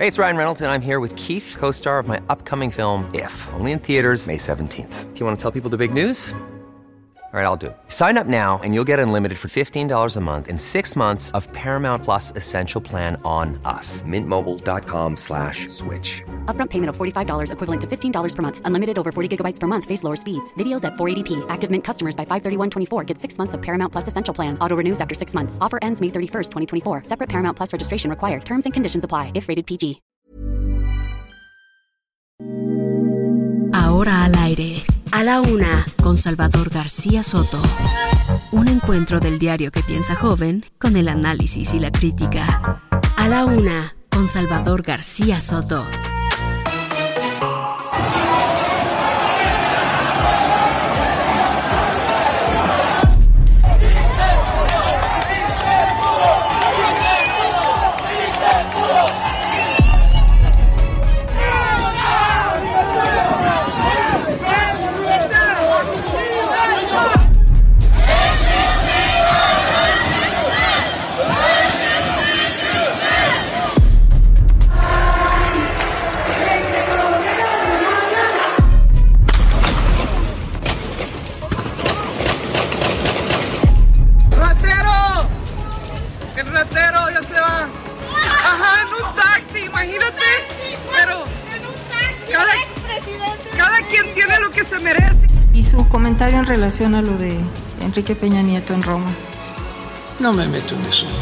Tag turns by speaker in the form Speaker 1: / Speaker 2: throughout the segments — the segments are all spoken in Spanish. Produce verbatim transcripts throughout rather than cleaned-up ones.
Speaker 1: Hey, it's Ryan Reynolds, and I'm here with Keith, co-star of my upcoming film, If, only in theaters May seventeenth. Do you want to tell people the big news? All right, I'll do it. Sign up now and you'll get unlimited for fifteen dollars a month and six months of Paramount Plus Essential Plan on us. Mint Mobile dot com slash switch.
Speaker 2: Upfront payment of forty-five dollars equivalent to fifteen dollars per month. Unlimited over forty gigabytes per month. Face lower speeds. Videos at four eighty p. Active Mint customers by five thirty-one twenty-four get six months of Paramount Plus Essential Plan. Auto renews after six months. Offer ends May thirty-first, twenty twenty-four. Separate Paramount Plus registration required. Terms and conditions apply if rated P G.
Speaker 3: Ahora al aire. A la una, con Salvador García Soto. Un encuentro del diario que piensa joven con el análisis y la crítica. A la una, con Salvador García Soto.
Speaker 4: Comentario en relación a lo de Enrique Peña Nieto en Roma.
Speaker 5: No me meto en eso.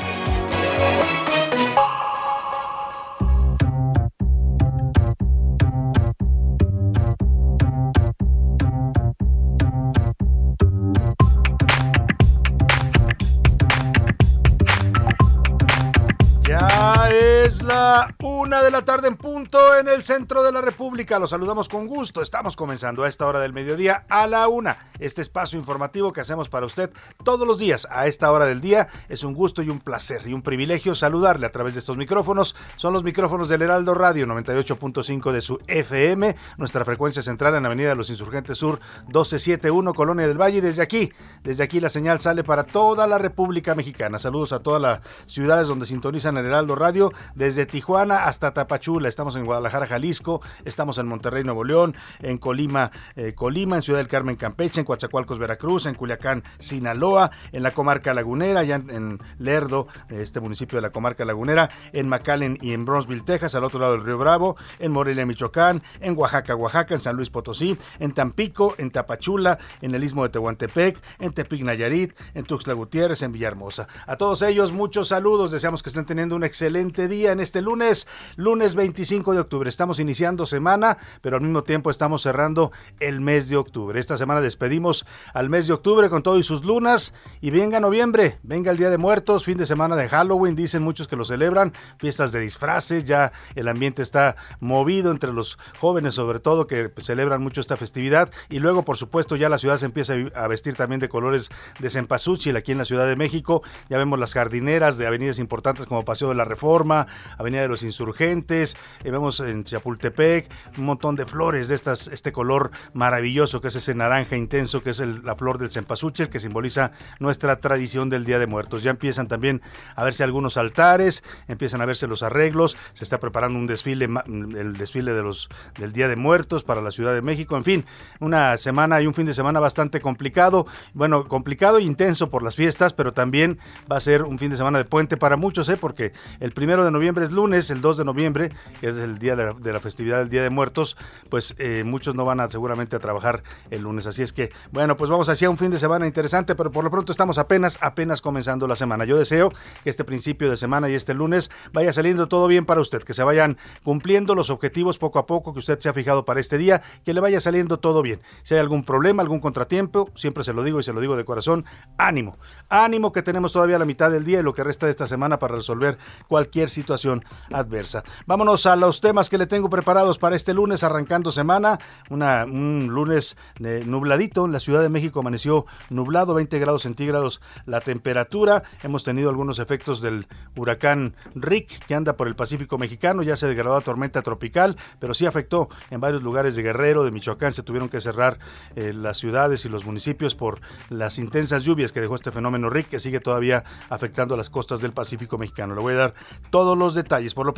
Speaker 6: Ya es la una de la tarde en punto en el centro de la República. Los saludamos con gusto. Estamos comenzando a esta hora del mediodía a la una. Este espacio informativo que hacemos para usted todos los días a esta hora del día. Es un gusto y un placer y un privilegio saludarle a través de estos micrófonos. Son los micrófonos del Heraldo Radio noventa y ocho punto cinco de su F M. Nuestra frecuencia central en Avenida de los Insurgentes Sur doce setenta y uno, Colonia del Valle. Y desde aquí, desde aquí la señal sale para toda la República Mexicana. Saludos a todas las ciudades donde sintonizan el Heraldo Radio, desde Tijuana hasta Tapachula. Estamos en Guadalajara, Jalisco, estamos en Monterrey, Nuevo León, en Colima, eh, Colima, en Ciudad del Carmen, Campeche, en Coatzacoalcos, Veracruz, en Culiacán, Sinaloa, en la comarca lagunera, ya en, en Lerdo, este municipio de la comarca lagunera, en McAllen y en Bronzeville, Texas, al otro lado del Río Bravo, en Morelia, Michoacán, en Oaxaca, Oaxaca, en San Luis Potosí, en Tampico, en Tapachula, en el Istmo de Tehuantepec, en Tepic, Nayarit, en Tuxtla Gutiérrez, en Villahermosa. A todos ellos, muchos saludos, deseamos que estén teniendo un excelente día en este lunes, lunes veinticinco de octubre. Estamos iniciando semana, pero al mismo tiempo estamos cerrando el mes de octubre. Esta semana despedimos al mes de octubre con todo y sus lunas, y venga noviembre, venga el Día de Muertos, fin de semana de Halloween, dicen muchos que lo celebran, fiestas de disfraces, ya el ambiente está movido entre los jóvenes, sobre todo, que celebran mucho esta festividad, y luego, por supuesto, ya la ciudad se empieza a vestir también de colores de cempasúchil. Aquí en la Ciudad de México ya vemos las jardineras de avenidas importantes como Paseo de la Reforma, Avenida de los Insurgentes, eh, vemos en Chapultepec un montón de flores de estas, este color maravilloso que es ese naranja intenso, que es el, la flor del cempasúchil, que simboliza nuestra tradición del Día de Muertos. Ya empiezan también a verse algunos altares, empiezan a verse los arreglos, se está preparando un desfile, el desfile de los del Día de Muertos para la Ciudad de México. En fin, una semana y un fin de semana bastante complicado, bueno, complicado e intenso por las fiestas, pero también va a ser un fin de semana de puente para muchos, ¿eh? Porque el primero de noviembre es lunes, el dos de noviembre, que es el día de la, de la festividad del Día de Muertos, pues eh, muchos no van a seguramente a trabajar el lunes. Así es que, bueno, pues vamos hacia un fin de semana interesante, pero por lo pronto estamos apenas, apenas comenzando la semana. Yo deseo que este principio de semana y este lunes vaya saliendo todo bien para usted, que se vayan cumpliendo los objetivos poco a poco que usted se ha fijado para este día, que le vaya saliendo todo bien. Si hay algún problema, algún contratiempo, siempre se lo digo y se lo digo de corazón, ánimo, ánimo, que tenemos todavía la mitad del día y lo que resta de esta semana para resolver cualquier situación adversa. Vámonos a los temas que le tengo preparados para este lunes, arrancando semana, una, un lunes eh, nubladito. En la Ciudad de México amaneció nublado, veinte grados centígrados la temperatura. Hemos tenido algunos efectos del huracán Rick, que anda por el Pacífico mexicano, ya se degradó a tormenta tropical, pero sí afectó en varios lugares de Guerrero, de Michoacán. Se tuvieron que cerrar eh, las ciudades y los municipios por las intensas lluvias que dejó este fenómeno Rick, que sigue todavía afectando a las costas del Pacífico mexicano. Le voy a dar todos los detalles. Por lo pronto,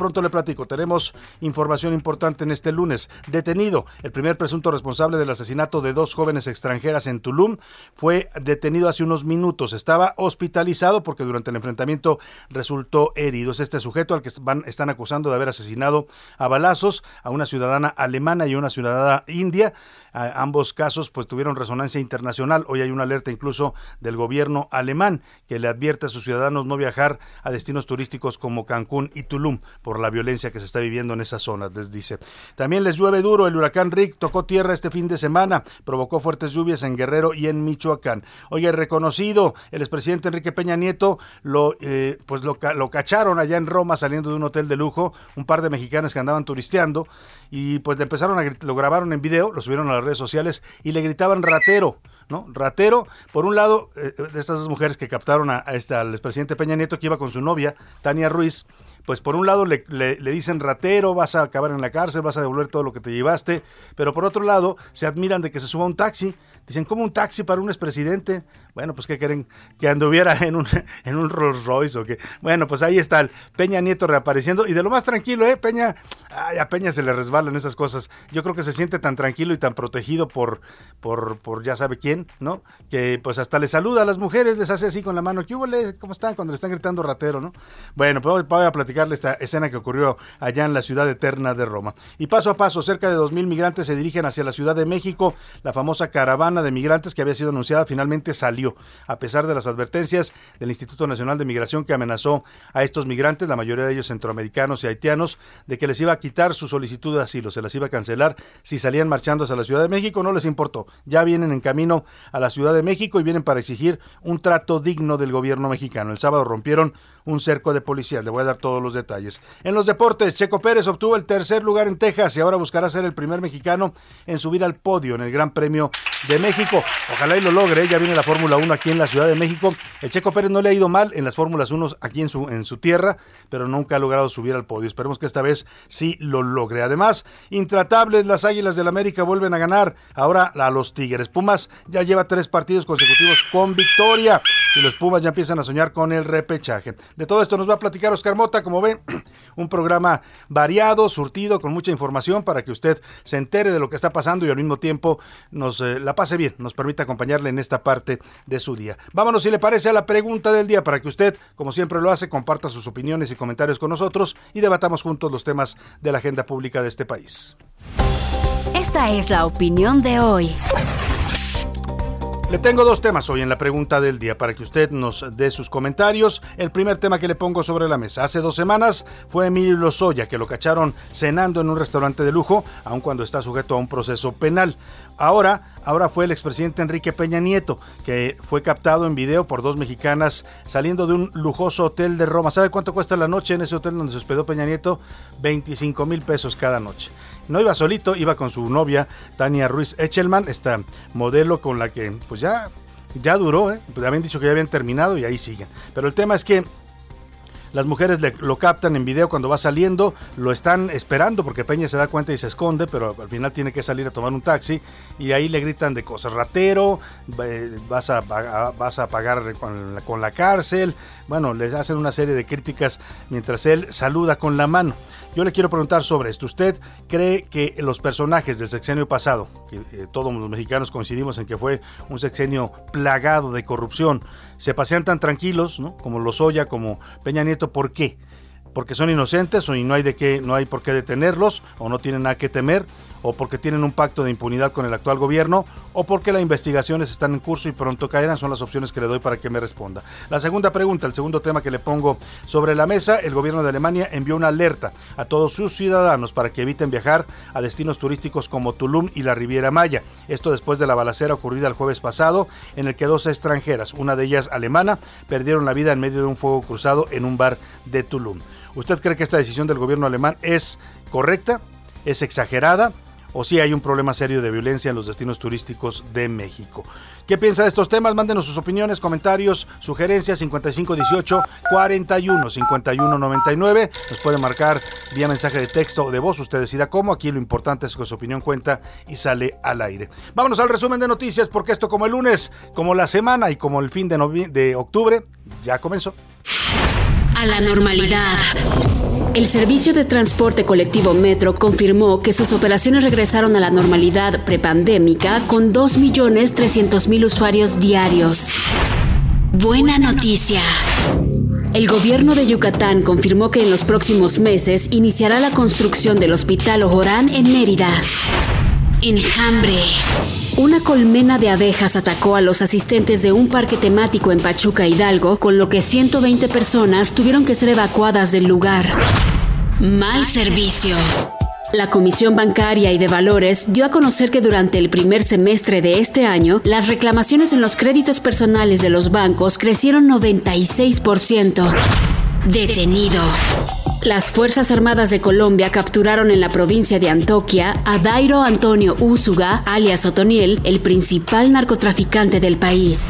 Speaker 6: pronto le platico, tenemos información importante en este lunes. Detenido el primer presunto responsable del asesinato de dos jóvenes extranjeras en Tulum. Fue detenido hace unos minutos. Estaba hospitalizado porque durante el enfrentamiento resultó herido. Es este sujeto al que van, están acusando de haber asesinado a balazos a una ciudadana alemana y una ciudadana india. A ambos casos pues tuvieron resonancia internacional. Hoy hay una alerta incluso del gobierno alemán que le advierte a sus ciudadanos no viajar a destinos turísticos como Cancún y Tulum por la violencia que se está viviendo en esas zonas, les dice. También les llueve duro. El huracán Rick tocó tierra este fin de semana, provocó fuertes lluvias en Guerrero y en Michoacán. Oye, reconocido, el expresidente Enrique Peña Nieto lo eh, pues lo, lo cacharon allá en Roma saliendo de un hotel de lujo, un par de mexicanos que andaban turisteando y pues le empezaron a lo grabaron en video, lo subieron a las redes sociales y le gritaban ratero, ¿no? Ratero, por un lado, eh, de estas dos mujeres que captaron a, a esta, al expresidente Peña Nieto que iba con su novia, Tania Ruiz, pues por un lado le, le, le dicen ratero, vas a acabar en la cárcel, vas a devolver todo lo que te llevaste, pero por otro lado se admiran de que se suba un taxi. Dicen, ¿cómo un taxi para un expresidente? Bueno, pues ¿qué quieren? ¿Que anduviera en un, en un Rolls Royce o qué? Bueno, pues ahí está el Peña Nieto reapareciendo y de lo más tranquilo, ¿eh? Peña, ay, a Peña se le resbalan esas cosas. Yo creo que se siente tan tranquilo y tan protegido por, por, por ya sabe quién, ¿no? Que pues hasta le saluda a las mujeres, les hace así con la mano, ¿qué hubo? ¿Cómo están? Cuando le están gritando ratero, ¿no? Bueno, pues voy a platicarle esta escena que ocurrió allá en la ciudad eterna de Roma. Y paso a paso, cerca de dos mil migrantes se dirigen hacia la Ciudad de México. La famosa caravana de migrantes que había sido anunciada finalmente salió, a pesar de las advertencias del Instituto Nacional de Migración que amenazó a estos migrantes, la mayoría de ellos centroamericanos y haitianos, de que les iba a quitar su solicitud de asilo, se las iba a cancelar si salían marchando hacia la Ciudad de México. No les importó, ya vienen en camino a la Ciudad de México y vienen para exigir un trato digno del gobierno mexicano. El sábado rompieron un cerco de policías, le voy a dar todos los detalles. En los deportes, Checo Pérez obtuvo el tercer lugar en Texas y ahora buscará ser el primer mexicano en subir al podio en el Gran Premio de México. Ojalá y lo logre, ya viene la Fórmula uno aquí en la Ciudad de México. El Checo Pérez no le ha ido mal en las Fórmulas uno aquí en su, en su tierra, pero nunca ha logrado subir al podio. Esperemos que esta vez sí lo logre. Además, intratables, las Águilas del América vuelven a ganar, ahora a los Tigres. Pumas ya lleva tres partidos consecutivos con victoria y los Pumas ya empiezan a soñar con el repechaje. De todo esto nos va a platicar Oscar Mota, como ven, un programa variado, surtido, con mucha información para que usted se entere de lo que está pasando y al mismo tiempo nos eh, la pase bien, nos permita acompañarle en esta parte de su día. Vámonos, si le parece, a la pregunta del día para que usted, como siempre lo hace, comparta sus opiniones y comentarios con nosotros y debatamos juntos los temas de la agenda pública de este país.
Speaker 3: Esta es la opinión de hoy.
Speaker 6: Le tengo dos temas hoy en la pregunta del día para que usted nos dé sus comentarios. El primer tema que le pongo sobre la mesa. Hace dos semanas fue Emilio Lozoya, que lo cacharon cenando en un restaurante de lujo, aun cuando está sujeto a un proceso penal. Ahora, ahora fue el expresidente Enrique Peña Nieto, que fue captado en video por dos mexicanas saliendo de un lujoso hotel de Roma. ¿Sabe cuánto cuesta la noche en ese hotel donde se hospedó Peña Nieto? veinticinco mil pesos cada noche. No iba solito, iba con su novia Tania Ruiz Echelman, esta modelo con la que pues ya, ya duró, ¿eh? Pues habían dicho que ya habían terminado y ahí siguen. Pero el tema es que las mujeres le, lo captan en video cuando va saliendo, lo están esperando porque Peña se da cuenta y se esconde, pero al final tiene que salir a tomar un taxi y ahí le gritan de cosas, ratero, vas a, vas a pagar con la, con la cárcel. Bueno, les hacen una serie de críticas mientras él saluda con la mano. Yo le quiero preguntar sobre esto. ¿Usted cree que los personajes del sexenio pasado, que eh, todos los mexicanos coincidimos en que fue un sexenio plagado de corrupción, se pasean tan tranquilos, ¿no? Como Lozoya, como Peña Nieto? ¿Por qué? ¿Porque son inocentes y no hay de qué, no hay por qué detenerlos, o no tienen nada que temer, o porque tienen un pacto de impunidad con el actual gobierno, o porque las investigaciones están en curso y pronto caerán? Son las opciones que le doy para que me responda. La segunda pregunta, el segundo tema que le pongo sobre la mesa: el gobierno de Alemania envió una alerta a todos sus ciudadanos para que eviten viajar a destinos turísticos como Tulum y la Riviera Maya. Esto después de la balacera ocurrida el jueves pasado, en el que dos extranjeras, una de ellas alemana, perdieron la vida en medio de un fuego cruzado en un bar de Tulum. ¿Usted cree que esta decisión del gobierno alemán es correcta? ¿Es exagerada? ¿O sí hay un problema serio de violencia en los destinos turísticos de México? ¿Qué piensa de estos temas? Mándenos sus opiniones, comentarios, sugerencias. Cincuenta y cinco dieciocho cuarenta y uno cincuenta y uno noventa y nueve. Nos puede marcar vía mensaje de texto o de voz. Usted decida cómo. Aquí lo importante es que su opinión cuenta y sale al aire. Vámonos al resumen de noticias, porque esto, como el lunes, como la semana y como el fin de, novi- de octubre, ya comenzó.
Speaker 3: A la normalidad. El servicio de transporte colectivo Metro confirmó que sus operaciones regresaron a la normalidad prepandémica con dos millones trescientos mil usuarios diarios. Buena noticia. El gobierno de Yucatán confirmó que en los próximos meses iniciará la construcción del Hospital Ojorán en Mérida. Enjambre. Una colmena de abejas atacó a los asistentes de un parque temático en Pachuca, Hidalgo, con lo que ciento veinte personas tuvieron que ser evacuadas del lugar. Mal servicio. La Comisión Bancaria y de Valores dio a conocer que durante el primer semestre de este año, las reclamaciones en los créditos personales de los bancos crecieron noventa y seis por ciento. Detenido. Las Fuerzas Armadas de Colombia capturaron en la provincia de Antioquia a Dairo Antonio Úsuga, alias Otoniel, el principal narcotraficante del país.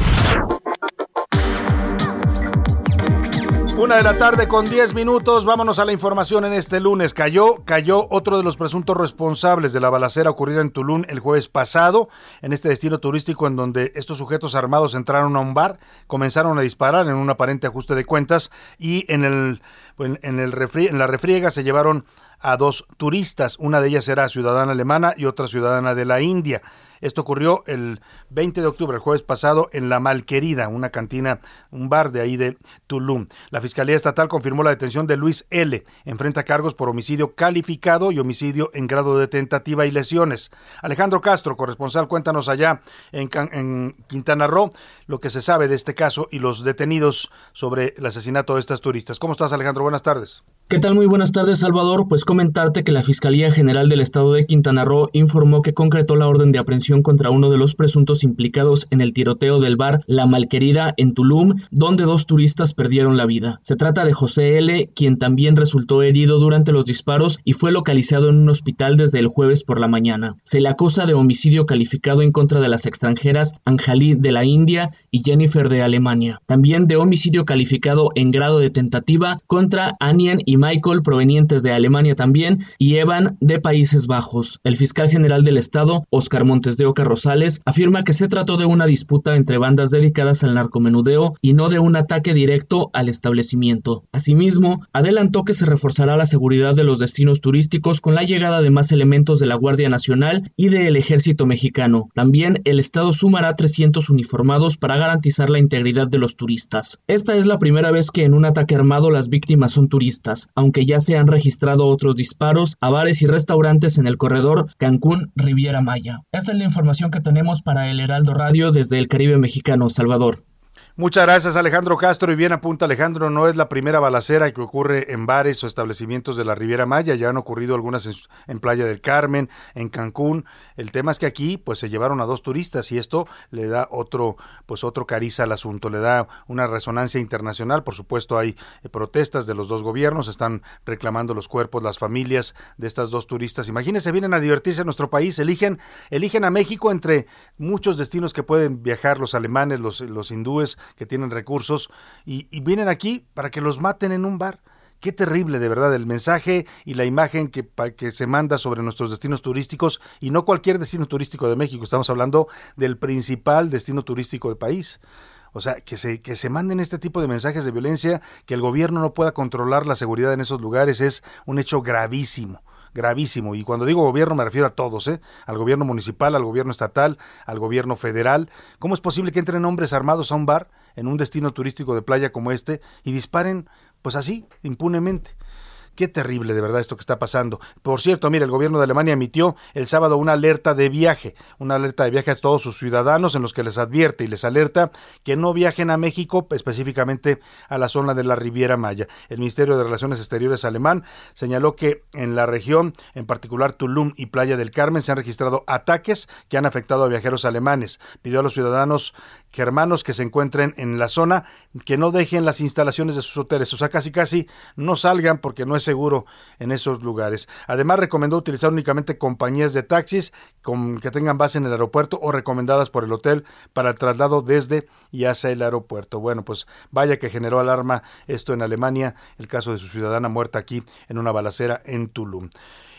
Speaker 6: Una de la tarde con diez minutos, vámonos a la información en este lunes. Cayó, cayó otro de los presuntos responsables de la balacera ocurrida en Tulum el jueves pasado, en este destino turístico en donde estos sujetos armados entraron a un bar, comenzaron a disparar en un aparente ajuste de cuentas y en el, en, en el refri, en la refriega se llevaron a dos turistas, una de ellas era ciudadana alemana y otra ciudadana de la India. Esto ocurrió el veinte de octubre, el jueves pasado, en La Malquerida, una cantina, un bar de ahí de Tulum. La Fiscalía Estatal confirmó la detención de Luis L. Enfrenta cargos por homicidio calificado y homicidio en grado de tentativa y lesiones. Alejandro Castro, corresponsal, cuéntanos allá en, en Quintana Roo lo que se sabe de este caso y los detenidos sobre el asesinato de estas turistas. ¿Cómo estás, Alejandro? Buenas tardes.
Speaker 7: ¿Qué tal? Muy buenas tardes, Salvador. Pues comentarte que la Fiscalía General del Estado de Quintana Roo informó que concretó la orden de aprehensión contra uno de los presuntos implicados en el tiroteo del bar La Malquerida en Tulum, donde dos turistas perdieron la vida. Se trata de José L., quien también resultó herido durante los disparos y fue localizado en un hospital desde el jueves por la mañana. Se le acusa de homicidio calificado en contra de las extranjeras Anjali de la India y Jennifer de Alemania. También de homicidio calificado en grado de tentativa contra Anien y Michael, provenientes de Alemania también, y Evan, de Países Bajos. El fiscal general del estado, Óscar Montes de Oca Rosales, afirma que se trató de una disputa entre bandas dedicadas al narcomenudeo y no de un ataque directo al establecimiento. Asimismo, adelantó que se reforzará la seguridad de los destinos turísticos con la llegada de más elementos de la Guardia Nacional y del Ejército Mexicano. También el estado sumará trescientos uniformados para garantizar la integridad de los turistas. Esta es la primera vez que en un ataque armado las víctimas son turistas, aunque ya se han registrado otros disparos a bares y restaurantes en el corredor Cancún-Riviera Maya. Esta es la información que tenemos para el Heraldo Radio desde el Caribe mexicano. Salvador.
Speaker 6: Muchas gracias, Alejandro Castro. Y bien apunta, Alejandro, no es la primera balacera que ocurre en bares o establecimientos de la Riviera Maya. Ya han ocurrido algunas en, en Playa del Carmen, en Cancún. El tema es que aquí pues se llevaron a dos turistas y esto le da otro pues otro cariz al asunto, le da una resonancia internacional. Por supuesto hay eh, protestas de los dos gobiernos, están reclamando los cuerpos, las familias de estas dos turistas. Imagínense, vienen a divertirse en nuestro país, eligen eligen a México entre muchos destinos que pueden viajar los alemanes, los, los hindúes, que tienen recursos y, y vienen aquí para que los maten en un bar. Qué terrible, de verdad, el mensaje y la imagen que, que se manda sobre nuestros destinos turísticos, y no cualquier destino turístico de México, estamos hablando del principal destino turístico del país. O sea, que se, que se manden este tipo de mensajes de violencia, que el gobierno no pueda controlar la seguridad en esos lugares, es un hecho gravísimo. Gravísimo, y cuando digo gobierno me refiero a todos, ¿eh? Al gobierno municipal, al gobierno estatal, al gobierno federal. ¿Cómo es posible que entren hombres armados a un bar en un destino turístico de playa como este y disparen, pues así, impunemente? Qué terrible, de verdad, esto que está pasando. Por cierto, mire, el gobierno de Alemania emitió el sábado una alerta de viaje, una alerta de viaje a todos sus ciudadanos en los que les advierte y les alerta que no viajen a México, específicamente a la zona de la Riviera Maya. El Ministerio de Relaciones Exteriores alemán señaló que en la región, en particular Tulum y Playa del Carmen, se han registrado ataques que han afectado a viajeros alemanes. Pidió a los ciudadanos germanos que se encuentren en la zona que no dejen las instalaciones de sus hoteles, o sea, casi casi no salgan porque no es seguro en esos lugares. Además, recomendó utilizar únicamente compañías de taxis con, que tengan base en el aeropuerto o recomendadas por el hotel para el traslado desde y hacia el aeropuerto. Bueno, pues vaya que generó alarma esto en Alemania, el caso de su ciudadana muerta aquí en una balacera en Tulum.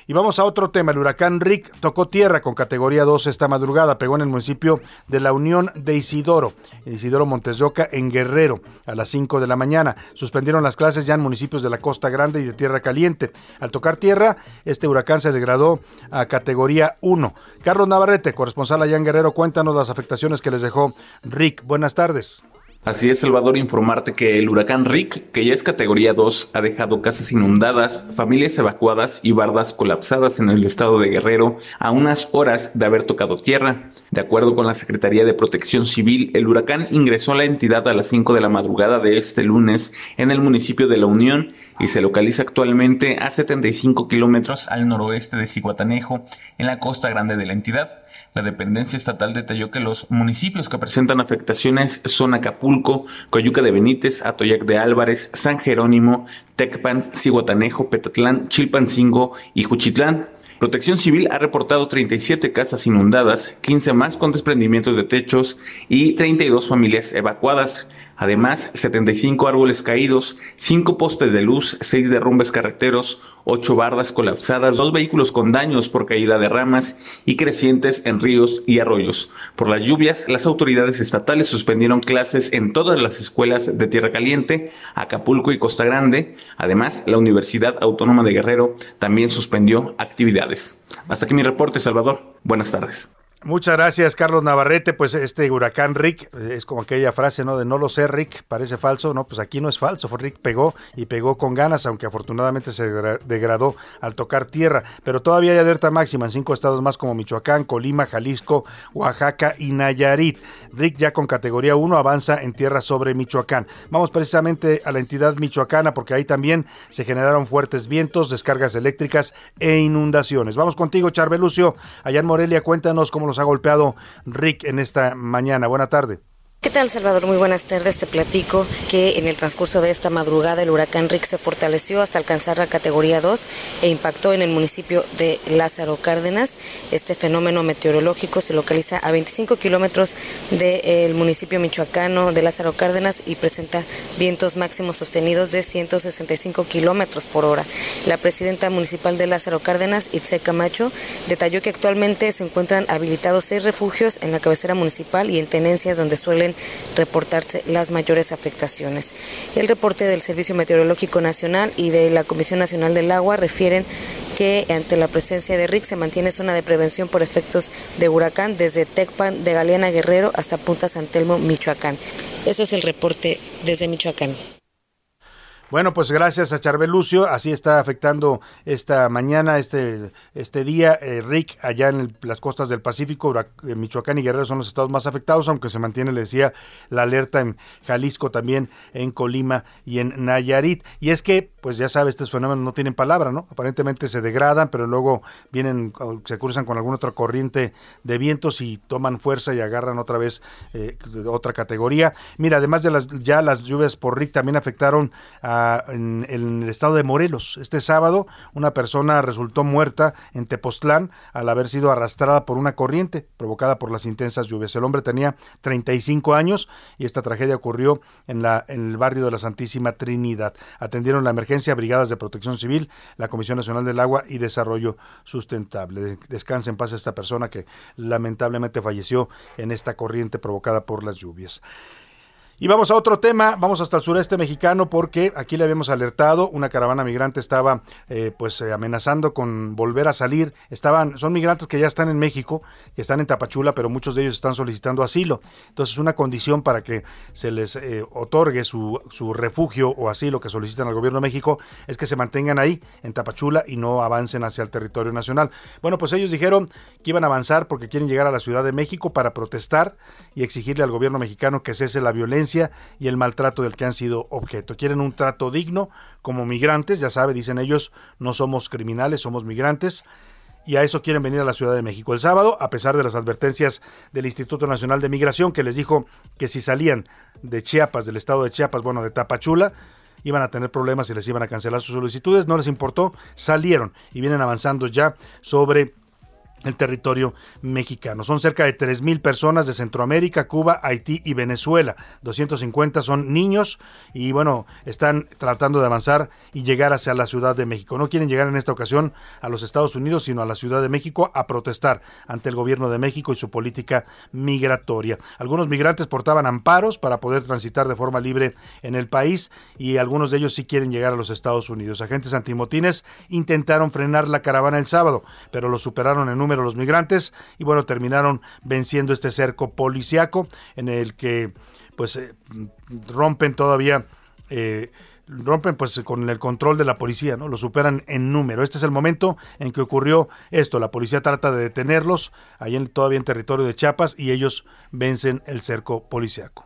Speaker 6: Y vamos a otro tema. El huracán Rick tocó tierra con categoría dos esta madrugada. Pegó en el municipio de La Unión de Isidoro, Isidoro Montes de Oca, en Guerrero, a las cinco de la mañana. Suspendieron las clases ya en municipios de la Costa Grande y de Tierra Caliente. Al tocar tierra, este huracán se degradó a categoría uno. Carlos Navarrete, corresponsal allá en Guerrero, cuéntanos las afectaciones que les dejó Rick. Buenas tardes.
Speaker 8: Así es, Salvador, informarte que el huracán Rick, que ya es categoría dos, ha dejado casas inundadas, familias evacuadas y bardas colapsadas en el estado de Guerrero a unas horas de haber tocado tierra. De acuerdo con la Secretaría de Protección Civil, el huracán ingresó a la entidad a las cinco de la madrugada de este lunes en el municipio de La Unión y se localiza actualmente a setenta y cinco kilómetros al noroeste de Zihuatanejo, en la costa grande de la entidad. La dependencia estatal detalló que los municipios que presentan afectaciones son Acapulco, Coyuca de Benítez, Atoyac de Álvarez, San Jerónimo, Tecpan, Zihuatanejo, Petatlán, Chilpancingo y Juchitlán. Protección Civil ha reportado treinta y siete casas inundadas, quince más con desprendimientos de techos y treinta y dos familias evacuadas. Además, setenta y cinco árboles caídos, cinco postes de luz, seis derrumbes carreteros, ocho bardas colapsadas, dos vehículos con daños por caída de ramas y crecientes en ríos y arroyos. Por las lluvias, las autoridades estatales suspendieron clases en todas las escuelas de Tierra Caliente, Acapulco y Costa Grande. Además, la Universidad Autónoma de Guerrero también suspendió actividades. Hasta aquí mi reporte, Salvador. Buenas tardes.
Speaker 6: Muchas gracias, Carlos Navarrete. Pues este huracán Rick, es como aquella frase, ¿no? De no lo sé, Rick, parece falso. No, pues aquí no es falso. Rick pegó y pegó con ganas, aunque afortunadamente se degradó al tocar tierra. Pero todavía hay alerta máxima en cinco estados más como Michoacán, Colima, Jalisco, Oaxaca y Nayarit. Rick, ya con categoría uno, avanza en tierra sobre Michoacán. Vamos precisamente a la entidad michoacana porque ahí también se generaron fuertes vientos, descargas eléctricas e inundaciones. Vamos contigo, Charbel Lucio, allá en Morelia. Cuéntanos cómo los ha golpeado Rick en esta mañana. Buena tarde.
Speaker 9: ¿Qué tal, Salvador? Muy buenas tardes. Te platico que en el transcurso de esta madrugada el huracán Rick se fortaleció hasta alcanzar la categoría dos e impactó en el municipio de Lázaro Cárdenas. Este fenómeno meteorológico se localiza a veinticinco kilómetros del municipio michoacano de Lázaro Cárdenas y presenta vientos máximos sostenidos de ciento sesenta y cinco kilómetros por hora. La presidenta municipal de Lázaro Cárdenas, Itzel Camacho, detalló que actualmente se encuentran habilitados seis refugios en la cabecera municipal y en tenencias donde suelen reportarse las mayores afectaciones. El reporte del Servicio Meteorológico Nacional y de la Comisión Nacional del Agua refieren que ante la presencia de Rick se mantiene zona de prevención por efectos de huracán desde Tecpan de Galeana Guerrero hasta Punta San Telmo, Michoacán. Ese es el reporte desde Michoacán.
Speaker 6: Bueno, pues gracias a Charbel Lucio, así está afectando esta mañana, este este día, eh, Rick, allá en el, las costas del Pacífico. eh, Michoacán y Guerrero son los estados más afectados, aunque se mantiene, le decía, la alerta en Jalisco, también en Colima y en Nayarit. Y es que, pues ya sabes, estos fenómenos no tienen palabra, ¿no? Aparentemente se degradan, pero luego vienen, se cruzan con alguna otra corriente de vientos y toman fuerza y agarran otra vez eh, otra categoría. Mira, además de las ya las lluvias por Rick también afectaron a En, en el estado de Morelos. Este sábado una persona resultó muerta en Tepoztlán al haber sido arrastrada por una corriente provocada por las intensas lluvias. El hombre tenía treinta y cinco años y esta tragedia ocurrió en, la, en el barrio de la Santísima Trinidad. Atendieron la emergencia brigadas de Protección Civil, la Comisión Nacional del Agua y Desarrollo Sustentable. Descanse en paz esta persona que lamentablemente falleció en esta corriente provocada por las lluvias. Y vamos a otro tema, vamos hasta el sureste mexicano porque aquí le habíamos alertado, una caravana migrante estaba eh, pues eh, amenazando con volver a salir. Estaban, son migrantes que ya están en México, que están en Tapachula, pero muchos de ellos están solicitando asilo. Entonces una condición para que se les eh, otorgue su, su refugio o asilo que solicitan al gobierno de México es que se mantengan ahí en Tapachula y no avancen hacia el territorio nacional. Bueno, pues ellos dijeron que iban a avanzar porque quieren llegar a la Ciudad de México para protestar y exigirle al gobierno mexicano que cese la violencia y el maltrato del que han sido objeto. Quieren un trato digno como migrantes, ya sabe, dicen ellos, no somos criminales, somos migrantes, y a eso quieren venir a la Ciudad de México. El sábado, a pesar de las advertencias del Instituto Nacional de Migración, que les dijo que si salían de Chiapas, del estado de Chiapas, bueno, de Tapachula, iban a tener problemas y les iban a cancelar sus solicitudes, no les importó, salieron y vienen avanzando ya sobre el territorio mexicano. Son cerca de tres mil personas de Centroamérica, Cuba, Haití y Venezuela. doscientos cincuenta son niños y bueno, están tratando de avanzar y llegar hacia la Ciudad de México. No quieren llegar en esta ocasión a los Estados Unidos, sino a la Ciudad de México a protestar ante el gobierno de México y su política migratoria. Algunos migrantes portaban amparos para poder transitar de forma libre en el país y algunos de ellos sí quieren llegar a los Estados Unidos. Agentes antimotines intentaron frenar la caravana el sábado, pero lo superaron en número los migrantes y bueno, terminaron venciendo este cerco policiaco en el que pues eh, rompen todavía eh, rompen pues con el control de la policía, ¿no? Lo superan en número. Este es el momento en que ocurrió esto. La policía trata de detenerlos ahí en, todavía en territorio de Chiapas y ellos vencen el cerco policiaco.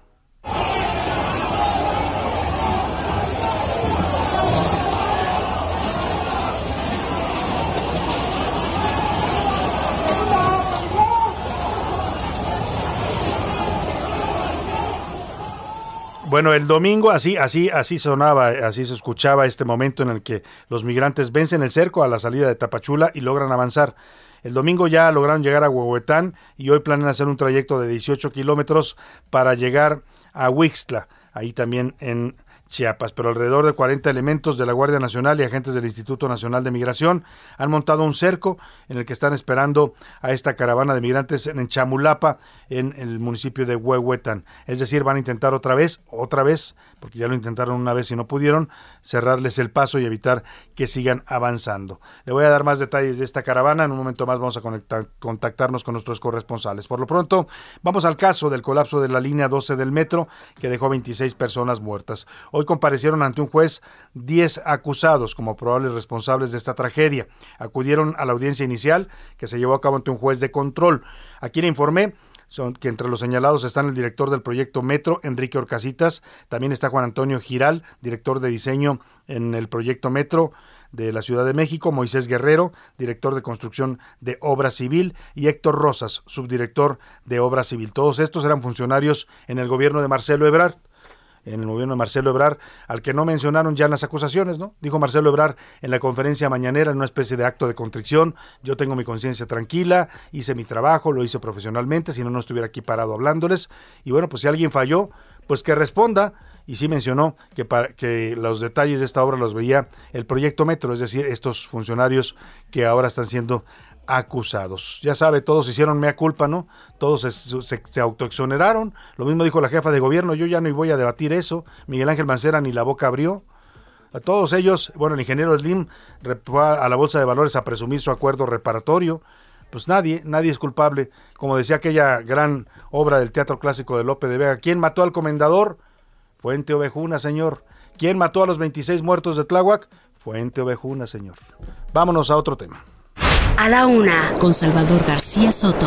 Speaker 6: Bueno, el domingo así, así, así sonaba, así se escuchaba este momento en el que los migrantes vencen el cerco a la salida de Tapachula y logran avanzar. El domingo ya lograron llegar a Huehuetán y hoy planean hacer un trayecto de dieciocho kilómetros para llegar a Huixtla, ahí también en Chiapas, pero alrededor de cuarenta elementos de la Guardia Nacional y agentes del Instituto Nacional de Migración han montado un cerco en el que están esperando a esta caravana de migrantes en Chamulapa, en el municipio de Huehuetán. Es decir, van a intentar otra vez, otra vez, porque ya lo intentaron una vez y no pudieron, cerrarles el paso y evitar que sigan avanzando. Le voy a dar más detalles de esta caravana, en un momento más vamos a conectar, contactarnos con nuestros corresponsales. Por lo pronto, vamos al caso del colapso de la línea doce del metro, que dejó veintiséis personas muertas. Hoy comparecieron ante un juez diez acusados como probables responsables de esta tragedia. Acudieron a la audiencia inicial que se llevó a cabo ante un juez de control. Aquí le informé son que entre los señalados están el director del proyecto Metro, Enrique Orcasitas, también está Juan Antonio Giral, director de diseño en el proyecto Metro de la Ciudad de México, Moisés Guerrero, director de construcción de obra civil, y Héctor Rosas, subdirector de obra civil. Todos estos eran funcionarios en el gobierno de Marcelo Ebrard. en el gobierno de Marcelo Ebrard, al que no mencionaron ya en las acusaciones, ¿no? Dijo Marcelo Ebrard en la conferencia mañanera, en una especie de acto de contrición: yo tengo mi conciencia tranquila, hice mi trabajo, lo hice profesionalmente, si no, no estuviera aquí parado hablándoles, y bueno, pues si alguien falló, pues que responda. Y sí mencionó que, para, que los detalles de esta obra los veía el proyecto Metro, es decir, estos funcionarios que ahora están siendo acusados. Ya sabe, todos hicieron mea culpa, ¿no? Todos se, se, se autoexoneraron. Lo mismo dijo la jefa de gobierno: yo ya no voy a debatir eso. Miguel Ángel Mancera ni la boca abrió. A todos ellos, bueno, el ingeniero Slim fue a la Bolsa de Valores a presumir su acuerdo reparatorio. Pues nadie, nadie es culpable. Como decía aquella gran obra del teatro clásico de Lope de Vega: ¿quién mató al comendador? Fuente Ovejuna, señor. ¿Quién mató a los veintiséis muertos de Tláhuac? Fuente Ovejuna, señor. Vámonos a otro tema.
Speaker 3: A la una, con Salvador García Soto.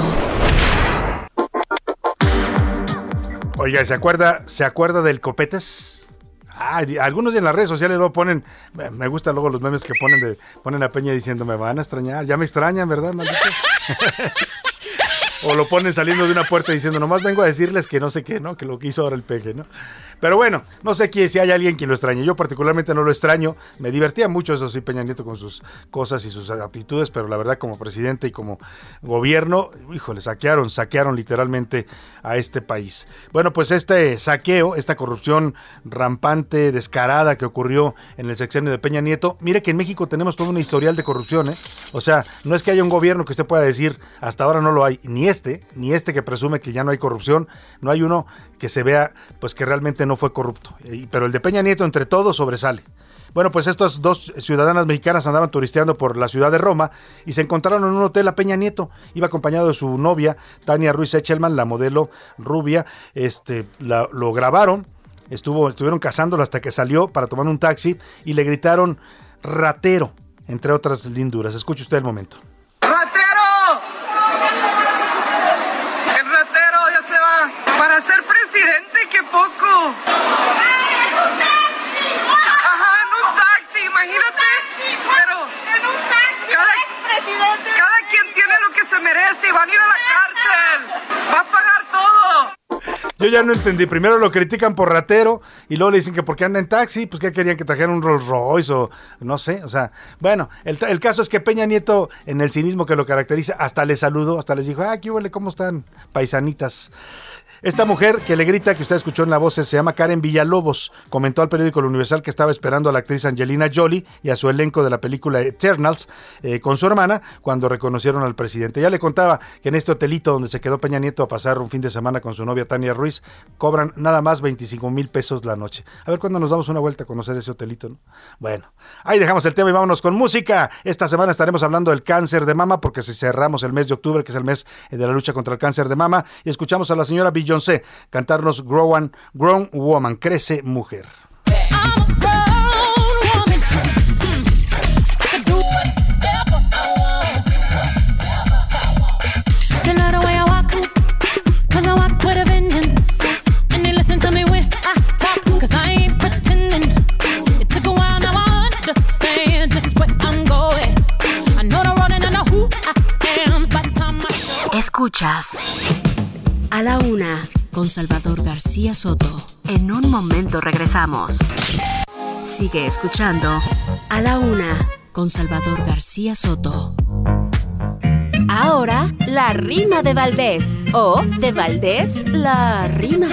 Speaker 6: Oiga, ¿se acuerda, ¿se acuerda del Copetes? Ah, algunos en las redes sociales luego ponen, me gustan luego los memes que ponen de ponen a Peña diciendo: me van a extrañar, ya me extrañan, ¿verdad, malditos? O lo ponen saliendo de una puerta diciendo: nomás vengo a decirles que no sé qué, ¿no? Que lo que hizo ahora el peje, ¿no? Pero bueno, no sé si hay alguien quien lo extrañe. Yo particularmente no lo extraño. Me divertía mucho, eso sí, Peña Nieto con sus cosas y sus aptitudes, pero la verdad, como presidente y como gobierno, híjole, saquearon, saquearon literalmente a este país. Bueno, pues este saqueo, esta corrupción rampante, descarada que ocurrió en el sexenio de Peña Nieto, mire que en México tenemos todo un historial de corrupción, ¿eh? O sea, no es que haya un gobierno que usted pueda decir, hasta ahora no lo hay, ni este, ni este que presume que ya no hay corrupción, no hay uno que se vea, pues que realmente no fue corrupto, pero el de Peña Nieto entre todos sobresale. Bueno, pues estas dos ciudadanas mexicanas andaban turisteando por la ciudad de Roma y se encontraron en un hotel a Peña Nieto. Iba acompañado de su novia, Tania Ruiz Echelman, la modelo rubia. Este, la, lo grabaron, estuvo, estuvieron cazándolo hasta que salió para tomar un taxi y le gritaron ratero, entre otras linduras. Escuche usted el momento.
Speaker 10: ¡Ratero! El ratero ya se va para ser presidente, qué poco. Merece y van a ir a la cárcel. Va a pagar todo.
Speaker 6: Yo ya no entendí. Primero lo critican por ratero y luego le dicen que porque anda en taxi, pues que querían que trajeran un Rolls Royce o no sé. O sea, bueno, el, el caso es que Peña Nieto, en el cinismo que lo caracteriza, hasta les saludó, hasta les dijo, ah, ¿qué huele? ¿Cómo están, paisanitas? Esta mujer que le grita, que usted escuchó en la voz, se llama Karen Villalobos. Comentó al periódico El Universal que estaba esperando a la actriz Angelina Jolie y a su elenco de la película Eternals eh, con su hermana cuando reconocieron al presidente. Ya le contaba que en este hotelito donde se quedó Peña Nieto a pasar un fin de semana con su novia Tania Ruiz, cobran nada más veinticinco mil pesos la noche. A ver cuándo nos damos una vuelta a conocer ese hotelito, ¿no? Bueno, ahí dejamos el tema y vámonos con música. Esta semana estaremos hablando del cáncer de mama porque si cerramos el mes de octubre, que es el mes de la lucha contra el cáncer de mama, y escuchamos a la señora Beyoncé cantarnos Grown, Grown Woman, Crece Mujer.
Speaker 3: Escuchas A la Una con Salvador García Soto. En un momento regresamos. Sigue escuchando A la Una con Salvador García Soto. Ahora, la rima de Valdés. O de Valdés, la rima.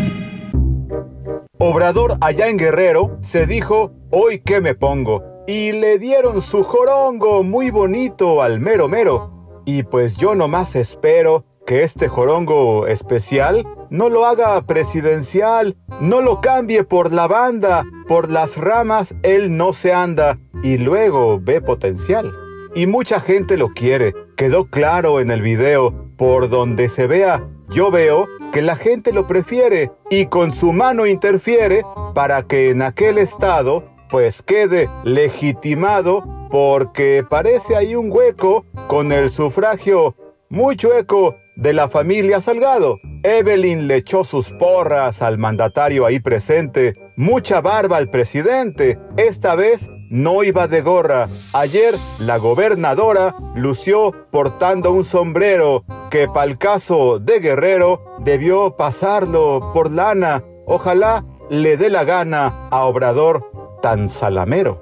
Speaker 11: Obrador allá en Guerrero se dijo, hoy que me pongo. Y le dieron su jorongo muy bonito al mero mero. Y pues yo nomás espero que este jorongo especial no lo haga presidencial, no lo cambie por la banda, por las ramas él no se anda y luego ve potencial. Y mucha gente lo quiere, quedó claro en el video, por donde se vea, yo veo que la gente lo prefiere y con su mano interfiere para que en aquel estado pues quede legitimado porque parece ahí un hueco con el sufragio muy chueco de la familia Salgado. Evelyn le echó sus porras al mandatario ahí presente, mucha barba al presidente, esta vez no iba de gorra. Ayer la gobernadora lució portando un sombrero que pa'l caso de Guerrero debió pasarlo por lana. Ojalá le dé la gana a Obrador tan salamero.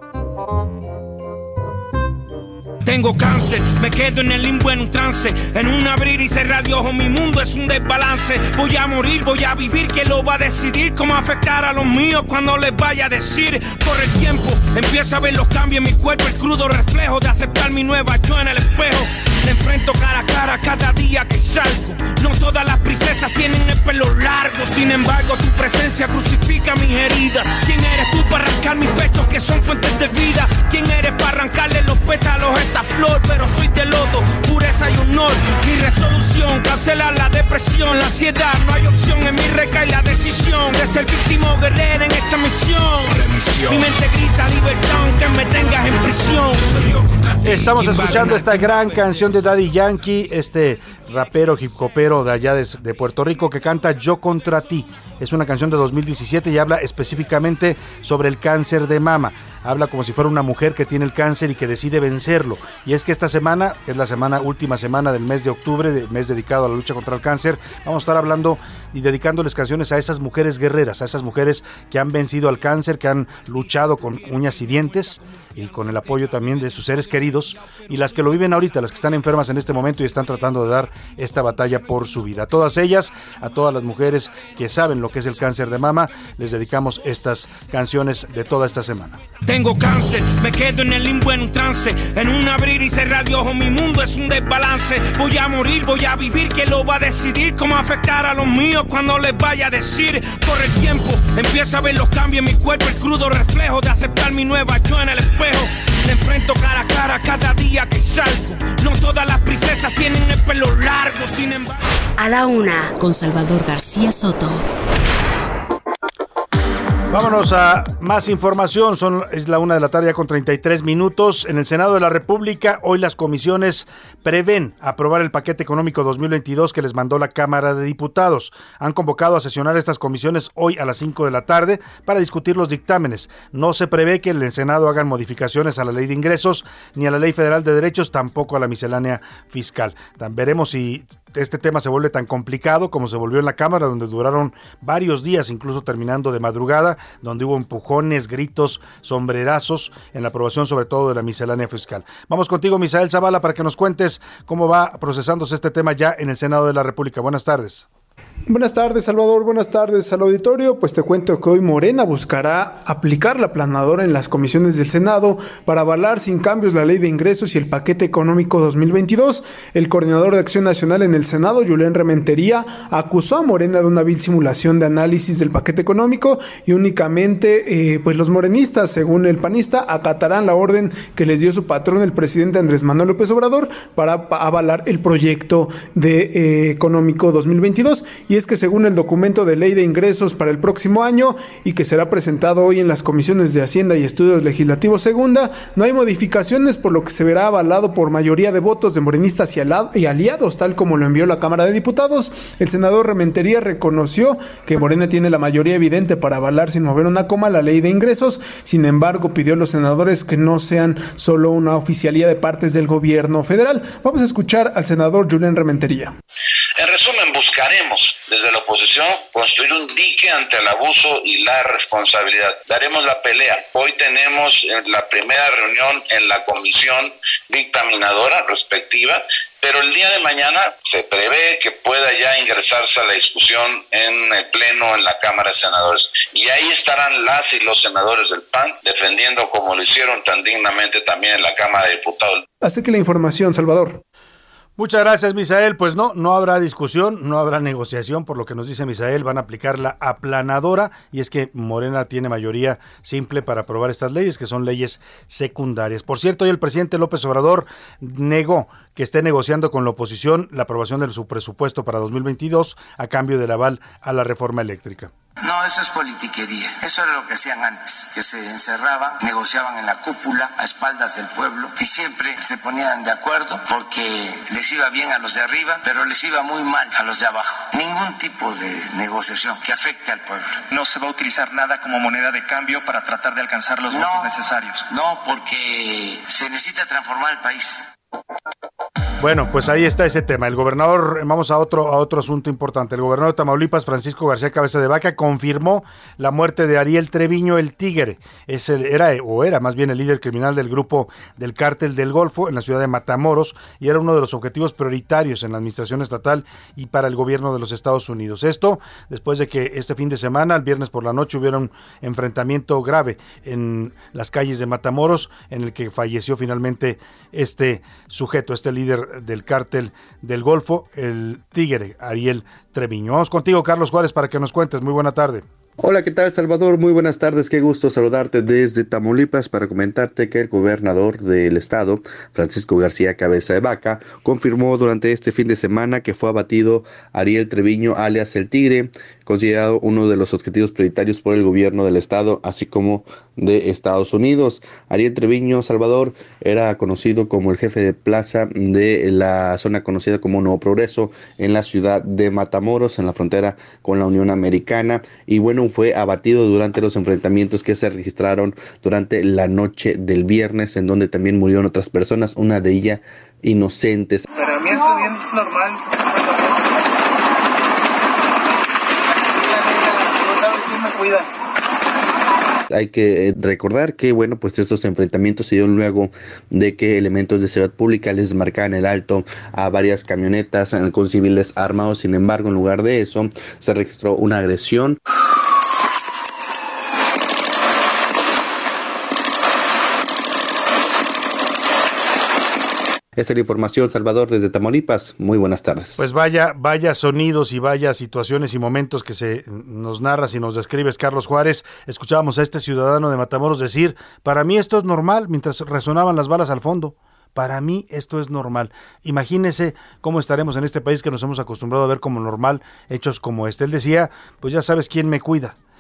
Speaker 12: Tengo cáncer, me quedo en el limbo en un trance. En un abrir y cerrar de ojos mi mundo es un desbalance. Voy a morir, voy a vivir, ¿quién lo va a decidir? Cómo afectar a los míos cuando les vaya a decir. Corre el tiempo, empieza a ver los cambios en mi cuerpo, el crudo reflejo de aceptar mi nueva yo en el espejo. Le enfrento cara a cara cada día que salgo. No todas las princesas tienen el pelo largo. Sin embargo, tu presencia crucifica mis heridas. ¿Quién eres tú para arrancar mis pechos que son fuentes de vida? ¿Quién eres para arrancarle los pétalos a esta flor? Pero soy de lodo, pureza y honor. Mi resolución, cancelar la depresión, la ansiedad. No hay opción, en mí recae la decisión de ser víctima o guerrera en esta misión. Mi mente grita libertad aunque me tengas en prisión.
Speaker 6: Estamos escuchando esta gran canción de Daddy Yankee, este rapero hip hopero de allá de, de Puerto Rico que canta Yo contra ti. Es una canción de dos mil diecisiete y habla específicamente sobre el cáncer de mama. Habla como si fuera una mujer que tiene el cáncer y que decide vencerlo. Y es que esta semana, que es la semana última semana del mes de octubre, del mes dedicado a la lucha contra el cáncer, vamos a estar hablando y dedicándoles canciones a esas mujeres guerreras, a esas mujeres que han vencido al cáncer, que han luchado con uñas y dientes y con el apoyo también de sus seres queridos, y las que lo viven ahorita, las que están enfermas en este momento y están tratando de dar esta batalla por su vida. A todas ellas, a todas las mujeres que saben lo que es el cáncer de mama, les dedicamos estas canciones de toda esta semana.
Speaker 12: Tengo cáncer, me quedo en el limbo en un trance. En un abrir y cerrar de ojos mi mundo es un desbalance. Voy a morir, voy a vivir, ¿quién lo va a decidir? Cómo afectar a los míos cuando les vaya a decir. Corre el tiempo, empieza a ver los cambios en mi cuerpo, el crudo reflejo de aceptar mi nueva yo en el espejo. Le enfrento cara a cara cada día que salgo. No todas las princesas tienen el pelo largo, sin embargo.
Speaker 3: A la Una con Salvador García Soto.
Speaker 6: Vámonos a más información. Son, es la una de la tarde ya con treinta y tres minutos. En el Senado de la República, hoy las comisiones prevén aprobar el paquete económico dos mil veintidós que les mandó la Cámara de Diputados. Han convocado a sesionar estas comisiones hoy a las cinco de la tarde para discutir los dictámenes. No se prevé que en el Senado hagan modificaciones a la Ley de Ingresos ni a la Ley Federal de Derechos, tampoco a la miscelánea fiscal. Veremos si este tema se vuelve tan complicado como se volvió en la Cámara, donde duraron varios días, incluso terminando de madrugada, donde hubo empujones, gritos, sombrerazos en la aprobación sobre todo de la miscelánea fiscal. Vamos contigo, Misael Zavala, para que nos cuentes cómo va procesándose este tema ya en el Senado de la República. Buenas tardes.
Speaker 13: Buenas tardes, Salvador. Buenas tardes al auditorio. Pues te cuento que hoy Morena buscará aplicar la aplanadora en las comisiones del Senado para avalar sin cambios la Ley de Ingresos y el paquete económico dos mil veintidós. El coordinador de Acción Nacional en el Senado, Julián Rementería, acusó a Morena de una vil simulación de análisis del paquete económico y únicamente eh, pues los morenistas, según el panista, acatarán la orden que les dio su patrón, el presidente Andrés Manuel López Obrador, para avalar el proyecto de eh, económico dos mil veintidós. Y es que según el documento de Ley de Ingresos para el próximo año y que será presentado hoy en las comisiones de Hacienda y Estudios Legislativos Segunda, no hay modificaciones, por lo que se verá avalado por mayoría de votos de morenistas y aliados, tal como lo envió la Cámara de Diputados. El senador Rementería reconoció que Morena tiene la mayoría evidente para avalar sin mover una coma la Ley de Ingresos. Sin embargo, pidió a los senadores que no sean solo una oficialía de partes del gobierno federal. Vamos a escuchar al senador Julián Rementería.
Speaker 14: En resumen, buscaremos desde la oposición construir un dique ante el abuso y la responsabilidad. Daremos la pelea. Hoy tenemos la primera reunión en la comisión dictaminadora respectiva, pero el día de mañana se prevé que pueda ya ingresarse a la discusión en el Pleno en la Cámara de Senadores. Y ahí estarán las y los senadores del P A N defendiendo, como lo hicieron tan dignamente también en la Cámara de Diputados.
Speaker 13: Hasta que la información, Salvador.
Speaker 6: Muchas gracias, Misael. Pues no, no habrá discusión, no habrá negociación, por lo que nos dice Misael, van a aplicar la aplanadora, y es que Morena tiene mayoría simple para aprobar estas leyes, que son leyes secundarias. Por cierto, hoy el presidente López Obrador negó que esté negociando con la oposición la aprobación de su presupuesto para dos mil veintidós a cambio del aval a la reforma eléctrica.
Speaker 15: No, eso es politiquería. Eso era lo que hacían antes, que se encerraban, negociaban en la cúpula a espaldas del pueblo y siempre se ponían de acuerdo porque les iba bien a los de arriba, pero les iba muy mal a los de abajo. Ningún tipo de negociación que afecte al pueblo.
Speaker 16: ¿No se va a utilizar nada como moneda de cambio para tratar de alcanzar los
Speaker 15: no,
Speaker 16: votos necesarios?
Speaker 15: No, porque se necesita transformar el país.
Speaker 6: Bueno, pues ahí está ese tema. El gobernador, vamos a otro a otro asunto importante. El gobernador de Tamaulipas, Francisco García Cabeza de Vaca, confirmó la muerte de Ariel Treviño, el Tigre. Es el, era o era más bien el líder criminal del grupo del Cártel del Golfo en la ciudad de Matamoros, y era uno de los objetivos prioritarios en la administración estatal y para el gobierno de los Estados Unidos. Esto después de que este fin de semana, el viernes por la noche, hubiera un enfrentamiento grave en las calles de Matamoros, en el que falleció finalmente este sujeto, este líder del Cártel del Golfo, el Tigre, Ariel Treviño. Vamos contigo, Carlos Juárez, para que nos cuentes. Muy buena tarde.
Speaker 17: Hola, ¿qué tal, Salvador? Muy buenas tardes, qué gusto saludarte desde Tamaulipas para comentarte que el gobernador del estado, Francisco García Cabeza de Vaca, confirmó durante este fin de semana que fue abatido Ariel Treviño, alias el Tigre, considerado uno de los objetivos prioritarios por el gobierno del estado, así como de Estados Unidos. Ariel Treviño, Salvador, era conocido como el jefe de plaza de la zona conocida como Nuevo Progreso en la ciudad de Matamoros, en la frontera con la Unión Americana, y bueno, fue abatido durante los enfrentamientos que se registraron durante la noche del viernes, en donde también murieron otras personas, una de ellas inocentes.
Speaker 18: Para mí esto bien es normal. No sabes quién me cuida.
Speaker 17: Hay que recordar que, bueno, pues estos enfrentamientos se dieron luego de que elementos de seguridad pública les marcaban el alto a varias camionetas con civiles armados. Sin embargo, en lugar de eso, se registró una agresión. Esta es la información, Salvador, desde Tamaulipas. Muy buenas tardes.
Speaker 6: Pues vaya, vaya sonidos y vaya situaciones y momentos que se nos narras y nos describes, Carlos Juárez. Escuchábamos a este ciudadano de Matamoros decir, para mí esto es normal, mientras resonaban las balas al fondo. Para mí esto es normal. Imagínese cómo estaremos en este país que nos hemos acostumbrado a ver como normal hechos como este. Él decía, pues ya sabes quién me cuida.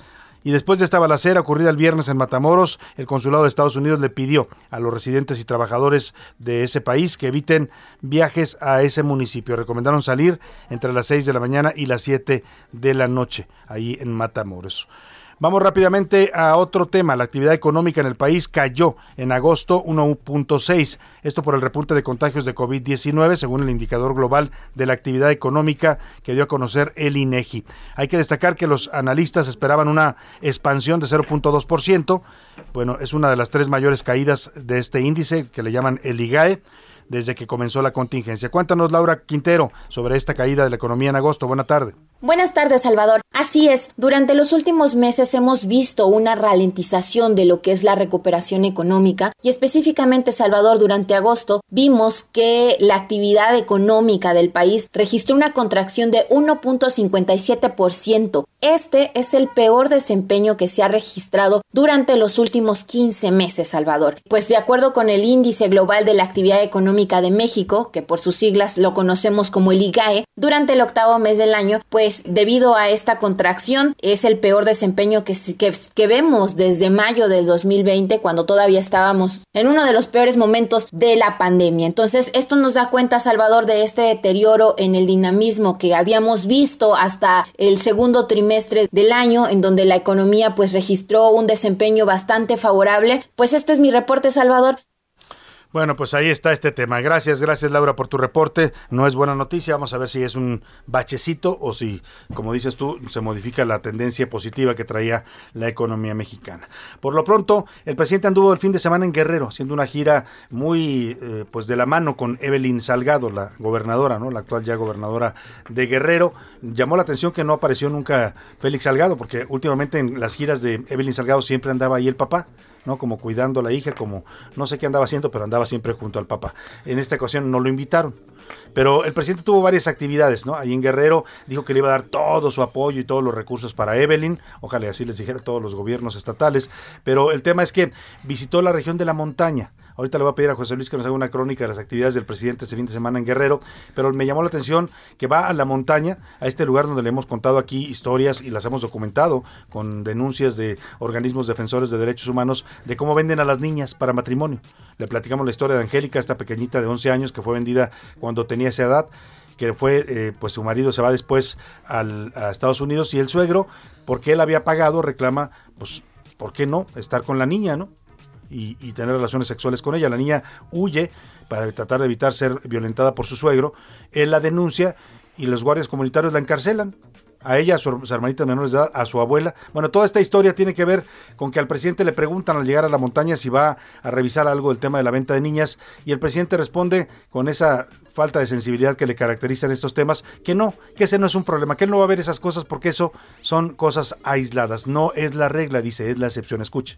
Speaker 6: Y después de esta balacera ocurrida el viernes en Matamoros, el consulado de Estados Unidos le pidió a los residentes y trabajadores de ese país que eviten viajes a ese municipio. Recomendaron salir entre las seis de la mañana y las siete de la noche, ahí en Matamoros. Vamos rápidamente a otro tema. La actividad económica en el país cayó en agosto uno punto seis. Esto por el repunte de contagios de covid diecinueve, según el indicador global de la actividad económica que dio a conocer el INEGI. Hay que destacar que los analistas esperaban una expansión de cero punto dos por ciento. Bueno, es una de las tres mayores caídas de este índice, que le llaman el IGAE, desde que comenzó la contingencia. Cuéntanos, Laura Quintero, sobre esta caída de la economía en agosto. Buena tarde.
Speaker 19: Buenas tardes, Salvador. Así es, durante los últimos meses hemos visto una ralentización de lo que es la recuperación económica y específicamente, Salvador, durante agosto vimos que la actividad económica del país registró una contracción de uno punto cincuenta y siete por ciento. Este es el peor desempeño que se ha registrado durante los últimos quince meses, Salvador. Pues de acuerdo con el Índice Global de la Actividad Económica de México, que por sus siglas lo conocemos como el IGAE, durante el octavo mes del año, pues debido a esta contracción es el peor desempeño que, que, que vemos desde mayo del dos mil veinte, cuando todavía estábamos en uno de los peores momentos de la pandemia. Entonces esto nos da cuenta, Salvador, de este deterioro en el dinamismo que habíamos visto hasta el segundo trimestre del año, en donde la economía pues registró un desempeño bastante favorable. Pues este es mi reporte, Salvador.
Speaker 6: Bueno, pues ahí está este tema. Gracias, gracias Laura por tu reporte. No es buena noticia, vamos a ver si es un bachecito o si, como dices tú, se modifica la tendencia positiva que traía la economía mexicana. Por lo pronto, el presidente anduvo el fin de semana en Guerrero, haciendo una gira muy eh, pues de la mano con Evelyn Salgado, la gobernadora, ¿no? La actual ya gobernadora de Guerrero. Llamó la atención que no apareció nunca Félix Salgado, porque últimamente en las giras de Evelyn Salgado siempre andaba ahí el papá, ¿no? Como cuidando a la hija, como no sé qué andaba haciendo, pero andaba siempre junto al papá. En esta ocasión no lo invitaron. Pero el presidente tuvo varias actividades, ¿no? Ahí en Guerrero dijo que le iba a dar todo su apoyo y todos los recursos para Evelyn. Ojalá así les dijera a todos los gobiernos estatales. Pero el tema es que visitó la región de la montaña. Ahorita le voy a pedir a José Luis que nos haga una crónica de las actividades del presidente este fin de semana en Guerrero, pero me llamó la atención que va a la montaña, a este lugar donde le hemos contado aquí historias y las hemos documentado con denuncias de organismos defensores de derechos humanos de cómo venden a las niñas para matrimonio. Le platicamos la historia de Angélica, esta pequeñita de once años que fue vendida cuando tenía esa edad, que fue, eh, pues su marido se va después al, a Estados Unidos y el suegro, porque él había pagado, reclama, pues, ¿por qué no? Estar con la niña, ¿no? Y, y tener relaciones sexuales con ella. La niña huye para tratar de evitar ser violentada por su suegro. Él la denuncia y los guardias comunitarios la encarcelan. A ella, a sus hermanitas menores de edad, a su abuela. Bueno, toda esta historia tiene que ver con que al presidente le preguntan al llegar a la montaña si va a revisar algo del tema de la venta de niñas, y el presidente responde con esa falta de sensibilidad que le caracteriza en estos temas, que no, que ese no es un problema, que él no va a ver esas cosas porque eso son cosas aisladas, no es la regla, dice, es la excepción. Escuche.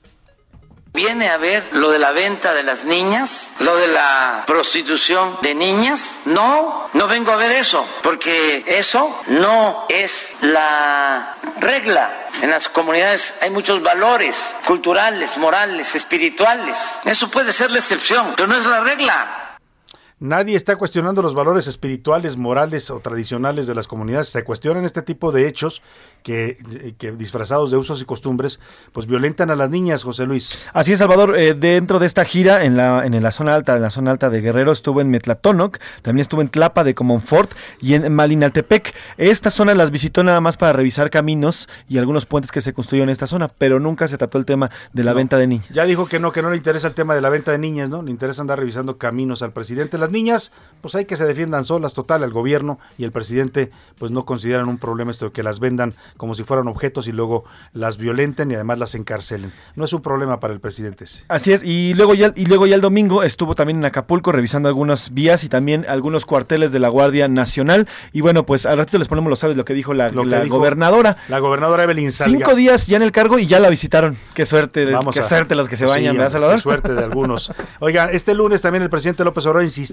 Speaker 15: ¿Viene a ver lo de la venta de las niñas? ¿Lo de la prostitución de niñas? No, no vengo a ver eso, porque eso no es la regla. En las comunidades hay muchos valores culturales, morales, espirituales. Eso puede ser la excepción, pero no es la regla.
Speaker 6: Nadie está cuestionando los valores espirituales, morales o tradicionales de las comunidades. Se cuestionan este tipo de hechos que, que disfrazados de usos y costumbres, pues violentan a las niñas, José Luis.
Speaker 20: Así es, Salvador. Eh, dentro de esta gira en la en la zona alta, en la zona alta de Guerrero, estuvo en Metlatónoc, también estuvo en Tlapa de Comonfort y en Malinaltepec. Estas zonas las visitó nada más para revisar caminos y algunos puentes que se construyeron en esta zona, pero nunca se trató el tema de la no, venta de niñas.
Speaker 6: Ya dijo que no, que no le interesa el tema de la venta de niñas, ¿no? Le interesa andar revisando caminos al presidente. Las niñas, pues hay que se defiendan solas, total, el gobierno y el presidente pues no consideran un problema esto de que las vendan como si fueran objetos y luego las violenten y además las encarcelen. No es un problema para el presidente ese.
Speaker 20: Así es, y luego ya y luego ya el domingo estuvo también en Acapulco revisando algunas vías y también algunos cuarteles de la Guardia Nacional, y bueno, pues al ratito les ponemos los sabes lo que dijo la, lo que la dijo gobernadora.
Speaker 6: La gobernadora Evelyn Salgado.
Speaker 20: Cinco días ya en el cargo y ya la visitaron. Qué suerte,
Speaker 6: Vamos
Speaker 20: qué
Speaker 6: a,
Speaker 20: suerte los que se bañan,
Speaker 6: sí,
Speaker 20: ¿verdad, Salvador?
Speaker 6: Qué suerte de algunos. Oiga, este lunes también el presidente López Obrador insistió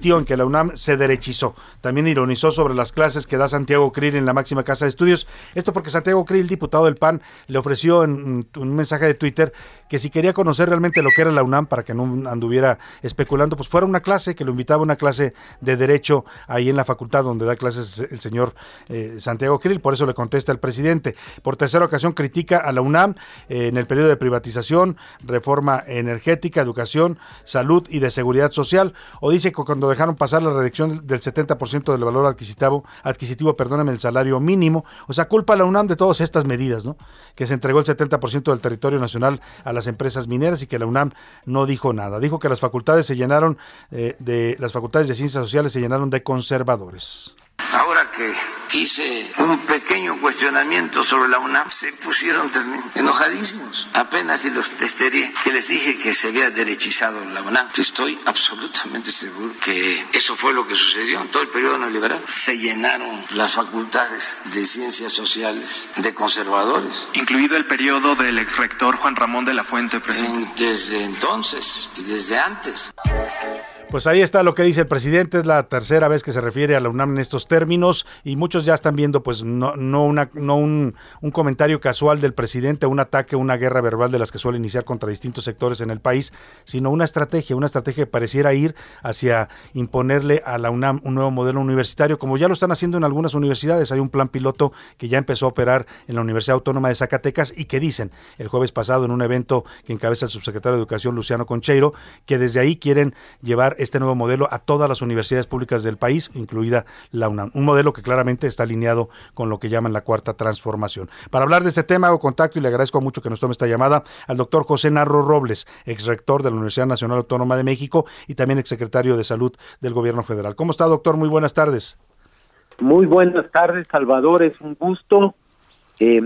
Speaker 6: insistió en que la UNAM se derechizó. También ironizó sobre las clases que da Santiago Krill en la máxima casa de estudios. Esto porque Santiago Krill, diputado del P A N, le ofreció en un mensaje de Twitter que si quería conocer realmente lo que era la UNAM, para que no anduviera especulando, pues fuera una clase, que lo invitaba a una clase de Derecho ahí en la facultad donde da clases el señor eh, Santiago Krill. Por eso le contesta el presidente. Por tercera ocasión critica a la UNAM eh, en el periodo de privatización, reforma energética, educación, salud y de seguridad social, o dice que cuando dejaron pasar la reducción del setenta por ciento del valor adquisitivo, adquisitivo, perdóname, el salario mínimo, o sea, culpa a la UNAM de todas estas medidas, ¿no? Que se entregó el setenta por ciento del territorio nacional a las empresas mineras y que la UNAM no dijo nada. Dijo que las facultades se llenaron eh, de las facultades de ciencias sociales se llenaron de conservadores.
Speaker 15: Ahora que hice un pequeño cuestionamiento sobre la UNAM, se pusieron también enojadísimos. Apenas si los testería, que les dije que se había derechizado la UNAM. Estoy absolutamente seguro que eso fue lo que sucedió en todo el periodo neoliberal. Se llenaron las facultades de ciencias sociales de conservadores.
Speaker 16: Incluido el periodo del exrector Juan Ramón de la Fuente, presidente.
Speaker 15: Desde entonces y desde antes.
Speaker 6: Pues ahí está lo que dice el presidente, es la tercera vez que se refiere a la UNAM en estos términos y muchos ya están viendo pues no, no, una, no un, un comentario casual del presidente, un ataque, una guerra verbal de las que suele iniciar contra distintos sectores en el país, sino una estrategia, una estrategia que pareciera ir hacia imponerle a la UNAM un nuevo modelo universitario, como ya lo están haciendo en algunas universidades. Hay un plan piloto que ya empezó a operar en la Universidad Autónoma de Zacatecas y que dicen el jueves pasado en un evento que encabeza el subsecretario de Educación Luciano Concheiro, que desde ahí quieren llevar este nuevo modelo a todas las universidades públicas del país, incluida la UNAM. Un modelo que claramente está alineado con lo que llaman la cuarta transformación. Para hablar de este tema hago contacto y le agradezco mucho que nos tome esta llamada al doctor José Narro Robles, exrector de la Universidad Nacional Autónoma de México y también exsecretario de Salud del Gobierno Federal. ¿Cómo está, doctor? Muy buenas tardes.
Speaker 21: Muy buenas tardes, Salvador. Es un gusto eh,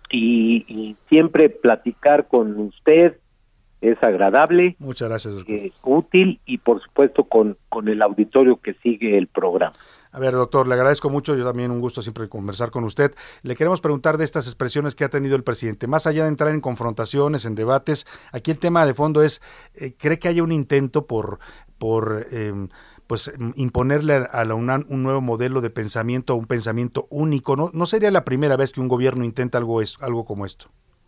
Speaker 21: y, y siempre platicar con usted. Es agradable,
Speaker 6: muchas gracias,
Speaker 21: eh, útil y por supuesto con, con el auditorio que sigue el programa.
Speaker 6: A ver, doctor, le agradezco mucho, yo también un gusto siempre conversar con usted. Le queremos preguntar de estas expresiones que ha tenido el presidente. Más allá de entrar en confrontaciones, en debates, aquí el tema de fondo es, eh, ¿cree que haya un intento por, por eh, pues imponerle a la UNAM un nuevo modelo de pensamiento, un pensamiento único? ¿No, no sería la primera vez que un gobierno intenta algo, es, algo como esto?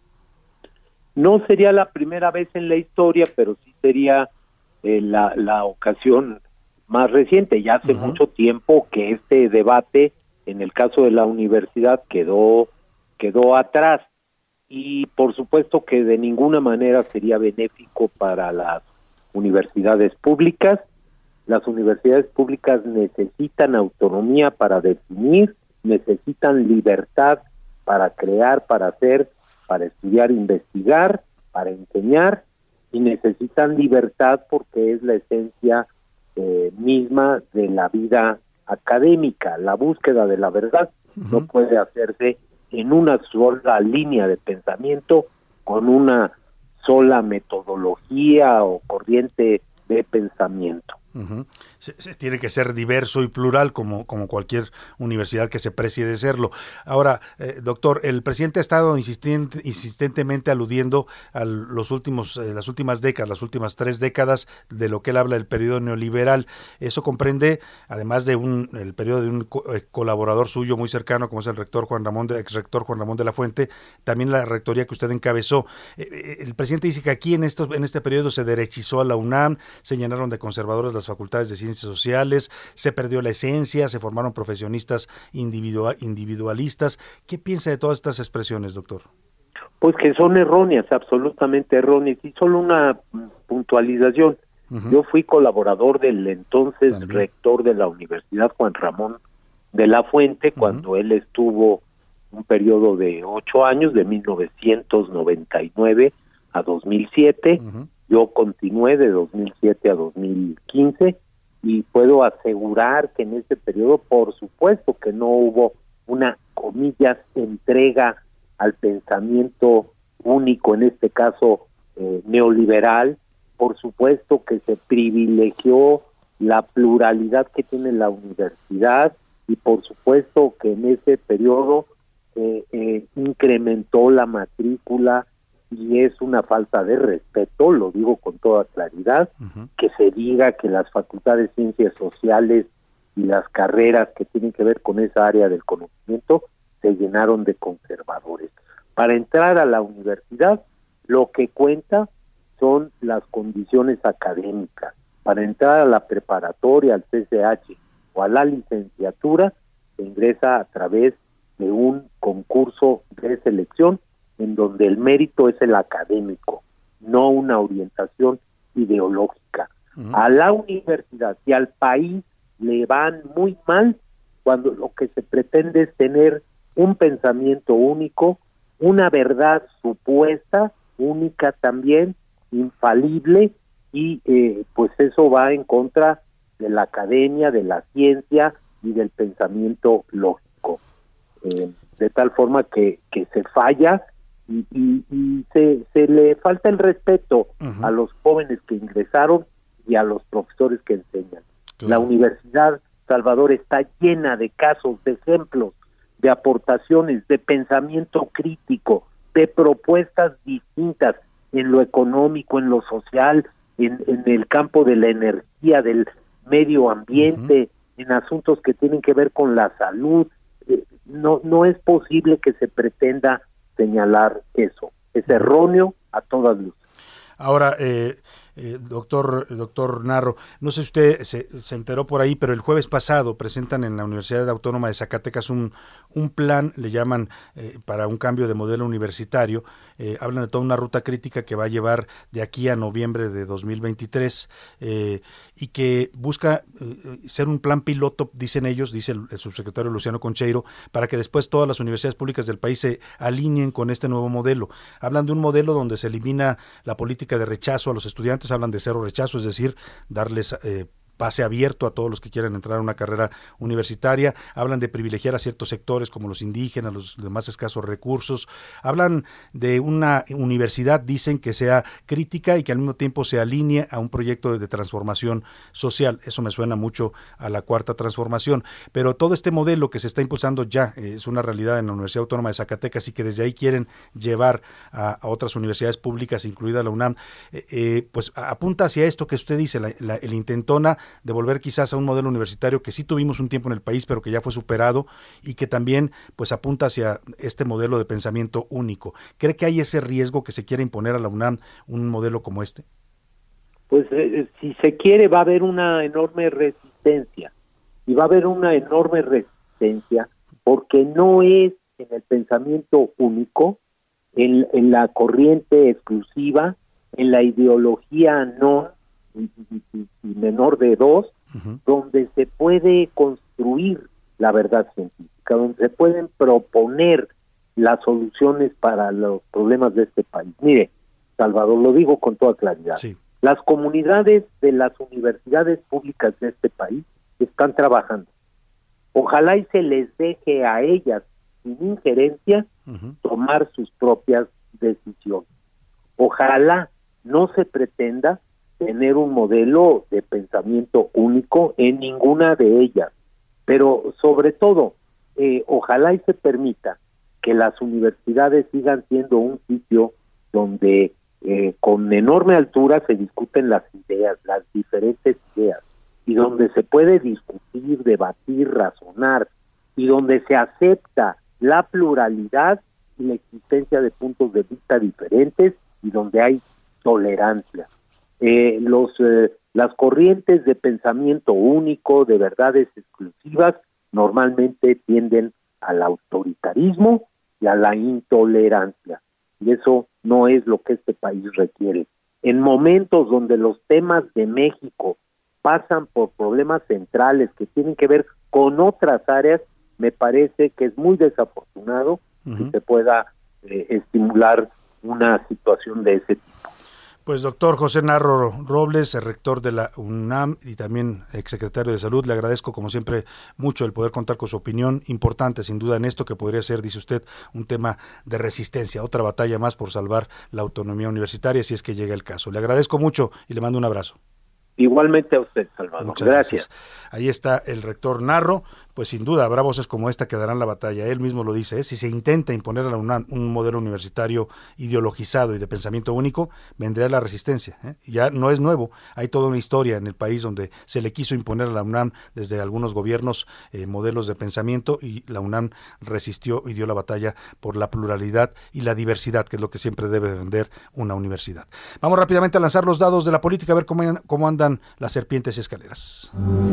Speaker 21: No sería la primera vez en la historia, pero sí sería eh, la, la ocasión más reciente. Ya hace uh-huh. mucho tiempo que este debate, en el caso de la universidad, quedó, quedó atrás. Y por supuesto que de ninguna manera sería benéfico para las universidades públicas. Las universidades públicas necesitan autonomía para definir, necesitan libertad para crear, para hacer, para estudiar, investigar, para enseñar, y necesitan libertad porque es la esencia eh, misma de la vida académica. La búsqueda de la verdad uh-huh. no puede hacerse en una sola línea de pensamiento, con una sola metodología o corriente de pensamiento.
Speaker 6: Uh-huh. Se, se tiene que ser diverso y plural como, como cualquier universidad que se precie de serlo. Ahora, eh, doctor, el presidente ha estado insistente, insistentemente aludiendo a los últimos, eh, las últimas décadas, las últimas tres décadas de lo que él habla del periodo neoliberal. Eso comprende, además de un el periodo de un co- eh, colaborador suyo muy cercano, como es el rector Juan Ramón, de, ex rector Juan Ramón de la Fuente, también la rectoría que usted encabezó. Eh, eh, el presidente dice que aquí en estos, en este periodo se derechizó a la UNAM, se llenaron de conservadores las facultades de ciencias sociales, se perdió la esencia, se formaron profesionistas individual, individualistas. ¿Qué piensa de todas estas expresiones, doctor?
Speaker 21: Pues que son erróneas, absolutamente erróneas. Y solo una puntualización. Uh-huh. Yo fui colaborador del entonces También. rector de la Universidad, Juan Ramón de la Fuente, uh-huh. cuando él estuvo un periodo de ocho años, de mil novecientos noventa y nueve a dos mil siete. Uh-huh. Yo continué de dos mil siete a dos mil quince y puedo asegurar que en ese periodo, por supuesto que no hubo una, comillas, entrega al pensamiento único, en este caso eh, neoliberal. Por supuesto que se privilegió la pluralidad que tiene la universidad y por supuesto que en ese periodo eh, eh, incrementó la matrícula y es una falta de respeto, lo digo con toda claridad, uh-huh. que se diga que las facultades de ciencias sociales y las carreras que tienen que ver con esa área del conocimiento se llenaron de conservadores. Para entrar a la universidad, lo que cuenta son las condiciones académicas. Para entrar a la preparatoria, al C C H o a la licenciatura, se ingresa a través de un concurso de selección en donde el mérito es el académico, no una orientación ideológica. Uh-huh. A la universidad y al país le van muy mal cuando lo que se pretende es tener un pensamiento único, una verdad supuesta, única también, infalible, y eh, pues eso va en contra de la academia, de la ciencia y del pensamiento lógico. Eh, de tal forma que, que se falla y, y, y se, se le falta el respeto uh-huh. a los jóvenes que ingresaron y a los profesores que enseñan. Claro. La Universidad Salvador está llena de casos, de ejemplos, de aportaciones, de pensamiento crítico, de propuestas distintas en lo económico, en lo social, en, en el campo de la energía, del medio ambiente, uh-huh. en asuntos que tienen que ver con la salud. Eh, no, no es posible que se pretenda señalar eso. Es erróneo a todas luces.
Speaker 6: Ahora, eh, eh, doctor doctor Narro, no sé si usted se, se enteró por ahí, pero el jueves pasado presentan en la Universidad Autónoma de Zacatecas un, un plan, le llaman eh, para un cambio de modelo universitario, eh, hablan de toda una ruta crítica que va a llevar de aquí a noviembre de dos mil veintitrés eh, y que busca eh, ser un plan piloto, dicen ellos, dice el, el subsecretario Luciano Concheiro, para que después todas las universidades públicas del país se alineen con este nuevo modelo. Hablan de un modelo donde se elimina la política de rechazo a los estudiantes, hablan de cero rechazo, es decir, darles eh, pase abierto a todos los que quieran entrar a una carrera universitaria, hablan de privilegiar a ciertos sectores como los indígenas, los de más escasos recursos, hablan de una universidad, dicen, que sea crítica y que al mismo tiempo se alinee a un proyecto de, de transformación social. Eso me suena mucho a la cuarta transformación, pero todo este modelo que se está impulsando ya eh, es una realidad en la Universidad Autónoma de Zacatecas y que desde ahí quieren llevar a, a otras universidades públicas, incluida la UNAM, eh, eh, pues apunta hacia esto que usted dice, la, la, el intentona de volver quizás a un modelo universitario que sí tuvimos un tiempo en el país, pero que ya fue superado y que también pues apunta hacia este modelo de pensamiento único. ¿Cree que hay ese riesgo que se quiera imponer a la UNAM un modelo como este?
Speaker 21: Pues eh, si se quiere va a haber una enorme resistencia y va a haber una enorme resistencia porque no es en el pensamiento único, en, en la corriente exclusiva, en la ideología no Y, y, y menor de dos, uh-huh. donde se puede construir la verdad científica, donde se pueden proponer las soluciones para los problemas de este país. Mire, Salvador, lo digo con toda claridad. Sí. Las comunidades de las universidades públicas de este país están trabajando. Ojalá y se les deje a ellas, sin injerencia, uh-huh. tomar sus propias decisiones. Ojalá no se pretenda tener un modelo de pensamiento único en ninguna de ellas, pero sobre todo, eh, ojalá y se permita que las universidades sigan siendo un sitio donde eh, con enorme altura se discuten las ideas, las diferentes ideas, y donde se puede discutir, debatir, razonar, y donde se acepta la pluralidad y la existencia de puntos de vista diferentes, y donde hay tolerancia. Eh, los eh, las corrientes de pensamiento único, de verdades exclusivas, normalmente tienden al autoritarismo y a la intolerancia, y eso no es lo que este país requiere. En momentos donde los temas de México pasan por problemas centrales que tienen que ver con otras áreas, me parece que es muy desafortunado uh-huh. que se pueda eh, estimular una situación de ese tipo.
Speaker 6: Pues doctor José Narro Robles, el rector de la UNAM y también exsecretario de Salud, le agradezco como siempre mucho el poder contar con su opinión, importante sin duda en esto que podría ser, dice usted, un tema de resistencia, otra batalla más por salvar la autonomía universitaria si es que llega el caso. Le agradezco mucho y le mando un abrazo.
Speaker 21: Igualmente a usted, Salvador.
Speaker 6: Muchas gracias. gracias. Ahí está el rector Narro. pues sin duda habrá voces como esta que darán la batalla. Él mismo lo dice, ¿eh? Si se intenta imponer a la UNAM un modelo universitario ideologizado y de pensamiento único, vendrá la resistencia, ¿eh? Ya no es nuevo, hay toda una historia en el país donde se le quiso imponer a la UNAM desde algunos gobiernos eh, modelos de pensamiento, y la UNAM resistió y dio la batalla por la pluralidad y la diversidad, que es lo que siempre debe vender una universidad. Vamos rápidamente a lanzar los dados de la política, a ver cómo, cómo andan las serpientes y escaleras.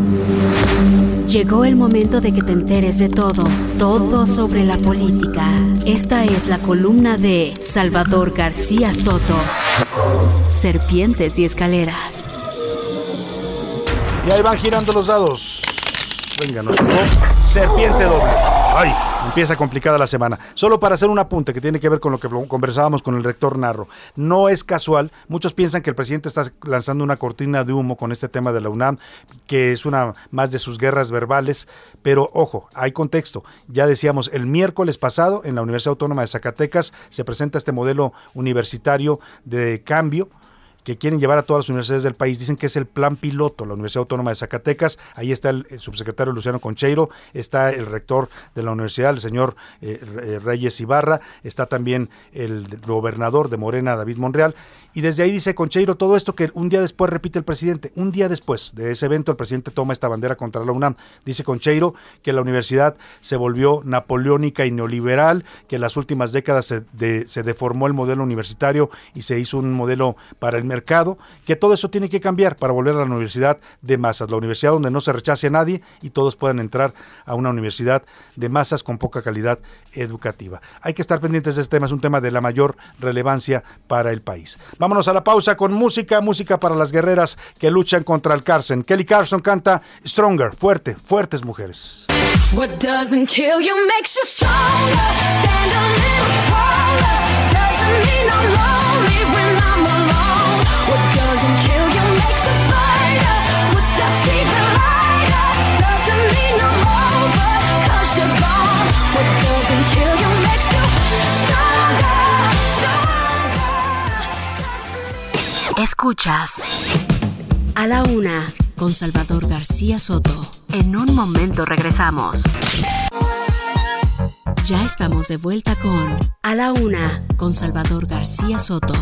Speaker 3: Llegó el momento de que te enteres de todo, todo sobre la política. Esta es la columna de Salvador García Soto. Serpientes y escaleras.
Speaker 6: Y ahí van girando los dados. Venga, nos tocó serpiente doble. Ay, empieza complicada la semana. Solo para hacer un apunte que tiene que ver con lo que conversábamos con el rector Narro. No es casual, muchos piensan que el presidente está lanzando una cortina de humo con este tema de la UNAM, que es una más de sus guerras verbales, pero ojo, hay contexto. Ya decíamos, el miércoles pasado en la Universidad Autónoma de Zacatecas se presenta este modelo universitario de cambio que quieren llevar a todas las universidades del país. Dicen que es el plan piloto, la Universidad Autónoma de Zacatecas. Ahí está el, el subsecretario Luciano Concheiro, está el rector de la universidad, el señor eh, Reyes Ibarra, está también el gobernador de Morena, David Monreal. Y desde ahí dice Concheiro todo esto que un día después repite el presidente. Un día después de ese evento el presidente toma esta bandera contra la UNAM. Dice Concheiro que la universidad se volvió napoleónica y neoliberal, que en las últimas décadas se, de, se deformó el modelo universitario y se hizo un modelo para el mercado, que todo eso tiene que cambiar para volver a la universidad de masas, la universidad donde no se rechace a nadie y todos puedan entrar a una universidad de masas con poca calidad educativa. Hay que estar pendientes de este tema, es un tema de la mayor relevancia para el país. Vámonos a la pausa con música, música para las guerreras que luchan contra el cárcel. Kelly Clarkson canta Stronger, fuerte, fuertes mujeres.
Speaker 1: What doesn't kill you makes you stronger. Stand a little taller. Doesn't mean I'm lonely when I'm alone. What doesn't kill you makes you fighter. Footsteps even lighter. Doesn't mean I'm over, 'cause you're gone. What doesn't kill you makes you stronger.
Speaker 3: Escuchas A la Una con Salvador García Soto. En un momento regresamos. Ya estamos de vuelta con A la Una con Salvador García Soto.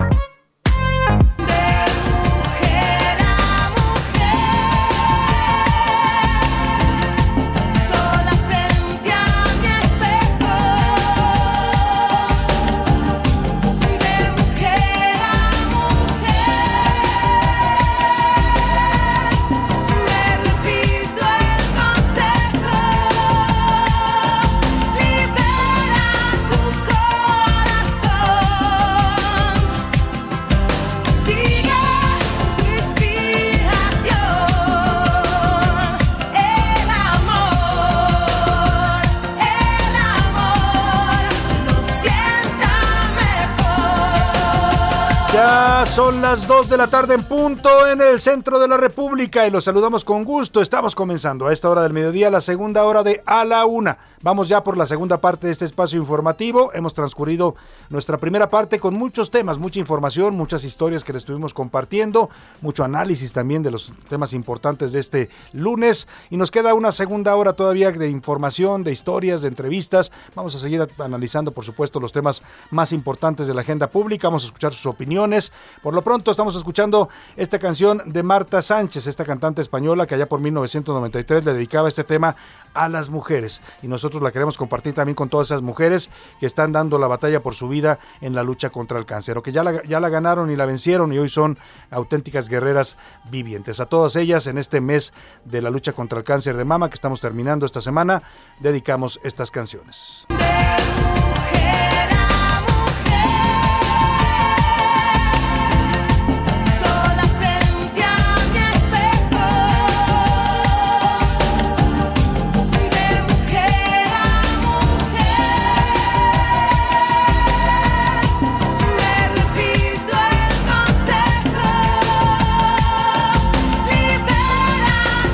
Speaker 6: Ya son las dos de la tarde en punto en el centro de la República y los saludamos con gusto. Estamos comenzando a esta hora del mediodía la segunda hora de A la Una. Vamos ya por la segunda parte de este espacio informativo. Hemos transcurrido nuestra primera parte con muchos temas, mucha información, muchas historias que les estuvimos compartiendo, mucho análisis también de los temas importantes de este lunes. Y nos queda una segunda hora todavía de información, de historias, de entrevistas. Vamos a seguir analizando, por supuesto, los temas más importantes de la agenda pública. Vamos a escuchar sus opiniones. Por lo pronto estamos escuchando esta canción de Marta Sánchez, esta cantante española que allá por mil novecientos noventa y tres le dedicaba este tema a las mujeres. Y nosotros la queremos compartir también con todas esas mujeres que están dando la batalla por su vida en la lucha contra el cáncer, o que ya la, ya la ganaron y la vencieron y hoy son auténticas guerreras vivientes. A todas ellas, en este mes de la lucha contra el cáncer de mama que estamos terminando esta semana, dedicamos estas canciones.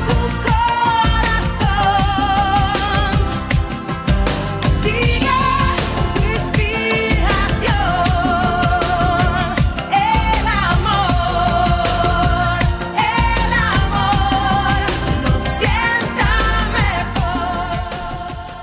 Speaker 1: Sigue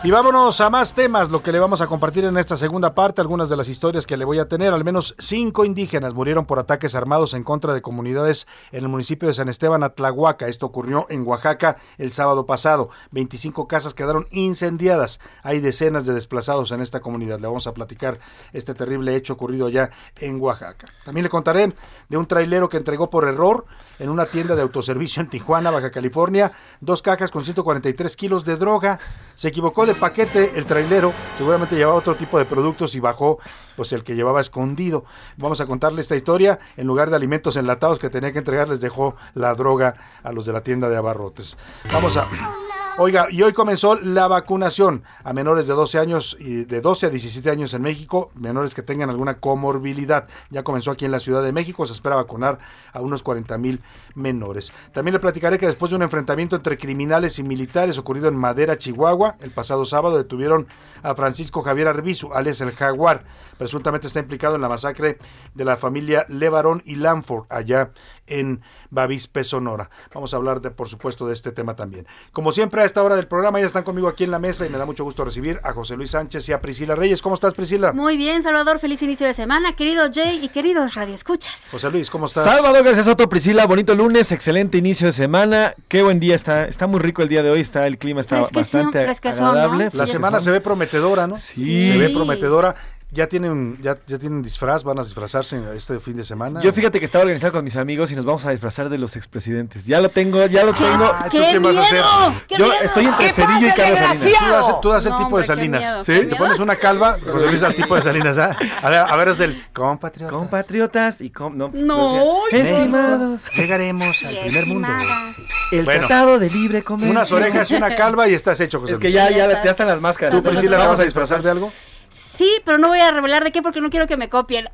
Speaker 6: Y vámonos a más temas, lo que le vamos a compartir en esta segunda parte, algunas de las historias que le voy a tener. Al menos cinco indígenas murieron por ataques armados en contra de comunidades en el municipio de San Esteban, Atlahuaca. Esto ocurrió en Oaxaca el sábado pasado. veinticinco casas quedaron incendiadas. Hay decenas de desplazados en esta comunidad. Le vamos a platicar este terrible hecho ocurrido allá en Oaxaca. También le contaré de un trailero que entregó por error en una tienda de autoservicio en Tijuana, Baja California, dos cajas con ciento cuarenta y tres kilos de droga. Se equivocó de paquete el trailero, seguramente llevaba otro tipo de productos y bajó pues el que llevaba escondido. Vamos a contarle esta historia. En lugar de alimentos enlatados que tenía que entregar, les dejó la droga a los de la tienda de abarrotes. Vamos a... Oiga, y hoy comenzó la vacunación a menores de doce años y de doce a diecisiete años en México, menores que tengan alguna comorbilidad. Ya comenzó aquí en la Ciudad de México, se espera vacunar a unos cuarenta mil menores. También le platicaré que después de un enfrentamiento entre criminales y militares ocurrido en Madera, Chihuahua, el pasado sábado detuvieron a Francisco Javier Arbizu, alias el Jaguar. Presuntamente está implicado en la masacre de la familia Levarón y Lanford, allá en Bavispe, Sonora. Vamos a hablar, de, por supuesto, de este tema también. Como siempre, a esta hora del programa ya están conmigo aquí en la mesa y me da mucho gusto recibir a José Luis Sánchez y a Priscila Reyes. ¿Cómo estás, Priscila?
Speaker 2: Muy bien, Salvador. Feliz inicio de semana, querido Jay y queridos radioescuchas.
Speaker 6: José Luis, ¿cómo estás?
Speaker 20: Salvador García Soto, Priscila, bonito lunes, excelente inicio de semana. Qué buen día está, está muy rico el día de hoy, está el clima está
Speaker 2: fresquezón,
Speaker 20: bastante
Speaker 2: fresquezón,
Speaker 20: agradable.
Speaker 2: ¿no?
Speaker 6: La semana se ve prometedora, ¿no?
Speaker 20: Sí.
Speaker 6: Se ve prometedora. ¿Ya tienen ya, ya tienen disfraz? ¿Van a disfrazarse este fin de semana?
Speaker 20: Yo fíjate que estaba organizado con mis amigos y nos vamos a disfrazar de los expresidentes. Ya lo tengo, ya lo tengo.
Speaker 6: Ah, ¿tú qué vas a hacer?
Speaker 20: Yo estoy entre Cedillo y Carlos Salinas.
Speaker 6: Tú das, tú das el
Speaker 2: No,
Speaker 6: tipo
Speaker 2: hombre,
Speaker 6: de Salinas.
Speaker 2: qué miedo,
Speaker 6: ¿Sí?
Speaker 2: qué
Speaker 6: Te
Speaker 2: miedo.
Speaker 6: pones una calva, José Luis al tipo de Salinas. ¿Ah? A ver, a ver, es el compatriotas.
Speaker 20: Compatriotas y com, no,
Speaker 2: No,
Speaker 20: decía, estimados.
Speaker 6: Llegaremos al primer mundo.
Speaker 20: El
Speaker 6: Bueno,
Speaker 20: Tratado de Libre Comercio.
Speaker 6: unas orejas y una calva y estás hecho, José
Speaker 20: Es que
Speaker 6: Luis.
Speaker 20: ya, ya, ya están las máscaras.
Speaker 6: ¿Tú, Priscila, te vas a disfrazar de algo?
Speaker 2: Sí, pero no voy a revelar de qué porque no quiero que me copien.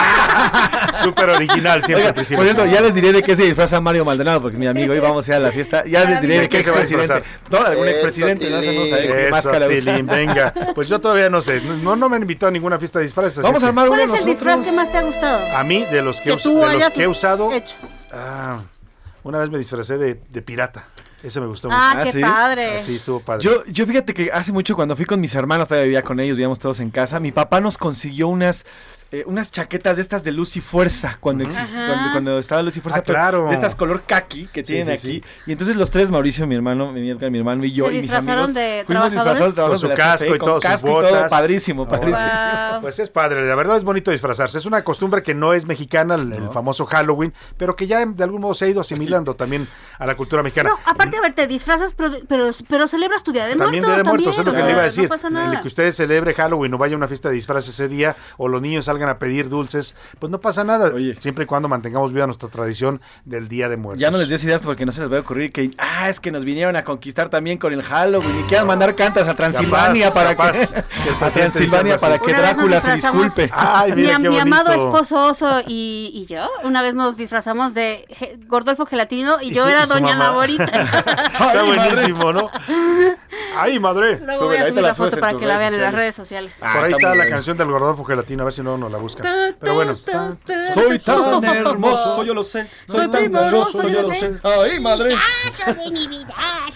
Speaker 2: ¡Ah!
Speaker 6: Súper original siempre,
Speaker 20: Oiga,
Speaker 6: Priscila.
Speaker 20: por cierto, ya les diré de qué se disfraza Mario Maldonado, porque mi amigo, hoy vamos a ir a la fiesta. Ya les diré de qué
Speaker 6: se va a
Speaker 20: expresidente. No, algún
Speaker 6: Eso,
Speaker 20: expresidente, no sé, no sabe qué
Speaker 6: Eso,
Speaker 20: máscara usa.
Speaker 6: Tilín, venga. Pues yo todavía no sé. No, no me han invitado a ninguna fiesta de disfraces. así
Speaker 20: Vamos
Speaker 6: que-
Speaker 20: a armar
Speaker 2: ¿Cuál
Speaker 20: uno
Speaker 2: es el
Speaker 20: nosotros.
Speaker 2: disfraz que más te ha gustado?
Speaker 6: A mí, de los que,
Speaker 2: Que
Speaker 6: us-
Speaker 2: tú
Speaker 6: de los
Speaker 2: hayas
Speaker 6: que he usado,
Speaker 2: hecho.
Speaker 6: ah, una vez me disfracé de, de pirata. Ese me gustó mucho.
Speaker 2: Ah,
Speaker 20: Ah,
Speaker 2: qué
Speaker 20: ¿sí?
Speaker 2: padre.
Speaker 6: Sí, estuvo padre.
Speaker 20: Yo, yo fíjate que hace mucho cuando fui con mis hermanos, todavía vivía con ellos, vivíamos todos en casa, mi papá nos consiguió unas eh, unas chaquetas de estas de Luz y Fuerza, cuando exist-
Speaker 2: Ajá.
Speaker 20: cuando, cuando estaba Luz y Fuerza,
Speaker 6: Ah,
Speaker 20: pero
Speaker 6: claro.
Speaker 20: de estas color kaki que
Speaker 6: Sí,
Speaker 20: tienen
Speaker 6: sí,
Speaker 20: aquí.
Speaker 6: sí.
Speaker 20: Y entonces los tres, Mauricio, mi hermano, mi Edgar, mi hermano y yo
Speaker 2: ¿Se
Speaker 20: y mis
Speaker 2: disfrazaron
Speaker 20: amigos,
Speaker 2: de
Speaker 20: fuimos
Speaker 2: trabajadores?
Speaker 20: disfrazados de
Speaker 6: Con su
Speaker 20: de la
Speaker 6: casco
Speaker 20: C F E,
Speaker 6: y todo,
Speaker 20: con
Speaker 6: sus
Speaker 20: casco y
Speaker 6: botas.
Speaker 20: todo, padrísimo, padrísimo.
Speaker 2: Wow.
Speaker 6: Pues es padre, la verdad es bonito disfrazarse. Es una costumbre que no es mexicana, el, el famoso Halloween, pero que ya de algún modo se ha ido asimilando también a la cultura mexicana.
Speaker 2: No, aparte, a ver, te disfrazas, pero, pero, pero celebras tu Día de
Speaker 6: También
Speaker 2: Muertos.
Speaker 6: Día de Muertos, es lo que
Speaker 2: o
Speaker 6: le iba a
Speaker 2: sea,
Speaker 6: decir.
Speaker 2: No pasa
Speaker 6: En
Speaker 2: nada.
Speaker 6: el que usted celebre Halloween o vaya a una fiesta de disfraces ese día, o los niños salgan a pedir dulces, pues no pasa nada.
Speaker 20: Oye.
Speaker 6: Siempre y cuando mantengamos viva nuestra tradición del Día de Muertos.
Speaker 20: Ya no les des ideas porque no se les va a ocurrir que, ah, es que nos vinieron a conquistar también con el Halloween y quieran mandar cantas a Transilvania
Speaker 6: Capaz,
Speaker 20: para
Speaker 6: capaz
Speaker 20: que,
Speaker 6: que el
Speaker 20: a
Speaker 6: presidente
Speaker 20: Transilvania
Speaker 6: dice
Speaker 20: para
Speaker 6: algo
Speaker 20: que
Speaker 2: así. Una vez nos
Speaker 20: Drácula se
Speaker 2: disfrazamos-
Speaker 20: disculpe.
Speaker 6: Ay,
Speaker 2: Mi,
Speaker 6: mira qué
Speaker 2: mi amado
Speaker 6: bonito.
Speaker 2: esposo oso y, y yo, una vez nos disfrazamos de Je- Gordolfo Gelatino y,
Speaker 6: Y
Speaker 2: yo
Speaker 6: su-
Speaker 2: era
Speaker 6: y su
Speaker 2: Doña
Speaker 6: mamá.
Speaker 2: Laborita.
Speaker 6: Está
Speaker 20: Ay,
Speaker 6: buenísimo, ¿no? ¡Ay, madre!
Speaker 2: Luego voy
Speaker 20: Súbela,
Speaker 2: a
Speaker 20: ahí te
Speaker 2: subir
Speaker 20: la
Speaker 2: la
Speaker 20: subes
Speaker 2: foto
Speaker 20: en
Speaker 2: para
Speaker 20: tus
Speaker 2: que la
Speaker 20: redes
Speaker 2: vean en las
Speaker 20: sociales.
Speaker 2: redes sociales.
Speaker 20: Ah,
Speaker 6: Por ahí
Speaker 20: está
Speaker 6: está
Speaker 20: muy
Speaker 6: la
Speaker 20: bien.
Speaker 6: canción del Gordolfo Gelatino, a ver si no nos la buscan. Pero bueno,
Speaker 20: Soy tan hermoso, yo lo sé.
Speaker 2: Soy
Speaker 20: tan
Speaker 2: primoroso, yo lo sé.
Speaker 20: Ay, madre.
Speaker 2: de mi vida.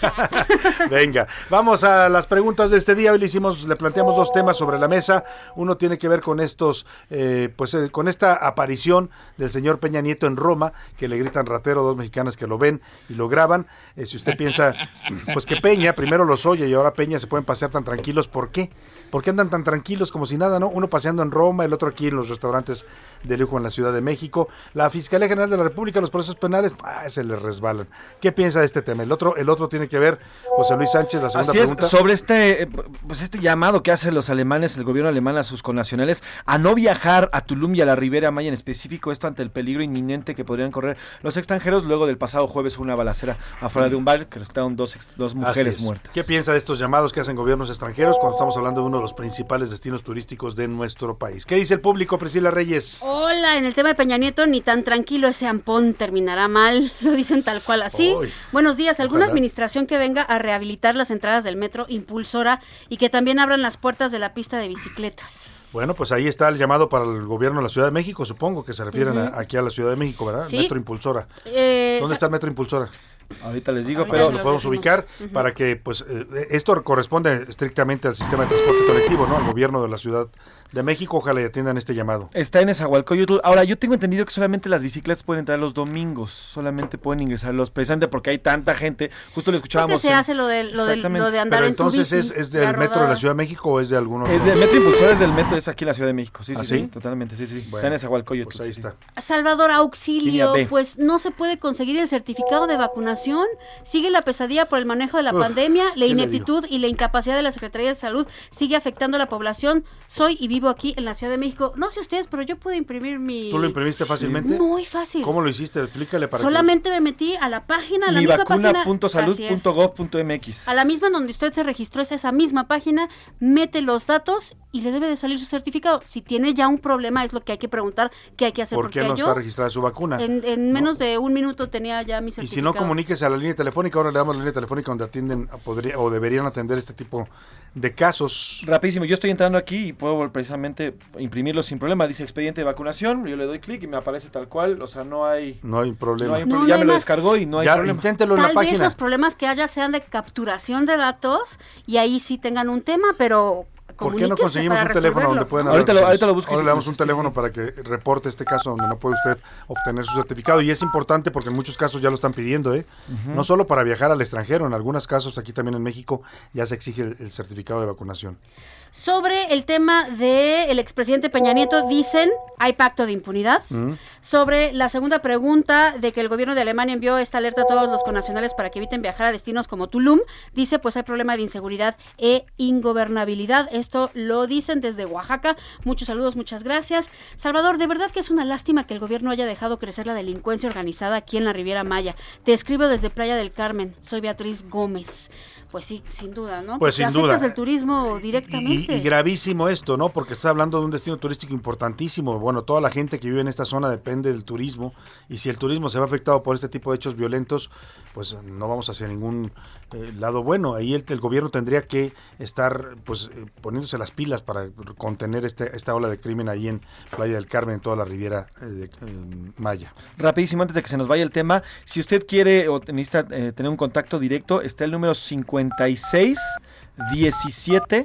Speaker 6: venga, vamos a las preguntas de este día. Hoy le hicimos, le planteamos dos temas sobre la mesa. Uno tiene que ver con estos, eh, pues eh, con esta aparición del señor Peña Nieto en Roma, que le gritan ratero a dos mexicanas que lo ven y lo graban. Eh, si usted piensa, pues que Peña primero los oye y ahora Peña se pueden pasear tan tranquilos, ¿por qué? ¿Por qué andan tan tranquilos como si nada, no? Uno paseando en Roma, el otro aquí en los restaurantes de lujo en la Ciudad de México. La Fiscalía General de la República, los procesos penales, ah, se les resbalan. ¿Qué piensa de este tema? El otro, el otro tiene que ver, José Luis Sánchez, la segunda
Speaker 20: Así es,
Speaker 6: pregunta.
Speaker 20: sobre este, eh, pues este llamado que hacen los alemanes, el gobierno alemán a sus connacionales, a no viajar a Tulum y a la Ribera Maya en específico, esto ante el peligro inminente que podrían correr los extranjeros luego del pasado jueves una balacera afuera de un bar que estaban dos, ex- dos
Speaker 6: Así
Speaker 20: mujeres
Speaker 6: es.
Speaker 20: muertas.
Speaker 6: ¿Qué piensa de estos llamados que hacen gobiernos extranjeros cuando estamos hablando de uno de los principales destinos turísticos de nuestro país? ¿Qué dice el público, Priscila Reyes?
Speaker 2: Hola, en el tema de Peña Nieto, ni tan tranquilo ese ampón terminará mal, lo dicen tal cual así.
Speaker 6: Uy.
Speaker 2: Buenos días, ¿alguna
Speaker 6: Ojalá.
Speaker 2: administración que venga a rehabilitar las entradas del metro Impulsora y que también abran las puertas de la pista de bicicletas?
Speaker 6: Bueno, pues ahí está el llamado para el gobierno de la Ciudad de México, supongo que se refieren
Speaker 2: Ujú.
Speaker 6: a- aquí a la Ciudad de México, ¿verdad?
Speaker 2: Sí.
Speaker 6: Metro Impulsora.
Speaker 2: Eh,
Speaker 6: ¿Dónde está el Metro Impulsora?
Speaker 20: Ahorita les digo,
Speaker 6: Ahorita
Speaker 20: pero
Speaker 6: lo podemos ubicar uh-huh. para que, pues, eh, esto corresponde estrictamente al sistema de transporte colectivo, ¿no? Al gobierno de la Ciudad de México. Ojalá y atiendan este llamado.
Speaker 20: Está en Nezahualcóyotl. Ahora, yo tengo entendido que solamente las bicicletas pueden entrar los domingos, solamente pueden ingresarlos, precisamente porque hay tanta gente. Justo lo escuchábamos.
Speaker 2: Porque se
Speaker 20: en...
Speaker 2: hace lo de, lo de, lo de andar
Speaker 6: Pero
Speaker 2: en tu
Speaker 6: entonces
Speaker 2: bici,
Speaker 6: es, es del metro rodada. de la Ciudad de México o es de alguno.
Speaker 20: Es del metro impulsor, es del metro, es aquí en la Ciudad de México. Sí,
Speaker 6: ¿Ah,
Speaker 20: sí,
Speaker 6: sí?
Speaker 20: sí, totalmente, sí, sí.
Speaker 6: Bueno,
Speaker 20: está en Nezahualcóyotl.
Speaker 6: Pues ahí
Speaker 20: sí,
Speaker 6: está.
Speaker 2: Salvador, auxilio,
Speaker 20: B.
Speaker 2: pues no se puede conseguir el certificado de vacunación. Sigue la pesadilla por el manejo de la
Speaker 6: Uf,
Speaker 2: pandemia, la
Speaker 6: ¿qué
Speaker 2: ineptitud y la incapacidad de la Secretaría de Salud sigue afectando a la población. Soy y vivo aquí en la Ciudad de México. No sé ustedes, pero yo puedo imprimir mi...
Speaker 6: ¿Tú lo imprimiste fácilmente?
Speaker 2: Muy fácil.
Speaker 6: ¿Cómo lo hiciste? Explícale para
Speaker 2: Solamente que... me metí a la página, a la
Speaker 20: mi
Speaker 2: misma
Speaker 20: vacuna
Speaker 2: página.
Speaker 20: punto salud punto gov punto m x.
Speaker 2: A la misma donde usted se registró, es esa misma página, mete los datos y le debe de salir su certificado. Si tiene ya un problema, es lo que hay que preguntar, qué hay que hacer.
Speaker 6: ¿Por qué no
Speaker 2: yo,
Speaker 6: está registrada su vacuna?
Speaker 2: En, en menos
Speaker 6: no.
Speaker 2: de un minuto tenía ya mi certificado.
Speaker 6: Y si no, comuníquese a la línea telefónica. Ahora le damos la línea telefónica donde atienden podría, o deberían atender este tipo de casos.
Speaker 20: Rapidísimo, yo estoy entrando aquí y puedo precisamente imprimirlo sin problema. Dice expediente de vacunación, yo le doy clic y me aparece tal cual, o sea, no hay...
Speaker 6: No hay problema.
Speaker 20: No hay,
Speaker 2: no,
Speaker 20: ya
Speaker 2: no
Speaker 20: me lo
Speaker 2: más.
Speaker 20: descargó y no hay
Speaker 6: ya,
Speaker 20: problema.
Speaker 6: Inténtelo en
Speaker 2: Tal
Speaker 6: la
Speaker 2: vez
Speaker 6: página.
Speaker 2: los problemas que haya sean de capturación de datos y ahí sí tengan un tema, pero...
Speaker 6: ¿Por qué no conseguimos un teléfono donde puedan
Speaker 20: ahorita lo, ahorita lo busco.
Speaker 6: Ahora le damos un
Speaker 20: sí,
Speaker 6: teléfono
Speaker 20: sí.
Speaker 6: para que reporte este caso donde no puede usted obtener su certificado. Y es importante porque en muchos casos ya lo están pidiendo, ¿eh? Uh-huh. No solo para viajar al extranjero, en algunos casos aquí también en México ya se exige el, el certificado de vacunación.
Speaker 2: Sobre el tema del expresidente Peña Nieto, dicen, hay pacto de impunidad. Mm. Sobre la segunda pregunta de que el gobierno de Alemania envió esta alerta a todos los connacionales para que eviten viajar a destinos como Tulum, dice, pues hay problema de inseguridad e ingobernabilidad. Esto lo dicen desde Oaxaca. Muchos saludos, muchas gracias. Salvador, de verdad que es una lástima que el gobierno haya dejado crecer la delincuencia organizada aquí en la Riviera Maya. Te escribo desde Playa del Carmen. Soy Beatriz Gómez. Pues sí, sin duda, ¿no?
Speaker 6: Pues sin duda.
Speaker 2: el turismo directamente.
Speaker 6: Y, y gravísimo esto, ¿no? Porque estás hablando de un destino turístico importantísimo. Bueno, toda la gente que vive en esta zona depende del turismo. Y si el turismo se ve afectado por este tipo de hechos violentos, pues no vamos hacia ningún eh, lado bueno. Ahí el, el gobierno tendría que estar pues eh, poniéndose las pilas para contener este, esta ola de crimen ahí en Playa del Carmen, en toda la Riviera eh, de, eh, Maya.
Speaker 20: Rapidísimo, antes de que se nos vaya el tema, si usted quiere o necesita eh, tener un contacto directo, está el número cincuenta y seis diecisiete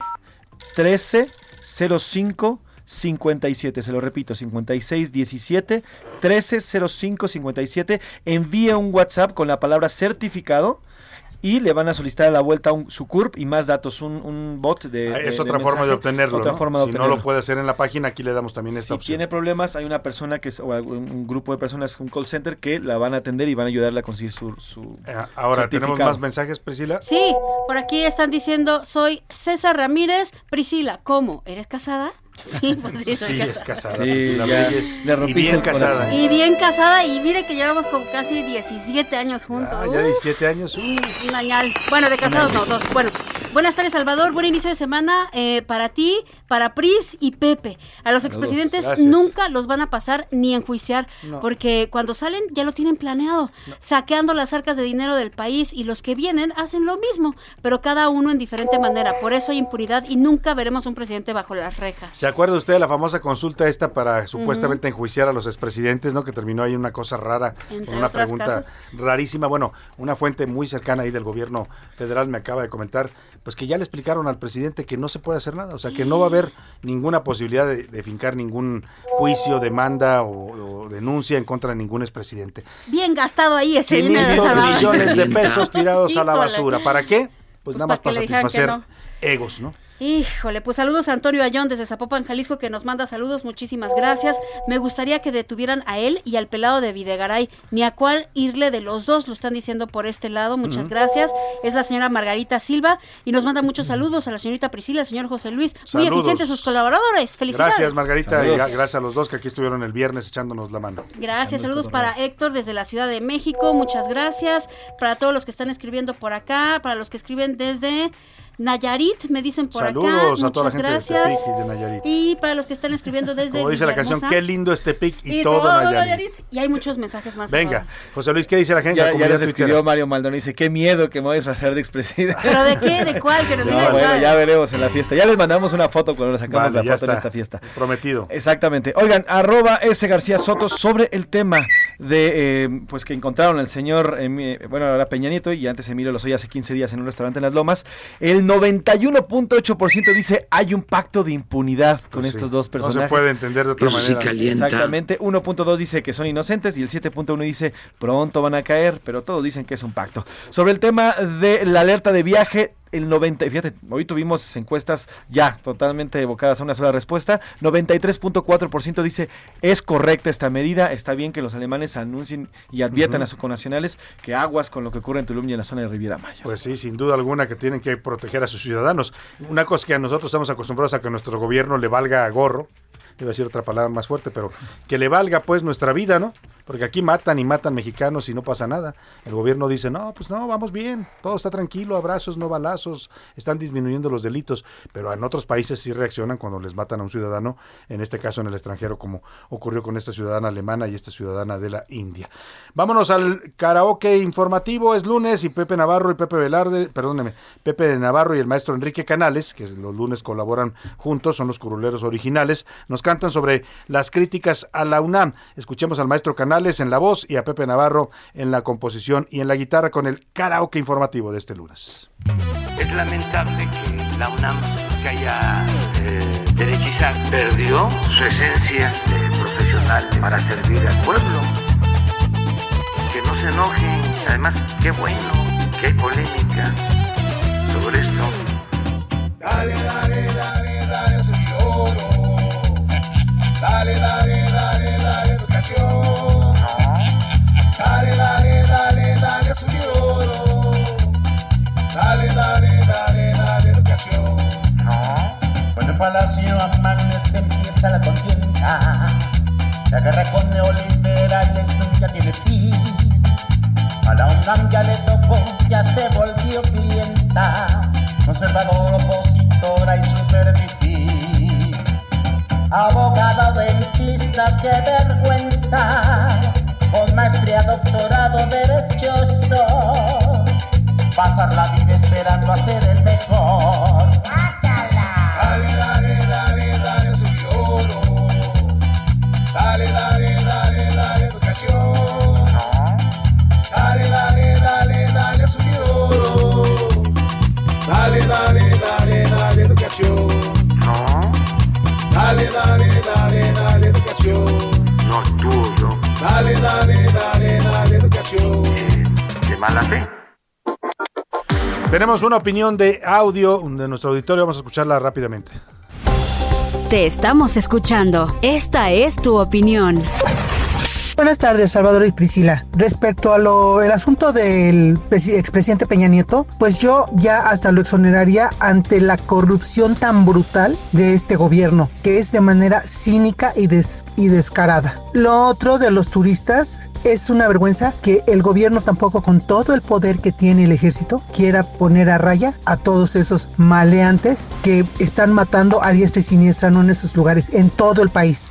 Speaker 20: trece cero cinco cincuenta y siete, se lo repito, cincuenta y seis diecisiete trece cero cinco cincuenta y siete. Envíe un WhatsApp con la palabra certificado y le van a solicitar a la vuelta un, su C U R P y más datos, un, un bot de, de
Speaker 6: Es otra
Speaker 20: de
Speaker 6: forma
Speaker 20: mensaje,
Speaker 6: de obtenerlo,
Speaker 20: otra
Speaker 6: ¿no?
Speaker 20: forma de
Speaker 6: si
Speaker 20: obtenerlo.
Speaker 6: no lo puede hacer en la página, aquí le damos también esta
Speaker 20: si
Speaker 6: opción.
Speaker 20: Si tiene problemas, hay una persona que es, o un grupo de personas, un call center, que la van a atender y van a ayudarle a conseguir su, su
Speaker 6: eh, Ahora, ¿tenemos más mensajes, Priscila?
Speaker 2: Sí, por aquí están diciendo, soy César Ramírez. Priscila, ¿cómo? ¿Eres casada? Sí, pues sí, soy
Speaker 6: sí
Speaker 2: casada.
Speaker 6: es casada.
Speaker 20: Sí,
Speaker 6: Priscila
Speaker 20: ya,
Speaker 6: Reyes,
Speaker 20: le
Speaker 6: y bien casada.
Speaker 2: Y bien casada, y mire que llevamos con casi diecisiete años juntos.
Speaker 6: Ah, ya diecisiete años. Uh.
Speaker 2: Un añal. Bueno, de casados no, dos. Bueno, buenas tardes, Salvador. Buen inicio de semana eh, para ti, para Pris y Pepe. A los expresidentes
Speaker 6: Gracias.
Speaker 2: nunca los van a pasar ni enjuiciar,
Speaker 6: no.
Speaker 2: porque cuando salen ya lo tienen planeado, no. saqueando las arcas de dinero del país, y los que vienen hacen lo mismo, pero cada uno en diferente manera. Por eso hay impunidad y nunca veremos un presidente bajo las rejas.
Speaker 6: ¿Se acuerda usted de la famosa consulta esta para supuestamente uh-huh. enjuiciar a los expresidentes, ¿no? Que terminó ahí una cosa rara,
Speaker 2: Entre
Speaker 6: con una pregunta
Speaker 2: casas.
Speaker 6: rarísima. Bueno, una fuente muy cercana ahí del gobierno federal me acaba de comentar, pues que ya le explicaron al presidente que no se puede hacer nada, o sea, que no va a haber ninguna posibilidad de, de fincar ningún juicio, demanda o, o denuncia en contra de ningún expresidente.
Speaker 2: Bien gastado ahí ese dinero.
Speaker 6: quinientos millones de pesos tirados a la
Speaker 2: Híjole.
Speaker 6: basura. ¿Para qué? Pues,
Speaker 2: Pues
Speaker 6: nada más
Speaker 2: para
Speaker 6: para
Speaker 2: que le dijeran
Speaker 6: satisfacer
Speaker 2: que no.
Speaker 6: egos, ¿no?
Speaker 2: Híjole, pues saludos a Antonio Ayón desde Zapopan, Jalisco, que nos manda saludos, muchísimas gracias. Me gustaría que detuvieran a él y al pelado de Videgaray, ni a cuál irle de los dos, lo están diciendo por este lado, muchas uh-huh. gracias. Es la señora Margarita Silva y nos manda muchos saludos a la señorita Priscila, al señor José Luis,
Speaker 6: saludos.
Speaker 2: Muy eficientes sus colaboradores, felicidades.
Speaker 6: Gracias Margarita,
Speaker 20: saludos.
Speaker 6: y gracias a los dos que aquí estuvieron el viernes echándonos la mano.
Speaker 2: Gracias, saludos para Héctor desde la Ciudad de México, muchas gracias. Para todos los que están escribiendo por acá, para los que escriben desde Nayarit, me dicen por
Speaker 6: Saludos
Speaker 2: acá.
Speaker 6: Saludos a
Speaker 2: muchas
Speaker 6: toda la gente
Speaker 2: gracias.
Speaker 6: de Tepic y de Nayarit.
Speaker 2: Y para los que están escribiendo desde
Speaker 6: Como dice la
Speaker 2: Villahermosa,
Speaker 6: canción, qué lindo es Tepic y,
Speaker 2: y
Speaker 6: todo,
Speaker 2: todo
Speaker 6: Nayarit.
Speaker 2: Nayarit. Y hay muchos mensajes más.
Speaker 6: Venga,
Speaker 2: ahora.
Speaker 6: José Luis, ¿qué dice la gente?
Speaker 20: Ya,
Speaker 6: la
Speaker 20: ya les
Speaker 6: tuitera?
Speaker 20: escribió Mario Maldonado, dice, qué miedo que me voy a disfrazar de expresidente.
Speaker 2: ¿Pero de qué? ¿De cuál? Que nos
Speaker 20: no,
Speaker 2: diga
Speaker 20: bueno,
Speaker 2: cuál.
Speaker 20: ya veremos en la fiesta. Ya les mandamos una foto cuando nos sacamos
Speaker 6: vale,
Speaker 20: la foto
Speaker 6: está.
Speaker 20: en esta fiesta.
Speaker 6: Prometido.
Speaker 20: Exactamente. Oigan, arroba S. García Soto sobre el tema. de eh, pues que encontraron al señor, eh, bueno, ahora Peña Nieto y antes Emilio Lozoya hace quince días en un restaurante en Las Lomas, el noventa y uno punto ocho por ciento dice hay un pacto de impunidad con
Speaker 6: Pues
Speaker 20: estos
Speaker 6: sí,
Speaker 20: dos personajes.
Speaker 6: No se puede entender de otra
Speaker 20: Eso
Speaker 6: manera.
Speaker 20: Sí calienta. Exactamente, uno punto dos dice que son inocentes y el siete punto uno dice pronto van a caer, pero todos dicen que es un pacto. Sobre el tema de la alerta de viaje, el noventa, fíjate, hoy tuvimos encuestas ya totalmente evocadas a una sola respuesta, noventa y tres punto cuatro por ciento dice es correcta esta medida, está bien que los alemanes anuncien y adviertan uh-huh. a sus connacionales que aguas con lo que ocurre en Tulum y en la zona de Riviera Maya.
Speaker 6: Pues sí, sin duda alguna que tienen que proteger a sus ciudadanos. Una cosa que a nosotros estamos acostumbrados a que nuestro gobierno le valga a gorro, iba a decir otra palabra más fuerte, pero que le valga pues nuestra vida, ¿no? Porque aquí matan y matan mexicanos y no pasa nada. El gobierno dice, no, pues no, vamos bien, todo está tranquilo, abrazos, no balazos, están disminuyendo los delitos, pero en otros países sí reaccionan cuando les matan a un ciudadano, en este caso en el extranjero, como ocurrió con esta ciudadana alemana y esta ciudadana de la India. Vámonos al karaoke informativo, es lunes y Pepe Navarro y Pepe Velarde, perdóneme, Pepe Navarro y el maestro Enrique Canales, que los lunes colaboran juntos, son los curuleros originales, nos cantan sobre las críticas a la UNAM. Escuchemos al maestro Canales en la voz y a Pepe Navarro en la composición y en la guitarra con el karaoke informativo de este lunes.
Speaker 4: Es lamentable que la UNAM se haya eh, derechizado, perdió su esencia de profesional para servir al pueblo. Que no se enojen, además qué bueno que hay polémica sobre esto.
Speaker 22: Dale, dale, dale, dale su oro. Dale, dale, dale, dale educación. Dale, dale, dale, dale su oro. Dale, dale, dale, dale educación. Cuando el Palacio amanece empieza la contienda. La guerra con neoliberales nunca tiene fin. A la UNAM ya le tocó, ya se volvió clienta. Conservador, opositora y superviví. Abogado, dentista, qué vergüenza. Con maestría, doctorado, derechoso. Pasar la vida esperando a ser el mejor. Dale, dale, dale, dale su oro. Dale, dale, dale, dale educación. Dale, dale, dale, dale su oro. Dale, dale, dale, dale educación. Dale, dale, dale, dale educación.
Speaker 4: No tuyo.
Speaker 22: Dale, dale, dale, dale educación.
Speaker 4: De mala fe.
Speaker 6: Tenemos una opinión de audio de nuestro auditorio, vamos a escucharla rápidamente.
Speaker 3: Te estamos escuchando. Esta es tu opinión.
Speaker 23: Buenas tardes, Salvador y Priscila. Respecto a lo el asunto del expresidente Peña Nieto, pues yo ya hasta lo exoneraría ante la corrupción tan brutal de este gobierno, que es de manera cínica y, des, y descarada. Lo otro de los turistas, es una vergüenza que el gobierno tampoco, con todo el poder que tiene el ejército, quiera poner a raya a todos esos maleantes que están matando a diestra y siniestra, no en esos lugares, en todo el país.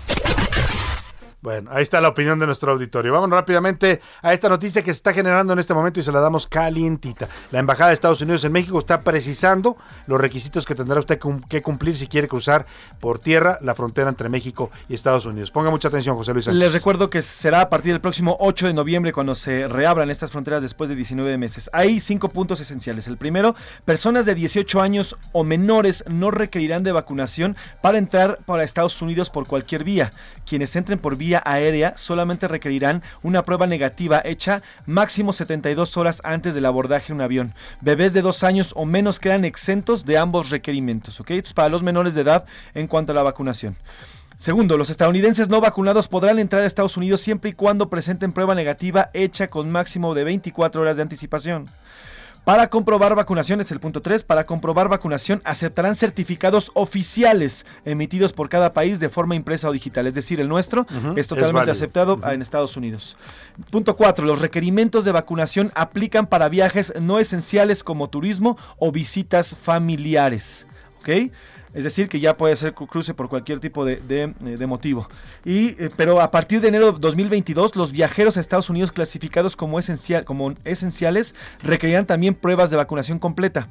Speaker 6: Bueno, ahí está la opinión de nuestro auditorio. Vamos rápidamente a esta noticia que se está generando en este momento y se la damos calientita. La Embajada de Estados Unidos en México está precisando los requisitos que tendrá usted que cumplir si quiere cruzar por tierra la frontera entre México y Estados Unidos. Ponga mucha atención, José Luis Sánchez.
Speaker 20: Les recuerdo que será a partir del próximo ocho de noviembre cuando se reabran estas fronteras después de diecinueve meses. Hay cinco puntos esenciales. El primero, personas de dieciocho años o menores no requerirán de vacunación para entrar para Estados Unidos por cualquier vía. Quienes entren por vía aérea solamente requerirán una prueba negativa hecha máximo setenta y dos horas antes del abordaje en un avión. Bebés de dos años o menos quedan exentos de ambos requerimientos, ¿ok? Esto es para los menores de edad en cuanto a la vacunación. Segundo, los estadounidenses no vacunados podrán entrar a Estados Unidos siempre y cuando presenten prueba negativa hecha con máximo de veinticuatro horas de anticipación. Para comprobar vacunación, es el punto tres, para comprobar vacunación aceptarán certificados oficiales emitidos por cada país de forma impresa o digital, es decir, el nuestro uh-huh, es totalmente es aceptado uh-huh. en Estados Unidos. Punto cuatro, los requerimientos de vacunación aplican para viajes no esenciales como turismo o visitas familiares, ¿ok? Es decir, que ya puede ser cruce por cualquier tipo de, de, de motivo. Y, eh, pero a partir de enero de dos mil veintidós, los viajeros a Estados Unidos clasificados como, esencial, como esenciales requerirán también pruebas de vacunación completa.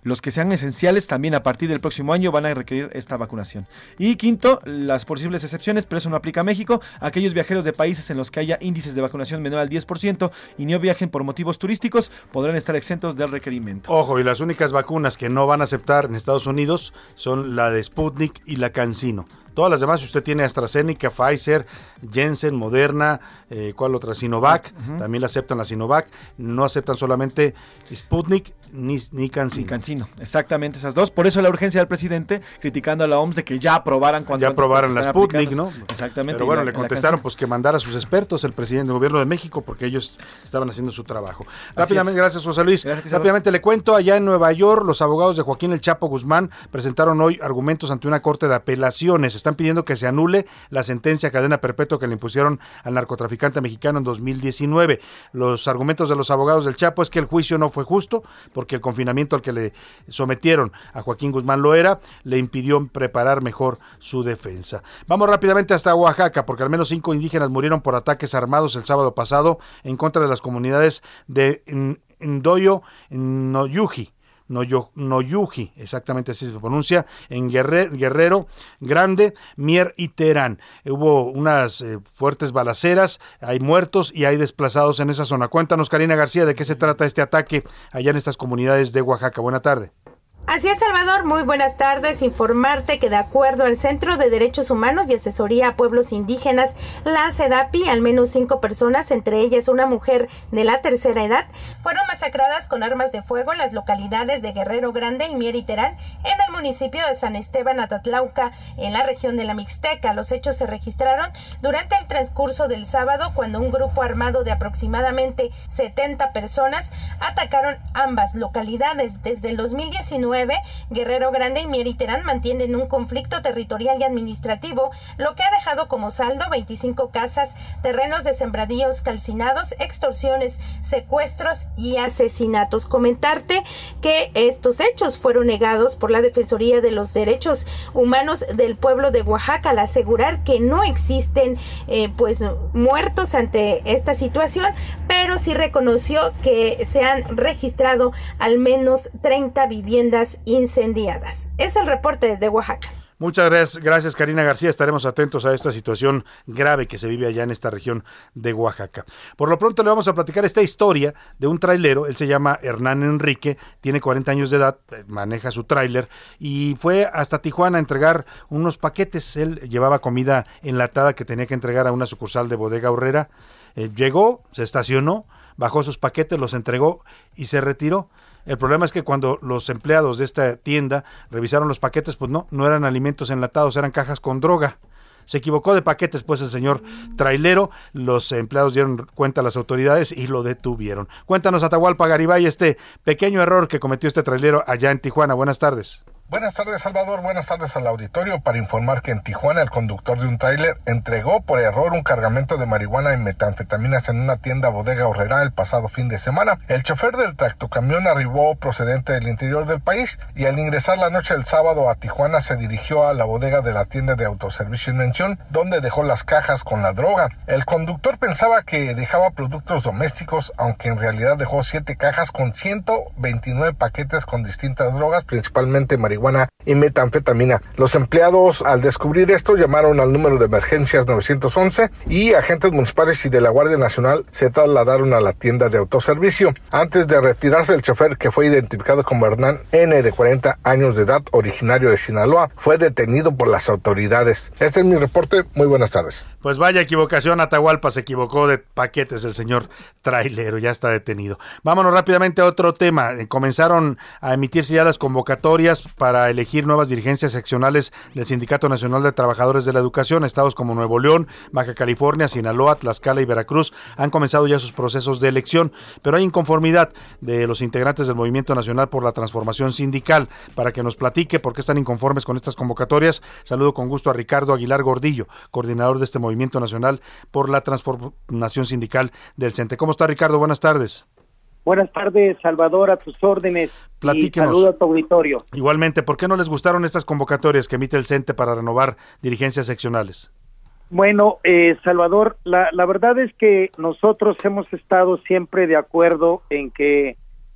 Speaker 20: Los que sean esenciales también a partir del próximo año van a requerir esta vacunación. Y quinto, las posibles excepciones, pero eso no aplica a México, aquellos viajeros de países en los que haya índices de vacunación menor al diez por ciento y no viajen por motivos turísticos podrán estar exentos del requerimiento.
Speaker 6: Ojo, y las únicas vacunas que no van a aceptar en Estados Unidos son la de Sputnik y la CanSino. Todas las demás, si usted tiene AstraZeneca, Pfizer, Janssen, Moderna, eh, ¿cuál otra? Sinovac, uh-huh. También la aceptan la Sinovac, no aceptan solamente Sputnik ni, ni CanSino.
Speaker 20: Ni CanSino, exactamente esas dos. Por eso la urgencia del presidente criticando a la O M S de que ya aprobaran cuando
Speaker 6: ya aprobaran la Sputnik, ¿no?
Speaker 20: Exactamente.
Speaker 6: Pero bueno,
Speaker 20: la,
Speaker 6: le contestaron pues que mandara a sus expertos el presidente del gobierno de México porque ellos estaban haciendo su trabajo. Rápidamente, gracias José Luis. Gracias, Rápidamente le cuento, allá en Nueva York, los abogados de Joaquín El Chapo Guzmán presentaron hoy argumentos ante una corte de apelaciones. Están pidiendo que se anule la sentencia a cadena perpetua que le impusieron al narcotraficante mexicano en dos mil diecinueve. Los argumentos de los abogados del Chapo es que el juicio no fue justo porque el confinamiento al que le sometieron a Joaquín Guzmán Loera le impidió preparar mejor su defensa. Vamos rápidamente hasta Oaxaca porque al menos cinco indígenas murieron por ataques armados el sábado pasado en contra de las comunidades de Ndoyo Noyuji. Noyo, Noyuji, exactamente así se pronuncia, en Guerrero, Guerrero Grande, Mier y Terán. Hubo unas eh, fuertes balaceras, hay muertos y hay desplazados en esa zona. Cuéntanos, Karina García, de qué se trata este ataque allá en estas comunidades de Oaxaca. Buena tarde.
Speaker 5: Así es, Salvador, muy buenas tardes. Informarte que de acuerdo al Centro de Derechos Humanos y Asesoría a Pueblos Indígenas, la CEDAPI, al menos cinco personas, entre ellas una mujer de la tercera edad, fueron masacradas con armas de fuego en las localidades de Guerrero Grande y Mier y Terán, en el municipio de San Esteban Atatlauca, en la región de la Mixteca. Los hechos se registraron durante el transcurso del sábado, cuando un grupo armado de aproximadamente setenta personas atacaron ambas localidades. Desde el dos mil diecinueve, Guerrero Grande y Mier y Terán mantienen un conflicto territorial y administrativo, lo que ha dejado como saldo veinticinco casas, terrenos de sembradíos calcinados, extorsiones, secuestros y asesinatos. Comentarte que estos hechos fueron negados por la Defensoría de los Derechos Humanos del pueblo de Oaxaca al asegurar que no existen eh, pues muertos ante esta situación, pero sí reconoció que se han registrado al menos treinta viviendas incendiadas. Es el reporte desde Oaxaca.
Speaker 6: Muchas gracias, gracias Karina García. Estaremos atentos a esta situación grave que se vive allá en esta región de Oaxaca. Por lo pronto le vamos a platicar esta historia de un trailero. Él se llama Hernán Enrique, tiene cuarenta años de edad, maneja su tráiler y fue hasta Tijuana a entregar unos paquetes. Él llevaba comida enlatada que tenía que entregar a una sucursal de Bodega Aurrera. Eh, llegó, se estacionó, bajó sus paquetes, los entregó y se retiró. El problema es que cuando los empleados de esta tienda revisaron los paquetes, pues no, no eran alimentos enlatados, eran cajas con droga. Se equivocó de paquetes, pues el señor trailero. Los empleados dieron cuenta a las autoridades y lo detuvieron. Cuéntanos, Atahualpa Garibay, este pequeño error que cometió este trailero allá en Tijuana. Buenas tardes.
Speaker 7: Buenas tardes, Salvador. Buenas tardes al auditorio. Para informar que en Tijuana el conductor de un tráiler entregó por error un cargamento de marihuana y metanfetaminas en una tienda Bodega Aurrera el pasado fin de semana. El chofer del tractocamión arribó procedente del interior del país y al ingresar la noche del sábado a Tijuana se dirigió a la bodega de la tienda de autoservicio en mención, donde dejó las cajas con la droga. El conductor pensaba que dejaba productos domésticos, aunque en realidad dejó siete cajas con ciento veintinueve paquetes con distintas drogas, principalmente marihuana y metanfetamina. Los empleados, al descubrir esto, llamaron al número de emergencias nueve once y agentes municipales y de la Guardia Nacional se trasladaron a la tienda de autoservicio. Antes de retirarse, el chofer, que fue identificado como Hernán N, de cuarenta años de edad, originario de Sinaloa, fue detenido por las autoridades. Este es mi reporte. Muy buenas tardes.
Speaker 6: Pues vaya equivocación, Atahualpa, se equivocó de paquetes el señor trailero, ya está detenido. Vámonos rápidamente a otro tema. Comenzaron a emitirse ya las convocatorias para elegir nuevas dirigencias seccionales del Sindicato Nacional de Trabajadores de la Educación. Estados como Nuevo León, Baja California, Sinaloa, Tlaxcala y Veracruz han comenzado ya sus procesos de elección, pero hay inconformidad de los integrantes del Movimiento Nacional por la Transformación Sindical. Para que nos platique por qué están inconformes con estas convocatorias, saludo con gusto a Ricardo Aguilar Gordillo, coordinador de este Movimiento Nacional por la Transformación Sindical del CENTE. ¿Cómo está, Ricardo? Buenas tardes.
Speaker 8: Buenas tardes, Salvador, a tus órdenes.
Speaker 6: Platíquenos.
Speaker 8: Y saludo a tu auditorio.
Speaker 6: Igualmente, ¿por qué no les gustaron estas convocatorias que emite el CENTE para renovar dirigencias seccionales?
Speaker 8: Bueno, eh, Salvador, la, la verdad es que nosotros hemos estado siempre de acuerdo en que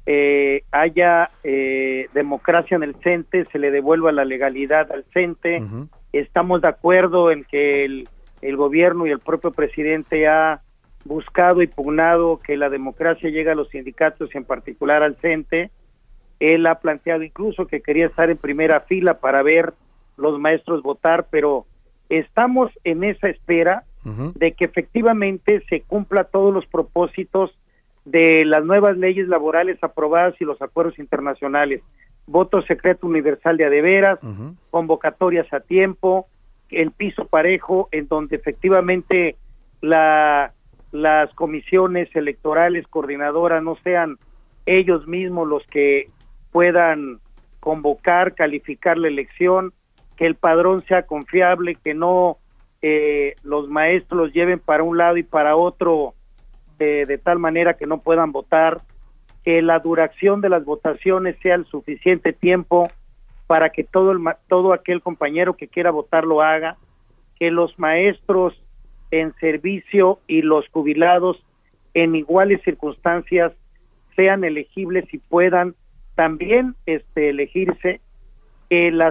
Speaker 8: eh, haya eh, democracia en el CENTE, se le devuelva la legalidad al CENTE. Uh-huh. Estamos de acuerdo en que el, el gobierno y el propio presidente ha buscado y pugnado que la democracia llegue a los sindicatos y en particular al CENTE. Él ha planteado incluso que quería estar en primera fila para ver los maestros votar, pero estamos en esa espera uh-huh. de que efectivamente se cumpla todos los propósitos de las nuevas leyes laborales aprobadas y los acuerdos internacionales. Voto secreto universal de a de veras, uh-huh. convocatorias a tiempo, el piso parejo, en donde efectivamente la, las comisiones electorales coordinadoras no sean ellos mismos los que puedan convocar, calificar la elección, que el padrón sea confiable, que no eh, los maestros los lleven para un lado y para otro de, de tal manera que no puedan votar, que la duración de las votaciones sea el suficiente tiempo para que todo el todo aquel compañero que quiera votar lo haga, que los maestros en servicio y los jubilados en iguales circunstancias sean elegibles y puedan también este elegirse, que las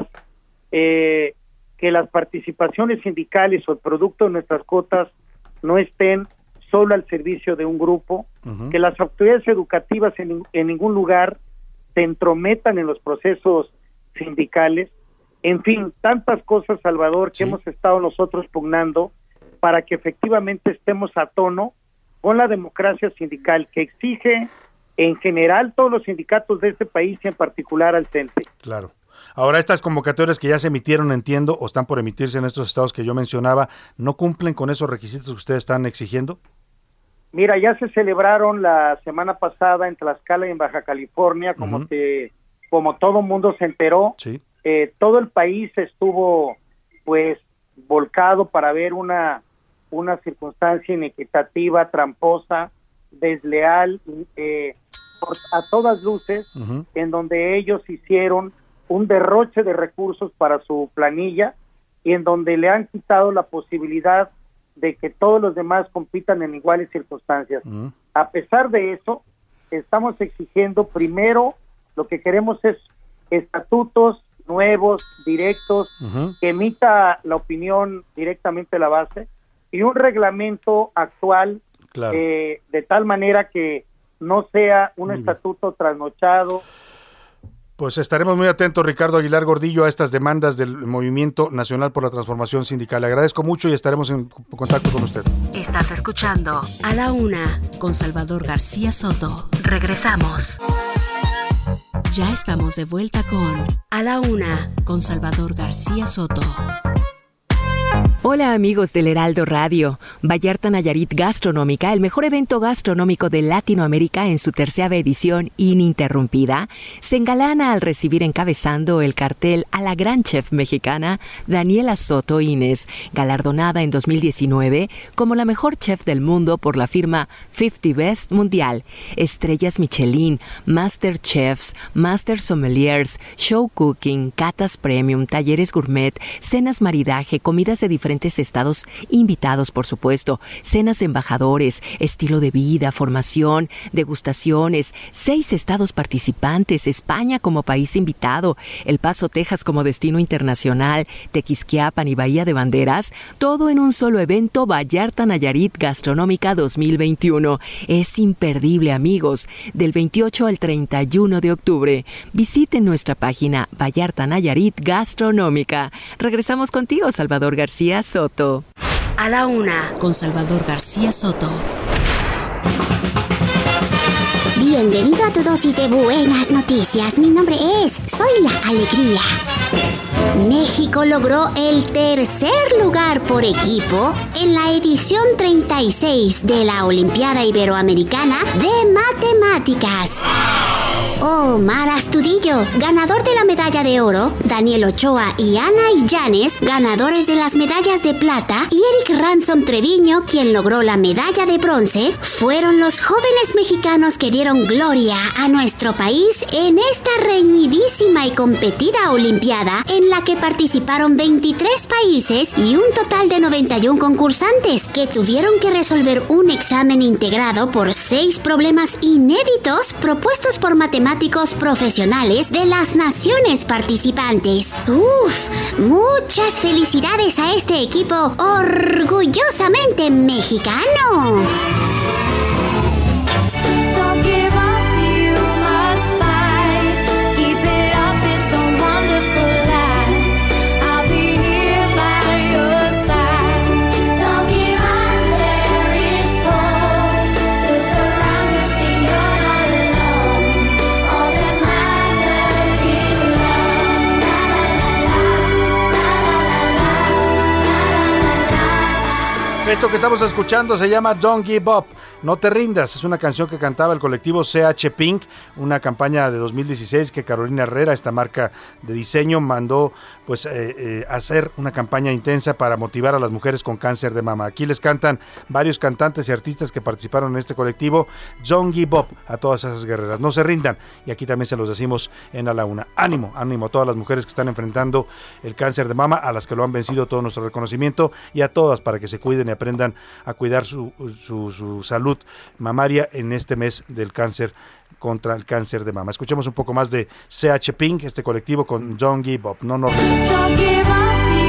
Speaker 8: eh, que las participaciones sindicales o el producto de nuestras cuotas no estén solo al servicio de un grupo, uh-huh. que las autoridades educativas en, en ningún lugar se entrometan en los procesos sindicales, en fin, tantas cosas, Salvador, que sí. hemos estado nosotros pugnando para que efectivamente estemos a tono con la democracia sindical que exige en general todos los sindicatos de este país y en particular al CENTE.
Speaker 6: Claro. Ahora, estas convocatorias que ya se emitieron, entiendo, o están por emitirse en estos estados que yo mencionaba, ¿no cumplen con esos requisitos que ustedes están exigiendo?
Speaker 8: Mira, ya se celebraron la semana pasada en Tlaxcala y en Baja California, como uh-huh. te, como todo mundo se enteró,
Speaker 6: sí.
Speaker 8: eh, todo el país estuvo pues volcado para ver una, una circunstancia inequitativa, tramposa, desleal, eh, por, a todas luces, uh-huh. en donde ellos hicieron un derroche de recursos para su planilla y en donde le han quitado la posibilidad de que todos los demás compitan en iguales circunstancias. Uh-huh. A pesar de eso, estamos exigiendo primero, lo que queremos es estatutos nuevos, directos, uh-huh. que emita la opinión directamente la base, y un reglamento actual, claro. eh, de tal manera que no sea un muy estatuto bien. Trasnochado.
Speaker 6: Pues estaremos muy atentos, Ricardo Aguilar Gordillo, a estas demandas del Movimiento Nacional por la Transformación Sindical. Le agradezco mucho y estaremos en contacto con usted.
Speaker 3: Estás escuchando A la Una con Salvador García Soto. Regresamos. Ya estamos de vuelta con A la Una con Salvador García Soto.
Speaker 9: Hola amigos del Heraldo Radio. Vallarta Nayarit Gastronómica, el mejor evento gastronómico de Latinoamérica en su tercera edición ininterrumpida, se engalana al recibir encabezando el cartel a la gran chef mexicana Daniela Soto Inés, galardonada en dos mil diecinueve como la mejor chef del mundo por la firma cincuenta Best Mundial. Estrellas Michelin, Master Chefs, Master Sommeliers, Show Cooking, catas premium, talleres gourmet, cenas maridaje, comidas de diferentes estados invitados, por supuesto, cenas de embajadores, estilo de vida, formación, degustaciones, seis estados participantes, España como país invitado, El Paso, Texas como destino internacional, Tequisquiapan y Bahía de Banderas, todo en un solo evento. Vallarta Nayarit Gastronómica dos mil veintiuno. Es imperdible, amigos, del veintiocho al treinta y uno de octubre. Visiten nuestra página Vallarta Nayarit Gastronómica. Regresamos contigo, Salvador García Soto.
Speaker 3: A la Una con Salvador García Soto.
Speaker 10: Bienvenido a tu dosis de buenas noticias. Mi nombre es Soy la Alegría. México logró el tercer lugar por equipo en la edición treinta y seis de la Olimpiada Iberoamericana de Matemáticas. Omar Astudillo, ganador de la medalla de oro, Daniel Ochoa y Ana Illanes, ganadores de las medallas de plata, y Eric Ransom Treviño, quien logró la medalla de bronce, fueron los jóvenes mexicanos que dieron gloria a nuestro país en esta reñidísima y competida Olimpiada en la que participaron veintitrés países y un total de noventa y uno concursantes que tuvieron que resolver un examen integrado por seis problemas inéditos propuestos por matemáticos profesionales de las naciones participantes. ¡Uf! Muchas felicidades a este equipo orgullosamente mexicano.
Speaker 6: Esto que estamos escuchando se llama Don't Give Up, No Te Rindas. Es una canción que cantaba el colectivo C H Pink, una campaña de dos mil dieciséis que Carolina Herrera, esta marca de diseño, mandó pues eh, eh, hacer una campaña intensa para motivar a las mujeres con cáncer de mama. Aquí les cantan varios cantantes y artistas que participaron en este colectivo. Don't Give Up, a todas esas guerreras, no se rindan. Y aquí también se los decimos en A la Una. Ánimo, ánimo a todas las mujeres que están enfrentando el cáncer de mama, a las que lo han vencido, todo nuestro reconocimiento, y a todas para que se cuiden y aprendan a cuidar su, su, su salud mamaria en este mes del cáncer, contra el cáncer de mama. Escuchemos un poco más de C H Pink, este colectivo, con Don't Give Up, no nos rendamos.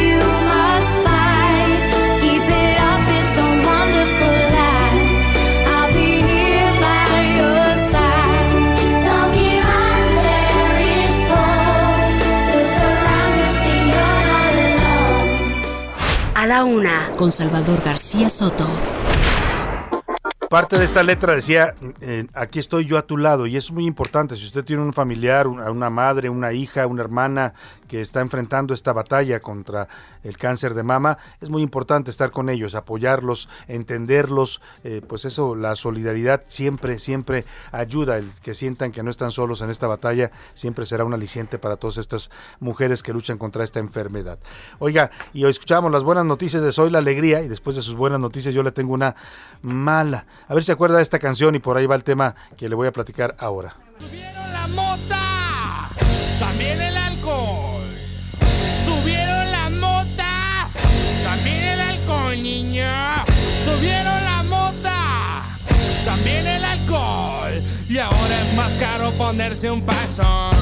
Speaker 3: A la Una, con Salvador García Soto.
Speaker 6: Parte de esta letra decía, eh, aquí estoy yo a tu lado, y es muy importante. Si usted tiene un familiar, una, una madre, una hija, una hermana que está enfrentando esta batalla contra el cáncer de mama, es muy importante estar con ellos, apoyarlos, entenderlos, eh, pues eso, la solidaridad siempre, siempre ayuda. El que sientan que no están solos en esta batalla siempre será un aliciente para todas estas mujeres que luchan contra esta enfermedad. Oiga, y hoy escuchamos las buenas noticias de Soy la Alegría, y después de sus buenas noticias yo le tengo una mala. A ver si se acuerda de esta canción, y por ahí va el tema que le voy a platicar ahora.
Speaker 11: Subieron la mota, también el alcohol. Subieron la mota, también el alcohol, niña. Subieron la mota, también el alcohol. Y ahora es más caro ponerse un paso.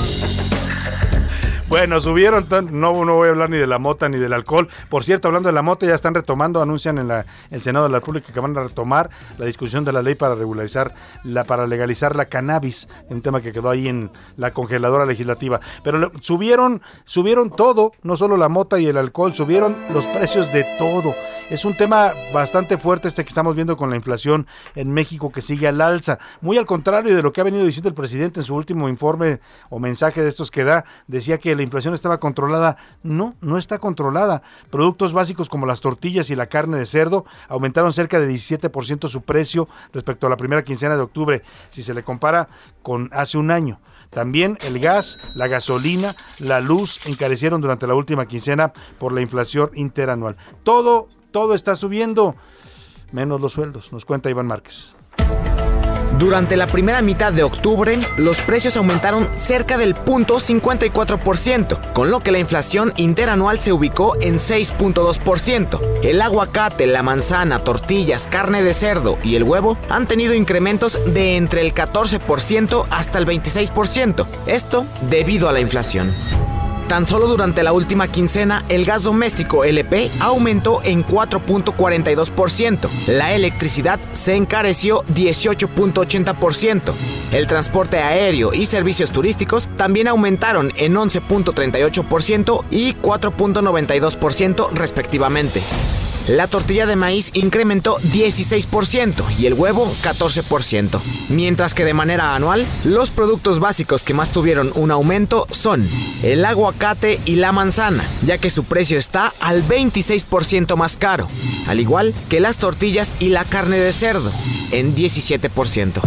Speaker 6: Bueno, subieron, no, no voy a hablar ni de la mota ni del alcohol. Por cierto, hablando de la mota, ya están retomando, anuncian en la, el Senado de la República que van a retomar la discusión de la ley para regularizar, la, para legalizar la cannabis, un tema que quedó ahí en la congeladora legislativa. Pero le, subieron, subieron todo, no solo la mota y el alcohol, subieron los precios de todo. Es un tema bastante fuerte este que estamos viendo con la inflación en México, que sigue al alza. Muy al contrario de lo que ha venido diciendo el presidente en su último informe o mensaje de estos que da, decía que la inflación estaba controlada. No, no está controlada. Productos básicos como las tortillas y la carne de cerdo aumentaron cerca de diecisiete por ciento su precio respecto a la primera quincena de octubre, si se le compara con hace un año. También el gas, la gasolina, la luz encarecieron durante la última quincena por la inflación interanual. Todo, todo está subiendo, menos los sueldos, nos cuenta Iván Márquez.
Speaker 12: Durante la primera mitad de octubre, los precios aumentaron cerca del cero punto cincuenta y cuatro por ciento, con lo que la inflación interanual se ubicó en seis punto dos por ciento. El aguacate, la manzana, tortillas, carne de cerdo y el huevo han tenido incrementos de entre el catorce por ciento hasta el veintiséis por ciento, esto debido a la inflación. Tan solo durante la última quincena, el gas doméstico L P aumentó en cuatro punto cuarenta y dos por ciento. La electricidad se encareció dieciocho punto ochenta por ciento. El transporte aéreo y servicios turísticos también aumentaron en once punto treinta y ocho por ciento y cuatro punto noventa y dos por ciento respectivamente. La tortilla de maíz incrementó dieciséis por ciento y el huevo catorce por ciento. Mientras que de manera anual, los productos básicos que más tuvieron un aumento son el aguacate y la manzana, ya que su precio está al veintiséis por ciento más caro, al igual que las tortillas y la carne de cerdo, en diecisiete por ciento.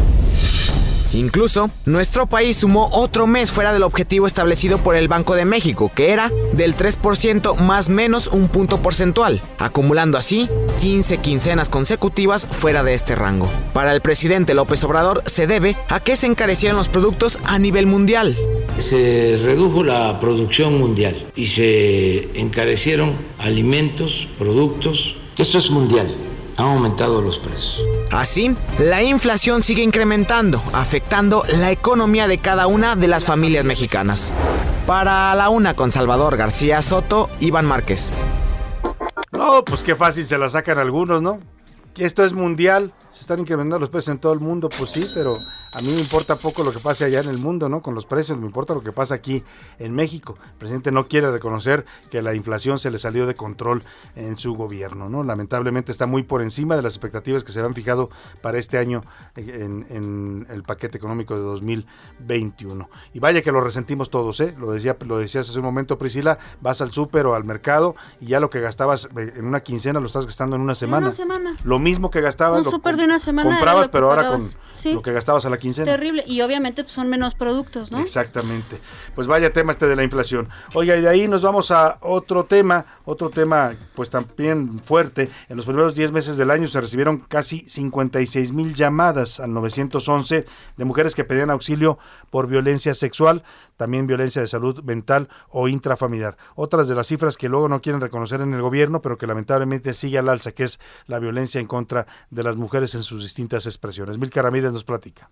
Speaker 12: Incluso, nuestro país sumó otro mes fuera del objetivo establecido por el Banco de México, que era del tres por ciento más menos un punto porcentual, acumulando así quince quincenas consecutivas fuera de este rango. Para el presidente López Obrador se debe a que se encarecieron los productos a nivel mundial.
Speaker 4: Se redujo la producción mundial y se encarecieron alimentos, productos. Esto es mundial. Han aumentado los precios.
Speaker 12: Así, la inflación sigue incrementando, afectando la economía de cada una de las familias mexicanas. Para la una con Salvador García Soto, Iván Márquez.
Speaker 6: No, pues qué fácil se la sacan algunos, ¿no? Que esto es mundial, se están incrementando los precios en todo el mundo, pues sí, pero a mí me importa poco lo que pase allá en el mundo, ¿no? Con los precios, me importa lo que pasa aquí en México. El presidente no quiere reconocer que la inflación se le salió de control en su gobierno, ¿no? Lamentablemente está muy por encima de las expectativas que se habían fijado para este año en, en el paquete económico de dos mil veintiuno. Y vaya que lo resentimos todos, ¿eh? Lo decía, lo decías hace un momento, Priscila, vas al súper o al mercado y ya lo que gastabas en una quincena lo estás gastando en una semana.
Speaker 2: En una semana.
Speaker 6: Lo mismo que gastabas,
Speaker 2: un
Speaker 6: lo
Speaker 2: súper de una semana
Speaker 6: comprabas,
Speaker 2: lo
Speaker 6: pero ahora
Speaker 2: pagabas.
Speaker 6: con
Speaker 2: Sí.
Speaker 6: lo que gastabas a la quincena.
Speaker 2: Terrible, y obviamente pues, son menos productos, ¿no?
Speaker 6: Exactamente. Pues vaya tema este de la inflación. Oiga, y de ahí nos vamos a otro tema, otro tema pues también fuerte. En los primeros diez meses del año se recibieron casi cincuenta y seis mil llamadas al nueve once de mujeres que pedían auxilio por violencia sexual, también violencia de salud mental o intrafamiliar. Otras de las cifras que luego no quieren reconocer en el gobierno, pero que lamentablemente sigue al alza, que es la violencia en contra de las mujeres en sus distintas expresiones. Milka Ramírez nos platica.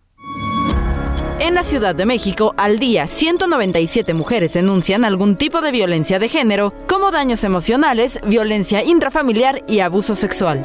Speaker 13: En la Ciudad de México, al día, ciento noventa y siete mujeres denuncian algún tipo de violencia de género, como daños emocionales, violencia intrafamiliar y abuso sexual.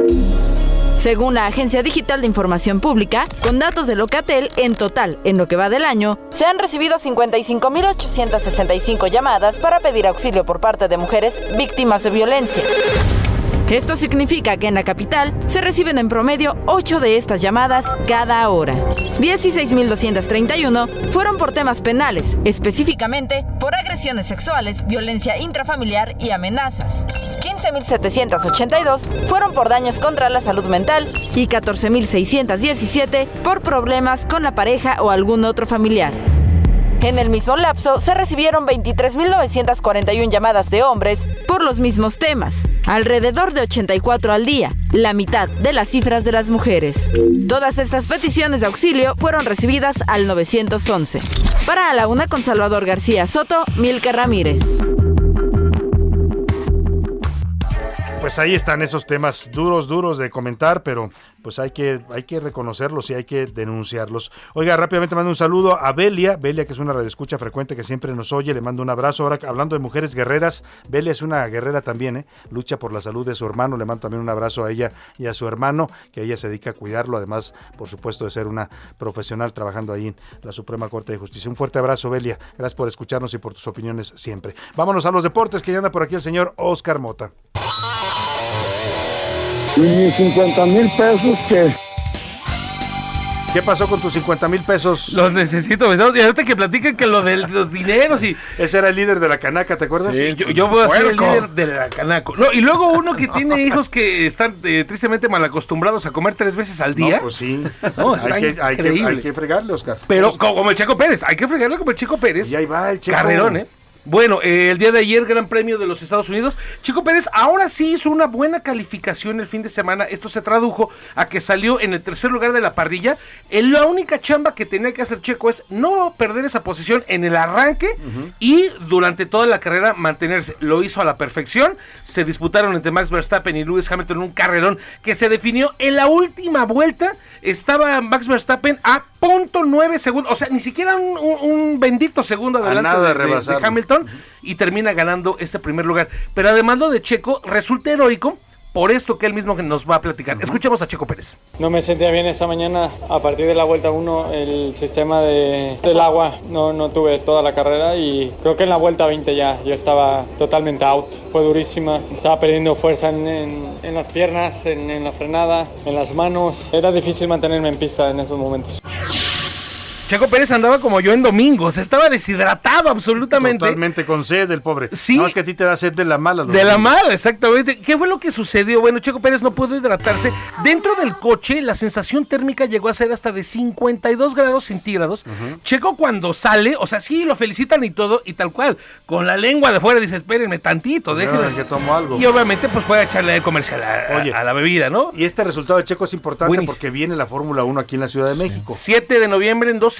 Speaker 13: Según la Agencia Digital de Información Pública, con datos de Locatel, en total, en lo que va del año, se han recibido cincuenta y cinco mil ochocientas sesenta y cinco llamadas para pedir auxilio por parte de mujeres víctimas de violencia. Esto significa que en la capital se reciben en promedio ocho de estas llamadas cada hora. dieciséis mil doscientos treinta y uno fueron por temas penales, específicamente por agresiones sexuales, violencia intrafamiliar y amenazas. quince mil setecientos ochenta y dos fueron por daños contra la salud mental y catorce mil seiscientos diecisiete por problemas con la pareja o algún otro familiar. En el mismo lapso, se recibieron veintitrés mil novecientos cuarenta y uno llamadas de hombres por los mismos temas, alrededor de ochenta y cuatro al día, la mitad de las cifras de las mujeres. Todas estas peticiones de auxilio fueron recibidas al nueve once. Para A la Una con Salvador García Soto, Milka Ramírez.
Speaker 6: Pues ahí están esos temas duros, duros de comentar, pero pues hay que, hay que reconocerlos y hay que denunciarlos. Oiga, rápidamente mando un saludo a Belia, Belia que es una radioescucha frecuente que siempre nos oye, le mando un abrazo. Ahora hablando de mujeres guerreras, Belia es una guerrera también, ¿eh? Lucha por la salud de su hermano, le mando también un abrazo a ella y a su hermano, que ella se dedica a cuidarlo, además, por supuesto, de ser una profesional trabajando ahí en la Suprema Corte de Justicia. Un fuerte abrazo, Belia, gracias por escucharnos y por tus opiniones siempre. Vámonos a los deportes, que ya anda por aquí el señor Oscar Mota.
Speaker 14: ¿Y mis cincuenta mil pesos qué?
Speaker 6: ¿Qué pasó con tus cincuenta mil pesos?
Speaker 18: Los necesito, ¿no? Y ahorita que platican que lo de los dineros y...
Speaker 6: Ese era el líder de la canaca, ¿te acuerdas?
Speaker 18: Sí, yo, yo voy a ser el líder de la canaco. No, y luego uno que tiene hijos que están eh, tristemente mal acostumbrados a comer tres veces al día.
Speaker 6: No, pues sí.
Speaker 18: No,
Speaker 6: hay, que, hay, que, hay que fregarle, Oscar.
Speaker 18: Pero como, como el Checo Pérez, hay que fregarle como el Checo Pérez.
Speaker 6: Y ahí va el Checo.
Speaker 18: Carrerón, ¿eh? Bueno, eh, el día de ayer, Gran Premio de los Estados Unidos. Checo Pérez ahora sí hizo una buena calificación el fin de semana. Esto se tradujo a que salió en el tercer lugar de la parrilla. Eh, la única chamba que tenía que hacer Checo es no perder esa posición en el arranque uh-huh. y durante toda la carrera mantenerse. Lo hizo a la perfección. Se disputaron entre Max Verstappen y Lewis Hamilton un carrerón que se definió en la última vuelta. Estaba Max Verstappen a punto nueve segundos, o sea, ni siquiera un, un, un bendito segundo adelante de, de, de Hamilton, y termina ganando este primer lugar. Pero además lo de Checo resulta heroico por esto que él mismo nos va a platicar. Uh-huh. Escuchemos a Checo Pérez.
Speaker 24: No me sentía bien esta mañana. A partir de la vuelta uno, el sistema de, del agua no, no tuve toda la carrera y creo que en la vuelta veinte ya yo estaba totalmente out. Fue durísima. Estaba perdiendo fuerza en, en, en las piernas, en, en la frenada, en las manos. Era difícil mantenerme en pista en esos momentos.
Speaker 18: Checo Pérez andaba como yo en domingos, estaba deshidratado absolutamente.
Speaker 6: Totalmente con sed el pobre.
Speaker 18: Sí.
Speaker 6: No, es que a ti te da sed de la mala.
Speaker 18: De la mala, exactamente. ¿Qué fue lo que sucedió? Bueno, Checo Pérez no pudo hidratarse. Dentro del coche, la sensación térmica llegó a ser hasta de cincuenta y dos grados centígrados. Uh-huh. Checo cuando sale, o sea, sí, lo felicitan y todo, y tal cual, con la lengua de fuera dice, espérenme tantito, déjenme.
Speaker 6: que tomo algo.
Speaker 18: Y obviamente, pues fue a echarle el comercial a, Oye, a la bebida, ¿no?
Speaker 6: Y este resultado de Checo es importante Buenísimo. Porque viene la Fórmula uno aquí en la Ciudad de México.
Speaker 18: siete de noviembre en doce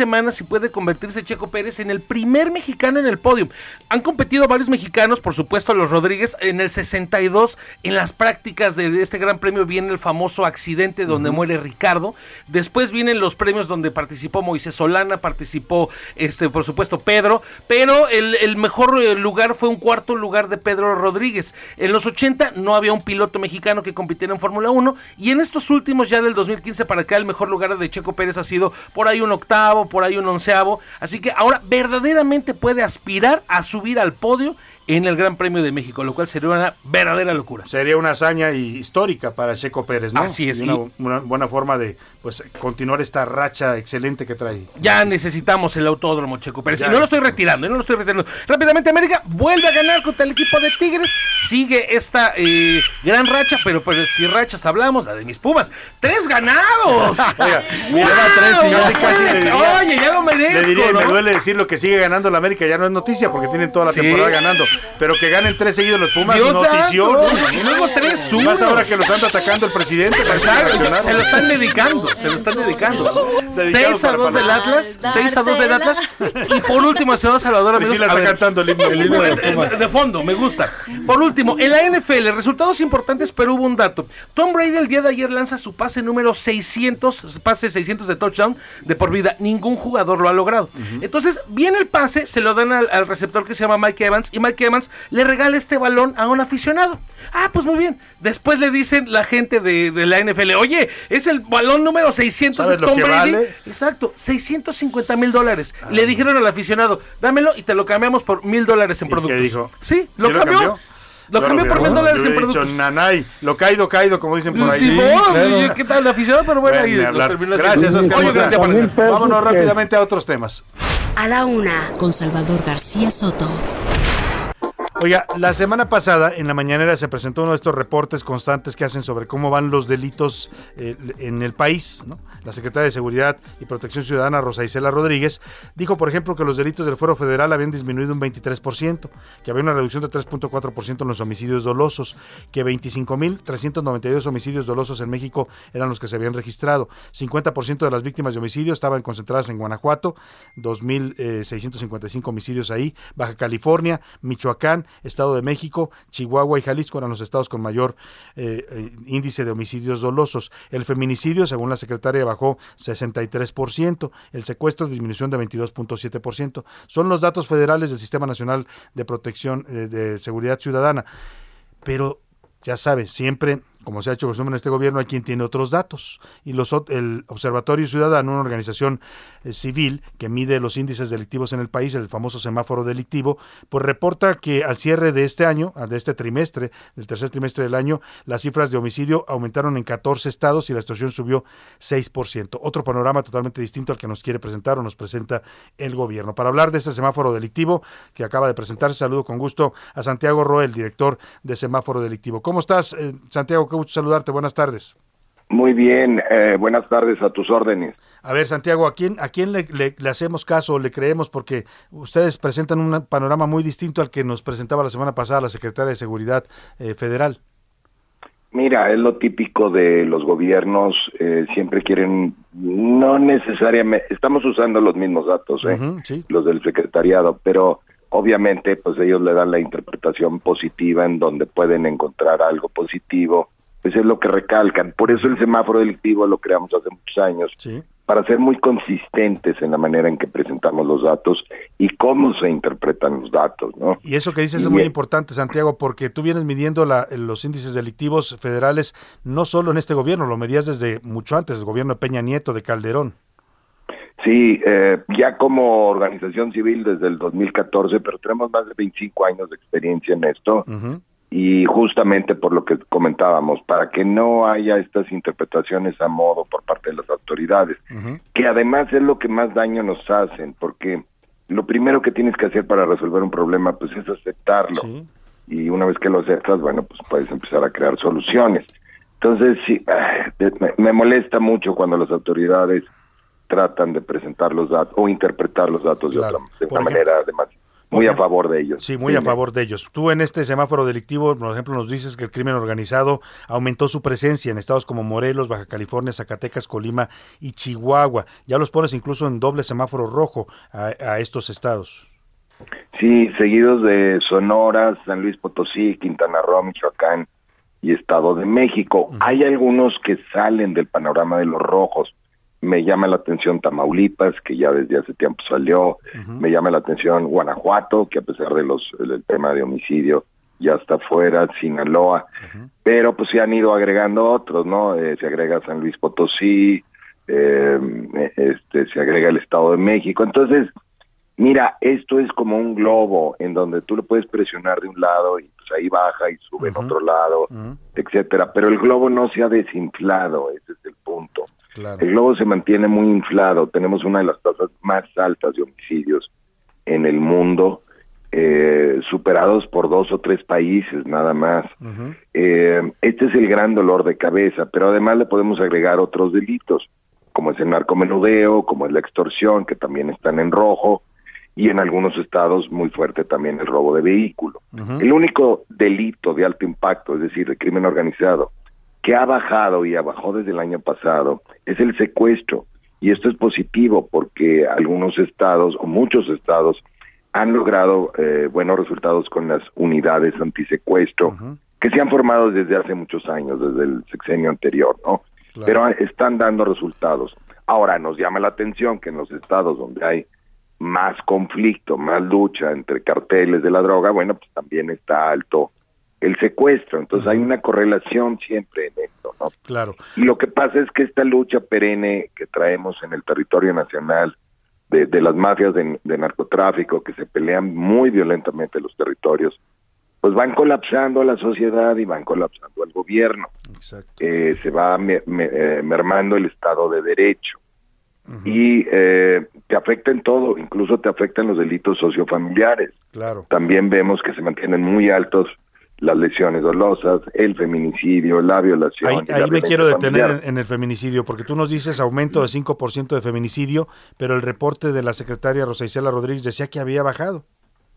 Speaker 18: semanas y puede convertirse Checo Pérez en el primer mexicano en el podio. Han competido varios mexicanos, por supuesto los Rodríguez, en el sesenta y dos, en las prácticas de este Gran Premio viene el famoso accidente donde uh-huh. muere Ricardo, después vienen los premios donde participó Moisés Solana, participó este por supuesto Pedro, pero el, el mejor lugar fue un cuarto lugar de Pedro Rodríguez. En los ochenta no había un piloto mexicano que compitiera en Fórmula uno, y en estos últimos ya del dos mil quince para acá el mejor lugar de Checo Pérez ha sido por ahí un octavo, por ahí un onceavo, así que ahora verdaderamente puede aspirar a subir al podio en el Gran Premio de México, lo cual sería una verdadera locura.
Speaker 6: Sería una hazaña histórica para Checo Pérez, ¿no?
Speaker 18: Así es.
Speaker 6: Y una, una buena forma de pues continuar esta racha excelente que trae.
Speaker 18: Ya necesitamos el autódromo, Checo Pérez. Ya. Y no lo estoy retirando, no lo estoy retirando. Rápidamente, América vuelve a ganar contra el equipo de Tigres. Sigue esta eh, gran racha, pero pues si rachas hablamos, la de mis Pumas. ¡Tres ganados!
Speaker 6: Oiga, mira, wow, tres y casi, casi le diría,
Speaker 18: oye, ya lo merezco,
Speaker 6: le diría,
Speaker 18: ¿no?
Speaker 6: Me duele decir lo que sigue ganando la América, ya no es noticia porque tienen toda la sí. temporada ganando. Pero que ganen tres seguidos los Pumas,
Speaker 18: Dios
Speaker 6: notición.
Speaker 18: Y luego tres uno.
Speaker 6: Más ahora que los anda atacando el presidente.
Speaker 18: Exacto, se lo están dedicando, se lo están dedicando. seis a dos del Atlas, seis a dos del Atlas. Y por último, señor Salvador, amigos,
Speaker 6: sí la está ver, cantando el himno, el himno de,
Speaker 18: de, de fondo, me gusta. Por último, en la N F L, resultados importantes, pero hubo un dato. Tom Brady el día de ayer lanza su pase número seiscientos, pase seiscientos de touchdown de por vida. Ningún jugador lo ha logrado. Uh-huh. Entonces, viene el pase, se lo dan al, al receptor que se llama Mike Evans, y Mike Evans le regala este balón a un aficionado. Ah, pues muy bien. Después le dicen la gente de, de la N F L, oye, es el balón número seiscientos de Tom Brady. Vale? Exacto, seiscientos cincuenta mil dólares. Ah. Le dijeron al aficionado, dámelo y te lo cambiamos por mil dólares en productos.
Speaker 6: ¿Qué dijo?
Speaker 18: Sí, lo ¿Sí cambió. Lo, lo cambió por mil dólares en productos.
Speaker 6: Dicho, nanay, lo caído, caído, como dicen por ahí.
Speaker 18: Sí, sí, claro. ¿Qué tal el aficionado? Pero bueno, ahí lo terminó
Speaker 6: Gracias, Oscar. Oye, gracias, vámonos rápidamente a otros temas.
Speaker 3: A la una, con Salvador García Soto.
Speaker 6: Oiga, la semana pasada en la mañanera se presentó uno de estos reportes constantes que hacen sobre cómo van los delitos eh, en el país, ¿no? La secretaria de Seguridad y Protección Ciudadana, Rosa Isela Rodríguez, dijo, por ejemplo, que los delitos del fuero federal habían disminuido un veintitrés por ciento, que había una reducción de tres punto cuatro por ciento en los homicidios dolosos, que veinticinco mil trescientos noventa y dos homicidios dolosos en México eran los que se habían registrado, cincuenta por ciento de las víctimas de homicidio estaban concentradas en Guanajuato, dos mil seiscientos cincuenta y cinco homicidios ahí, Baja California, Michoacán, Estado de México, Chihuahua y Jalisco eran los estados con mayor eh, eh, índice de homicidios dolosos. El feminicidio, según la secretaria, bajó sesenta y tres por ciento, el secuestro disminución de veintidós punto siete por ciento. Son los datos federales del Sistema Nacional de Protección eh, de Seguridad Ciudadana. Pero ya sabes, siempre, como se ha hecho costumbre en este gobierno, hay quien tiene otros datos. Y los, el Observatorio Ciudadano, una organización eh, civil que mide los índices delictivos en el país, el famoso semáforo delictivo, pues reporta que al cierre de este año, de este trimestre, del tercer trimestre del año, las cifras de homicidio aumentaron en catorce estados y la extorsión subió seis por ciento. Otro panorama totalmente distinto al que nos quiere presentar o nos presenta el gobierno. Para hablar de este semáforo delictivo que acaba de presentarse, saludo con gusto a Santiago Roel, director de Semáforo Delictivo. ¿Cómo estás, eh, Santiago? Qué gusto saludarte, buenas tardes.
Speaker 15: Muy bien, eh, buenas tardes, a tus órdenes.
Speaker 6: A ver, Santiago, ¿a quién, a quién le, le, le hacemos caso o le creemos? Porque ustedes presentan un panorama muy distinto al que nos presentaba la semana pasada la Secretaria de Seguridad eh, Federal.
Speaker 15: Mira, es lo típico de los gobiernos, eh, siempre quieren, no necesariamente, estamos usando los mismos datos, eh, uh-huh, sí. los del secretariado, pero obviamente pues ellos le dan la interpretación positiva en donde pueden encontrar algo positivo, pues es lo que recalcan. Por eso el semáforo delictivo lo creamos hace muchos años, sí. para ser muy consistentes en la manera en que presentamos los datos y cómo se interpretan los datos, ¿no?
Speaker 6: Y eso que dices y es muy bien. importante, Santiago, porque tú vienes midiendo la, los índices delictivos federales no solo en este gobierno, lo medías desde mucho antes, el gobierno de Peña Nieto, de Calderón.
Speaker 15: Sí, eh, ya como organización civil desde el dos mil catorce, pero tenemos más de veinticinco años de experiencia en esto, uh-huh. y justamente por lo que comentábamos, para que no haya estas interpretaciones a modo por parte de las autoridades, uh-huh. que además es lo que más daño nos hacen, porque lo primero que tienes que hacer para resolver un problema pues es aceptarlo, sí. y una vez que lo aceptas, bueno, pues puedes empezar a crear soluciones. Entonces, sí, me, me molesta mucho cuando las autoridades tratan de presentar los datos o interpretar los datos claro. de, otra, de una ejemplo, manera además muy a favor de ellos.
Speaker 6: Sí, muy
Speaker 15: Dime.
Speaker 6: a favor de ellos. Tú en este semáforo delictivo, por ejemplo, nos dices que el crimen organizado aumentó su presencia en estados como Morelos, Baja California, Zacatecas, Colima y Chihuahua. Ya los pones incluso en doble semáforo rojo a, a estos estados.
Speaker 15: Sí, seguidos de Sonora, San Luis Potosí, Quintana Roo, Michoacán y Estado de México. Uh-huh. Hay algunos que salen del panorama de los rojos. Me llama la atención Tamaulipas, que ya desde hace tiempo salió. Uh-huh. Me llama la atención Guanajuato, que a pesar de los del tema de homicidio ya está fuera, Sinaloa. Uh-huh. Pero pues se han ido agregando otros, ¿no? Eh, se agrega San Luis Potosí, eh, este, se agrega el Estado de México. Entonces, mira, esto es como un globo en donde tú lo puedes presionar de un lado y pues ahí baja y sube uh-huh. en otro lado, uh-huh. etcétera. Pero el globo no se ha desinflado, ese es el punto. Claro. El globo se mantiene muy inflado. Tenemos una de las tasas más altas de homicidios en el mundo, eh, superados por dos o tres países nada más. Uh-huh. Eh, este es el gran dolor de cabeza, pero además le podemos agregar otros delitos, como es el narcomenudeo, como es la extorsión, que también están en rojo, y en algunos estados muy fuerte también el robo de vehículo. Uh-huh. El único delito de alto impacto, es decir, de crimen organizado, que ha bajado y bajó desde el año pasado, es el secuestro. Y esto es positivo porque algunos estados, o muchos estados, han logrado eh, buenos resultados con las unidades antisecuestro, uh-huh. que se han formado desde hace muchos años, desde el sexenio anterior, ¿no? Claro. Pero están dando resultados. Ahora, nos llama la atención que en los estados donde hay más conflicto, más lucha entre carteles de la droga, bueno, pues también está alto el secuestro. Entonces uh-huh. hay una correlación siempre en esto, ¿no?
Speaker 6: Claro.
Speaker 15: Y lo que pasa es que esta lucha perenne que traemos en el territorio nacional de, de las mafias de, de narcotráfico que se pelean muy violentamente en los territorios, pues van colapsando a la sociedad y van colapsando al gobierno. Exacto. Eh, se va me, me, eh, mermando el Estado de Derecho. Uh-huh. Y eh, te afecta en todo, incluso te afectan los delitos sociofamiliares.
Speaker 6: Claro.
Speaker 15: También vemos que se mantienen muy altos las lesiones dolosas, el feminicidio, la violación.
Speaker 6: Ahí,
Speaker 15: la
Speaker 6: ahí me quiero detener
Speaker 15: familiar.
Speaker 6: en, en el feminicidio, porque tú nos dices aumento de cinco por ciento de feminicidio, pero el reporte de la secretaria Rosa Isela Rodríguez decía que había bajado.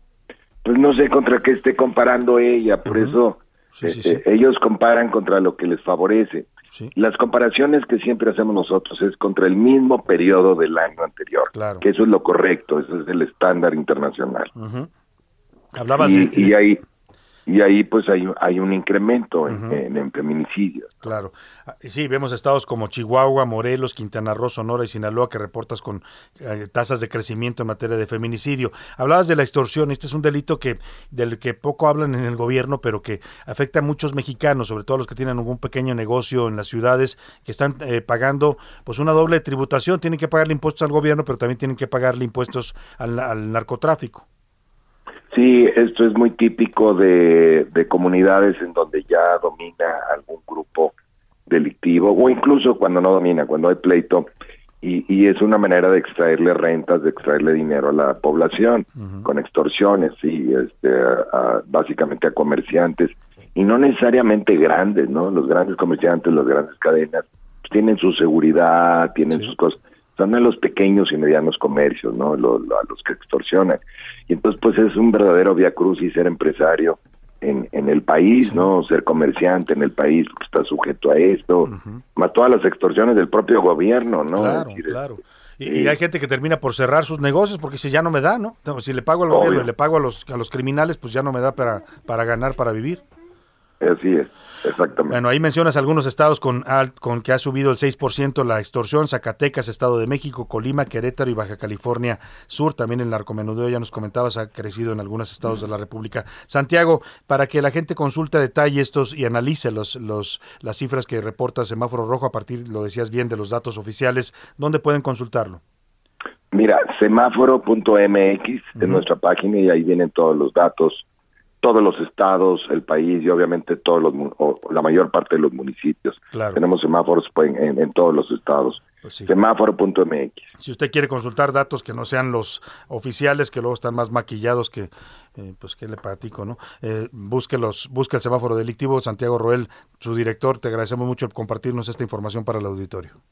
Speaker 15: Pues no sé contra qué esté comparando ella, por uh-huh. eso sí, sí, eh, sí. ellos comparan contra lo que les favorece. Sí. Las comparaciones que siempre hacemos nosotros es contra el mismo periodo del año anterior,
Speaker 6: claro.
Speaker 15: que eso es lo correcto, ese es el estándar internacional.
Speaker 6: Uh-huh. Hablabas
Speaker 15: y,
Speaker 6: de...
Speaker 15: y ahí y ahí pues hay, hay un incremento en, uh-huh. en, en feminicidios.
Speaker 6: Claro. Sí, vemos estados como Chihuahua, Morelos, Quintana Roo, Sonora y Sinaloa que reportas con eh, tasas de crecimiento en materia de feminicidio. Hablabas de la extorsión. Este es un delito que del que poco hablan en el gobierno, pero que afecta a muchos mexicanos, sobre todo los que tienen algún pequeño negocio en las ciudades, que están eh, pagando pues una doble tributación. Tienen que pagarle impuestos al gobierno, pero también tienen que pagarle impuestos al, al narcotráfico.
Speaker 15: Sí, esto es muy típico de, de comunidades en donde ya domina algún grupo delictivo, o incluso cuando no domina, cuando hay pleito, y, y es una manera de extraerle rentas, de extraerle dinero a la población, uh-huh. con extorsiones, sí, este, a, a, básicamente a comerciantes, y no necesariamente grandes, ¿no? Los grandes comerciantes, las grandes cadenas, pues tienen su seguridad, tienen sí. sus cosas. Son a los pequeños y medianos comercios, ¿no? Los, a los que extorsionan. Y entonces, pues es un verdadero viacrucis ser empresario en, en el país, ¿no? Ser comerciante en el país, porque está sujeto a esto, uh-huh. más todas las extorsiones del propio gobierno, ¿no?
Speaker 6: Claro, decir, claro. Y, y hay gente que termina por cerrar sus negocios porque si ya no me da, ¿no? Si le pago al Obvio. gobierno y le pago a los, a los criminales, pues ya no me da para, para ganar, para vivir.
Speaker 15: Así es, exactamente.
Speaker 6: Bueno, ahí mencionas algunos estados con con que ha subido el seis por ciento la extorsión: Zacatecas, Estado de México, Colima, Querétaro y Baja California Sur. También el narcomenudeo, ya nos comentabas, ha crecido en algunos estados de la República. Santiago, para que la gente consulte a detalle estos y analice los los las cifras que reporta Semáforo Rojo a partir, lo decías bien, de los datos oficiales, ¿dónde pueden consultarlo?
Speaker 15: Mira, semáforo punto m x uh-huh. en nuestra página, y ahí vienen todos los datos, todos los estados, el país y obviamente todos los o la mayor parte de los municipios. Claro. Tenemos semáforos pues, en, en todos los estados. Pues sí. semáforo punto m x.
Speaker 6: Si usted quiere consultar datos que no sean los oficiales, que luego están más maquillados que, eh, pues qué le platico, ¿no? Eh, búsquelos, busca el semáforo delictivo. Santiago Roel, su director, te agradecemos mucho por compartirnos esta información para el auditorio.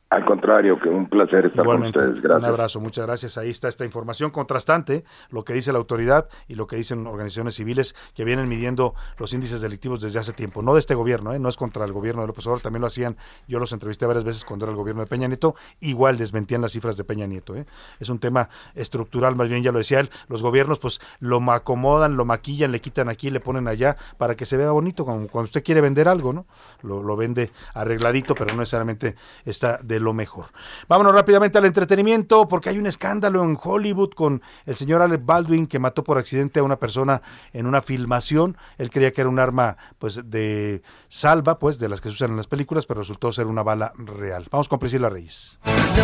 Speaker 15: Al contrario, que un placer estar
Speaker 6: Igualmente,
Speaker 15: con ustedes. Gracias.
Speaker 6: Un abrazo, muchas gracias. Ahí está esta información contrastante, lo que dice la autoridad y lo que dicen organizaciones civiles que vienen midiendo los índices delictivos desde hace tiempo. No de este gobierno, ¿eh? No es contra el gobierno de López Obrador, también lo hacían. Yo los entrevisté varias veces cuando era el gobierno de Peña Nieto, igual desmentían las cifras de Peña Nieto, ¿eh? Es un tema estructural, más bien ya lo decía él. Los gobiernos pues lo acomodan, lo maquillan, le quitan aquí, le ponen allá para que se vea bonito, como cuando usted quiere vender algo, ¿no? Lo, lo vende arregladito, pero no necesariamente está de lo mejor. Vámonos rápidamente al entretenimiento, porque hay un escándalo en Hollywood con el señor Alec Baldwin, que mató por accidente a una persona en una filmación. Él creía que era un arma pues de salva, pues de las que se usan en las películas, pero resultó ser una bala real. Vamos con Priscila Reyes.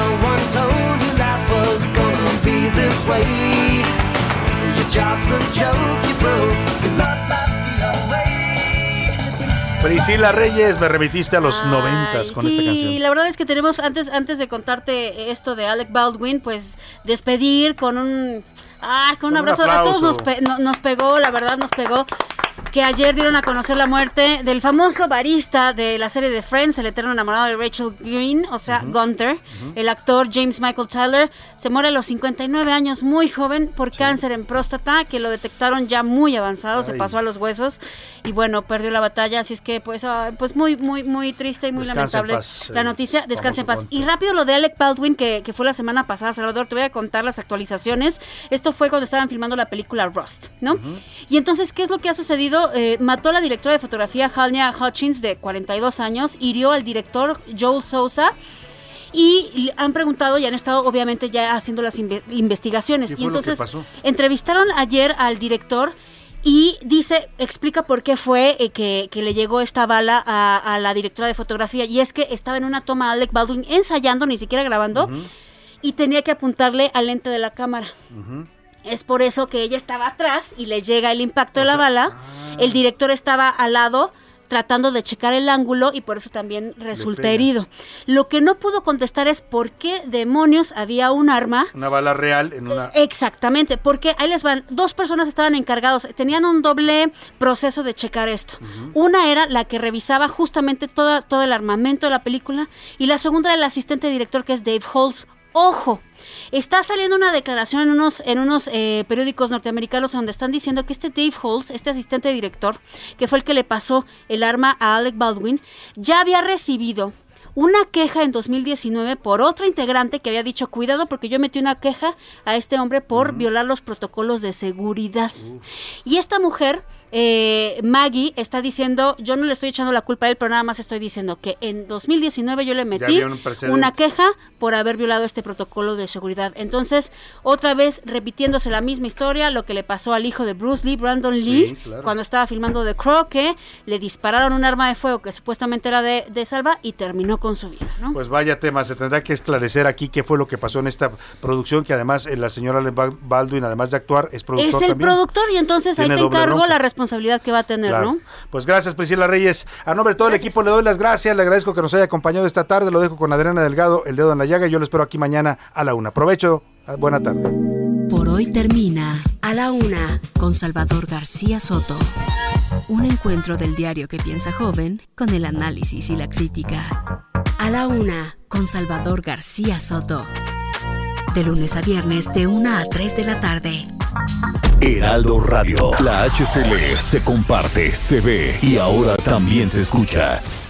Speaker 6: Priscila Reyes, me remitiste a los noventas con
Speaker 2: sí,
Speaker 6: esta canción.
Speaker 2: Sí, la verdad es que tenemos, antes, antes de contarte esto de Alec Baldwin, pues despedir con un, ah, con un
Speaker 6: Con un
Speaker 2: abrazo. A todos
Speaker 6: aplauso.
Speaker 2: nos, pe- no- nos pegó, la verdad nos pegó, que ayer dieron a conocer la muerte del famoso barista de la serie de Friends, el eterno enamorado de Rachel Green, o sea, Gunther. El actor James Michael Tyler se muere a los cincuenta y nueve años, muy joven, por cáncer en próstata, que lo detectaron ya muy avanzado, se
Speaker 6: Ay.
Speaker 2: pasó a los huesos y bueno, perdió la batalla, así es que pues, ah, pues muy, muy, muy triste y muy
Speaker 6: Descansa en
Speaker 2: lamentable
Speaker 6: paz,
Speaker 2: la
Speaker 6: el
Speaker 2: noticia. Descanse en paz.
Speaker 6: famoso
Speaker 2: Y rápido lo de Alec Baldwin, que, que fue la semana pasada, Salvador, te voy a contar las actualizaciones. Esto fue cuando estaban filmando la película Rust, ¿no? Y entonces, ¿qué es lo que ha sucedido? Eh, mató a la directora de fotografía Hanya Hutchins, de cuarenta y dos años, hirió al director Joel Sousa. Y le han preguntado y han estado obviamente ya haciendo las inve- investigaciones.
Speaker 6: ¿Qué
Speaker 2: Y
Speaker 6: fue lo que
Speaker 2: entonces
Speaker 6: pasó?
Speaker 2: entrevistaron ayer al director y dice, explica por qué fue eh, que, que le llegó esta bala a, a la directora de fotografía. Y es que estaba en una toma Alec Baldwin ensayando, ni siquiera grabando, y tenía que apuntarle al lente de la cámara. Es por eso que ella estaba atrás y le llega el impacto de la bala. El director estaba al lado tratando de checar el ángulo y por eso también resulta
Speaker 6: pega.
Speaker 2: herido. Lo que no pudo contestar es por qué demonios había un arma.
Speaker 6: Una bala real en una...
Speaker 2: Exactamente, porque ahí les van, dos personas estaban encargados, tenían un doble proceso de checar esto. Una era la que revisaba justamente toda, todo el armamento de la película y la segunda era el asistente director, que es Dave Holtz. Ojo, está saliendo una declaración en unos, en unos eh, periódicos norteamericanos donde están diciendo que este Dave Holtz, este asistente director, que fue el que le pasó el arma a Alec Baldwin, ya había recibido una queja en dos mil diecinueve por otra integrante que había dicho, cuidado porque yo metí una queja a este hombre por violar los protocolos de seguridad. Y esta mujer... Eh, Maggie está diciendo, yo no le estoy echando la culpa a él, pero nada más estoy diciendo que en dos mil diecinueve yo le metí
Speaker 6: había un precedente.
Speaker 2: una queja por haber violado este protocolo de seguridad. Entonces, otra vez repitiéndose la misma historia, lo que le pasó al hijo de Bruce Lee, Brandon Lee,
Speaker 6: claro.
Speaker 2: cuando estaba filmando The Crow, que le dispararon un arma de fuego que supuestamente era de, de salva y terminó con su vida, ¿no?
Speaker 6: Pues vaya tema, se tendrá que esclarecer aquí qué fue lo que pasó en esta producción, que además eh, la señora Alec Baldwin, además de actuar, es productor
Speaker 2: Es el
Speaker 6: también.
Speaker 2: productor y entonces ahí
Speaker 6: Tiene
Speaker 2: te
Speaker 6: doble
Speaker 2: encargo
Speaker 6: bronca.
Speaker 2: la responsabilidad que va a tener,
Speaker 6: Claro.
Speaker 2: ¿no?
Speaker 6: Pues gracias, Priscila Reyes. A nombre de todo el equipo le doy las gracias, le agradezco que nos haya acompañado esta tarde, lo dejo con Adriana Delgado, el dedo en la llaga, y yo lo espero aquí mañana a la una. Aprovecho, buena tarde.
Speaker 3: Por hoy termina A la Una con Salvador García Soto. Un encuentro del diario que piensa joven con el análisis y la crítica. A la Una con Salvador García Soto. De lunes a viernes de una a tres de la tarde.
Speaker 16: Heraldo Radio. La H C L se comparte, se ve y ahora también se escucha.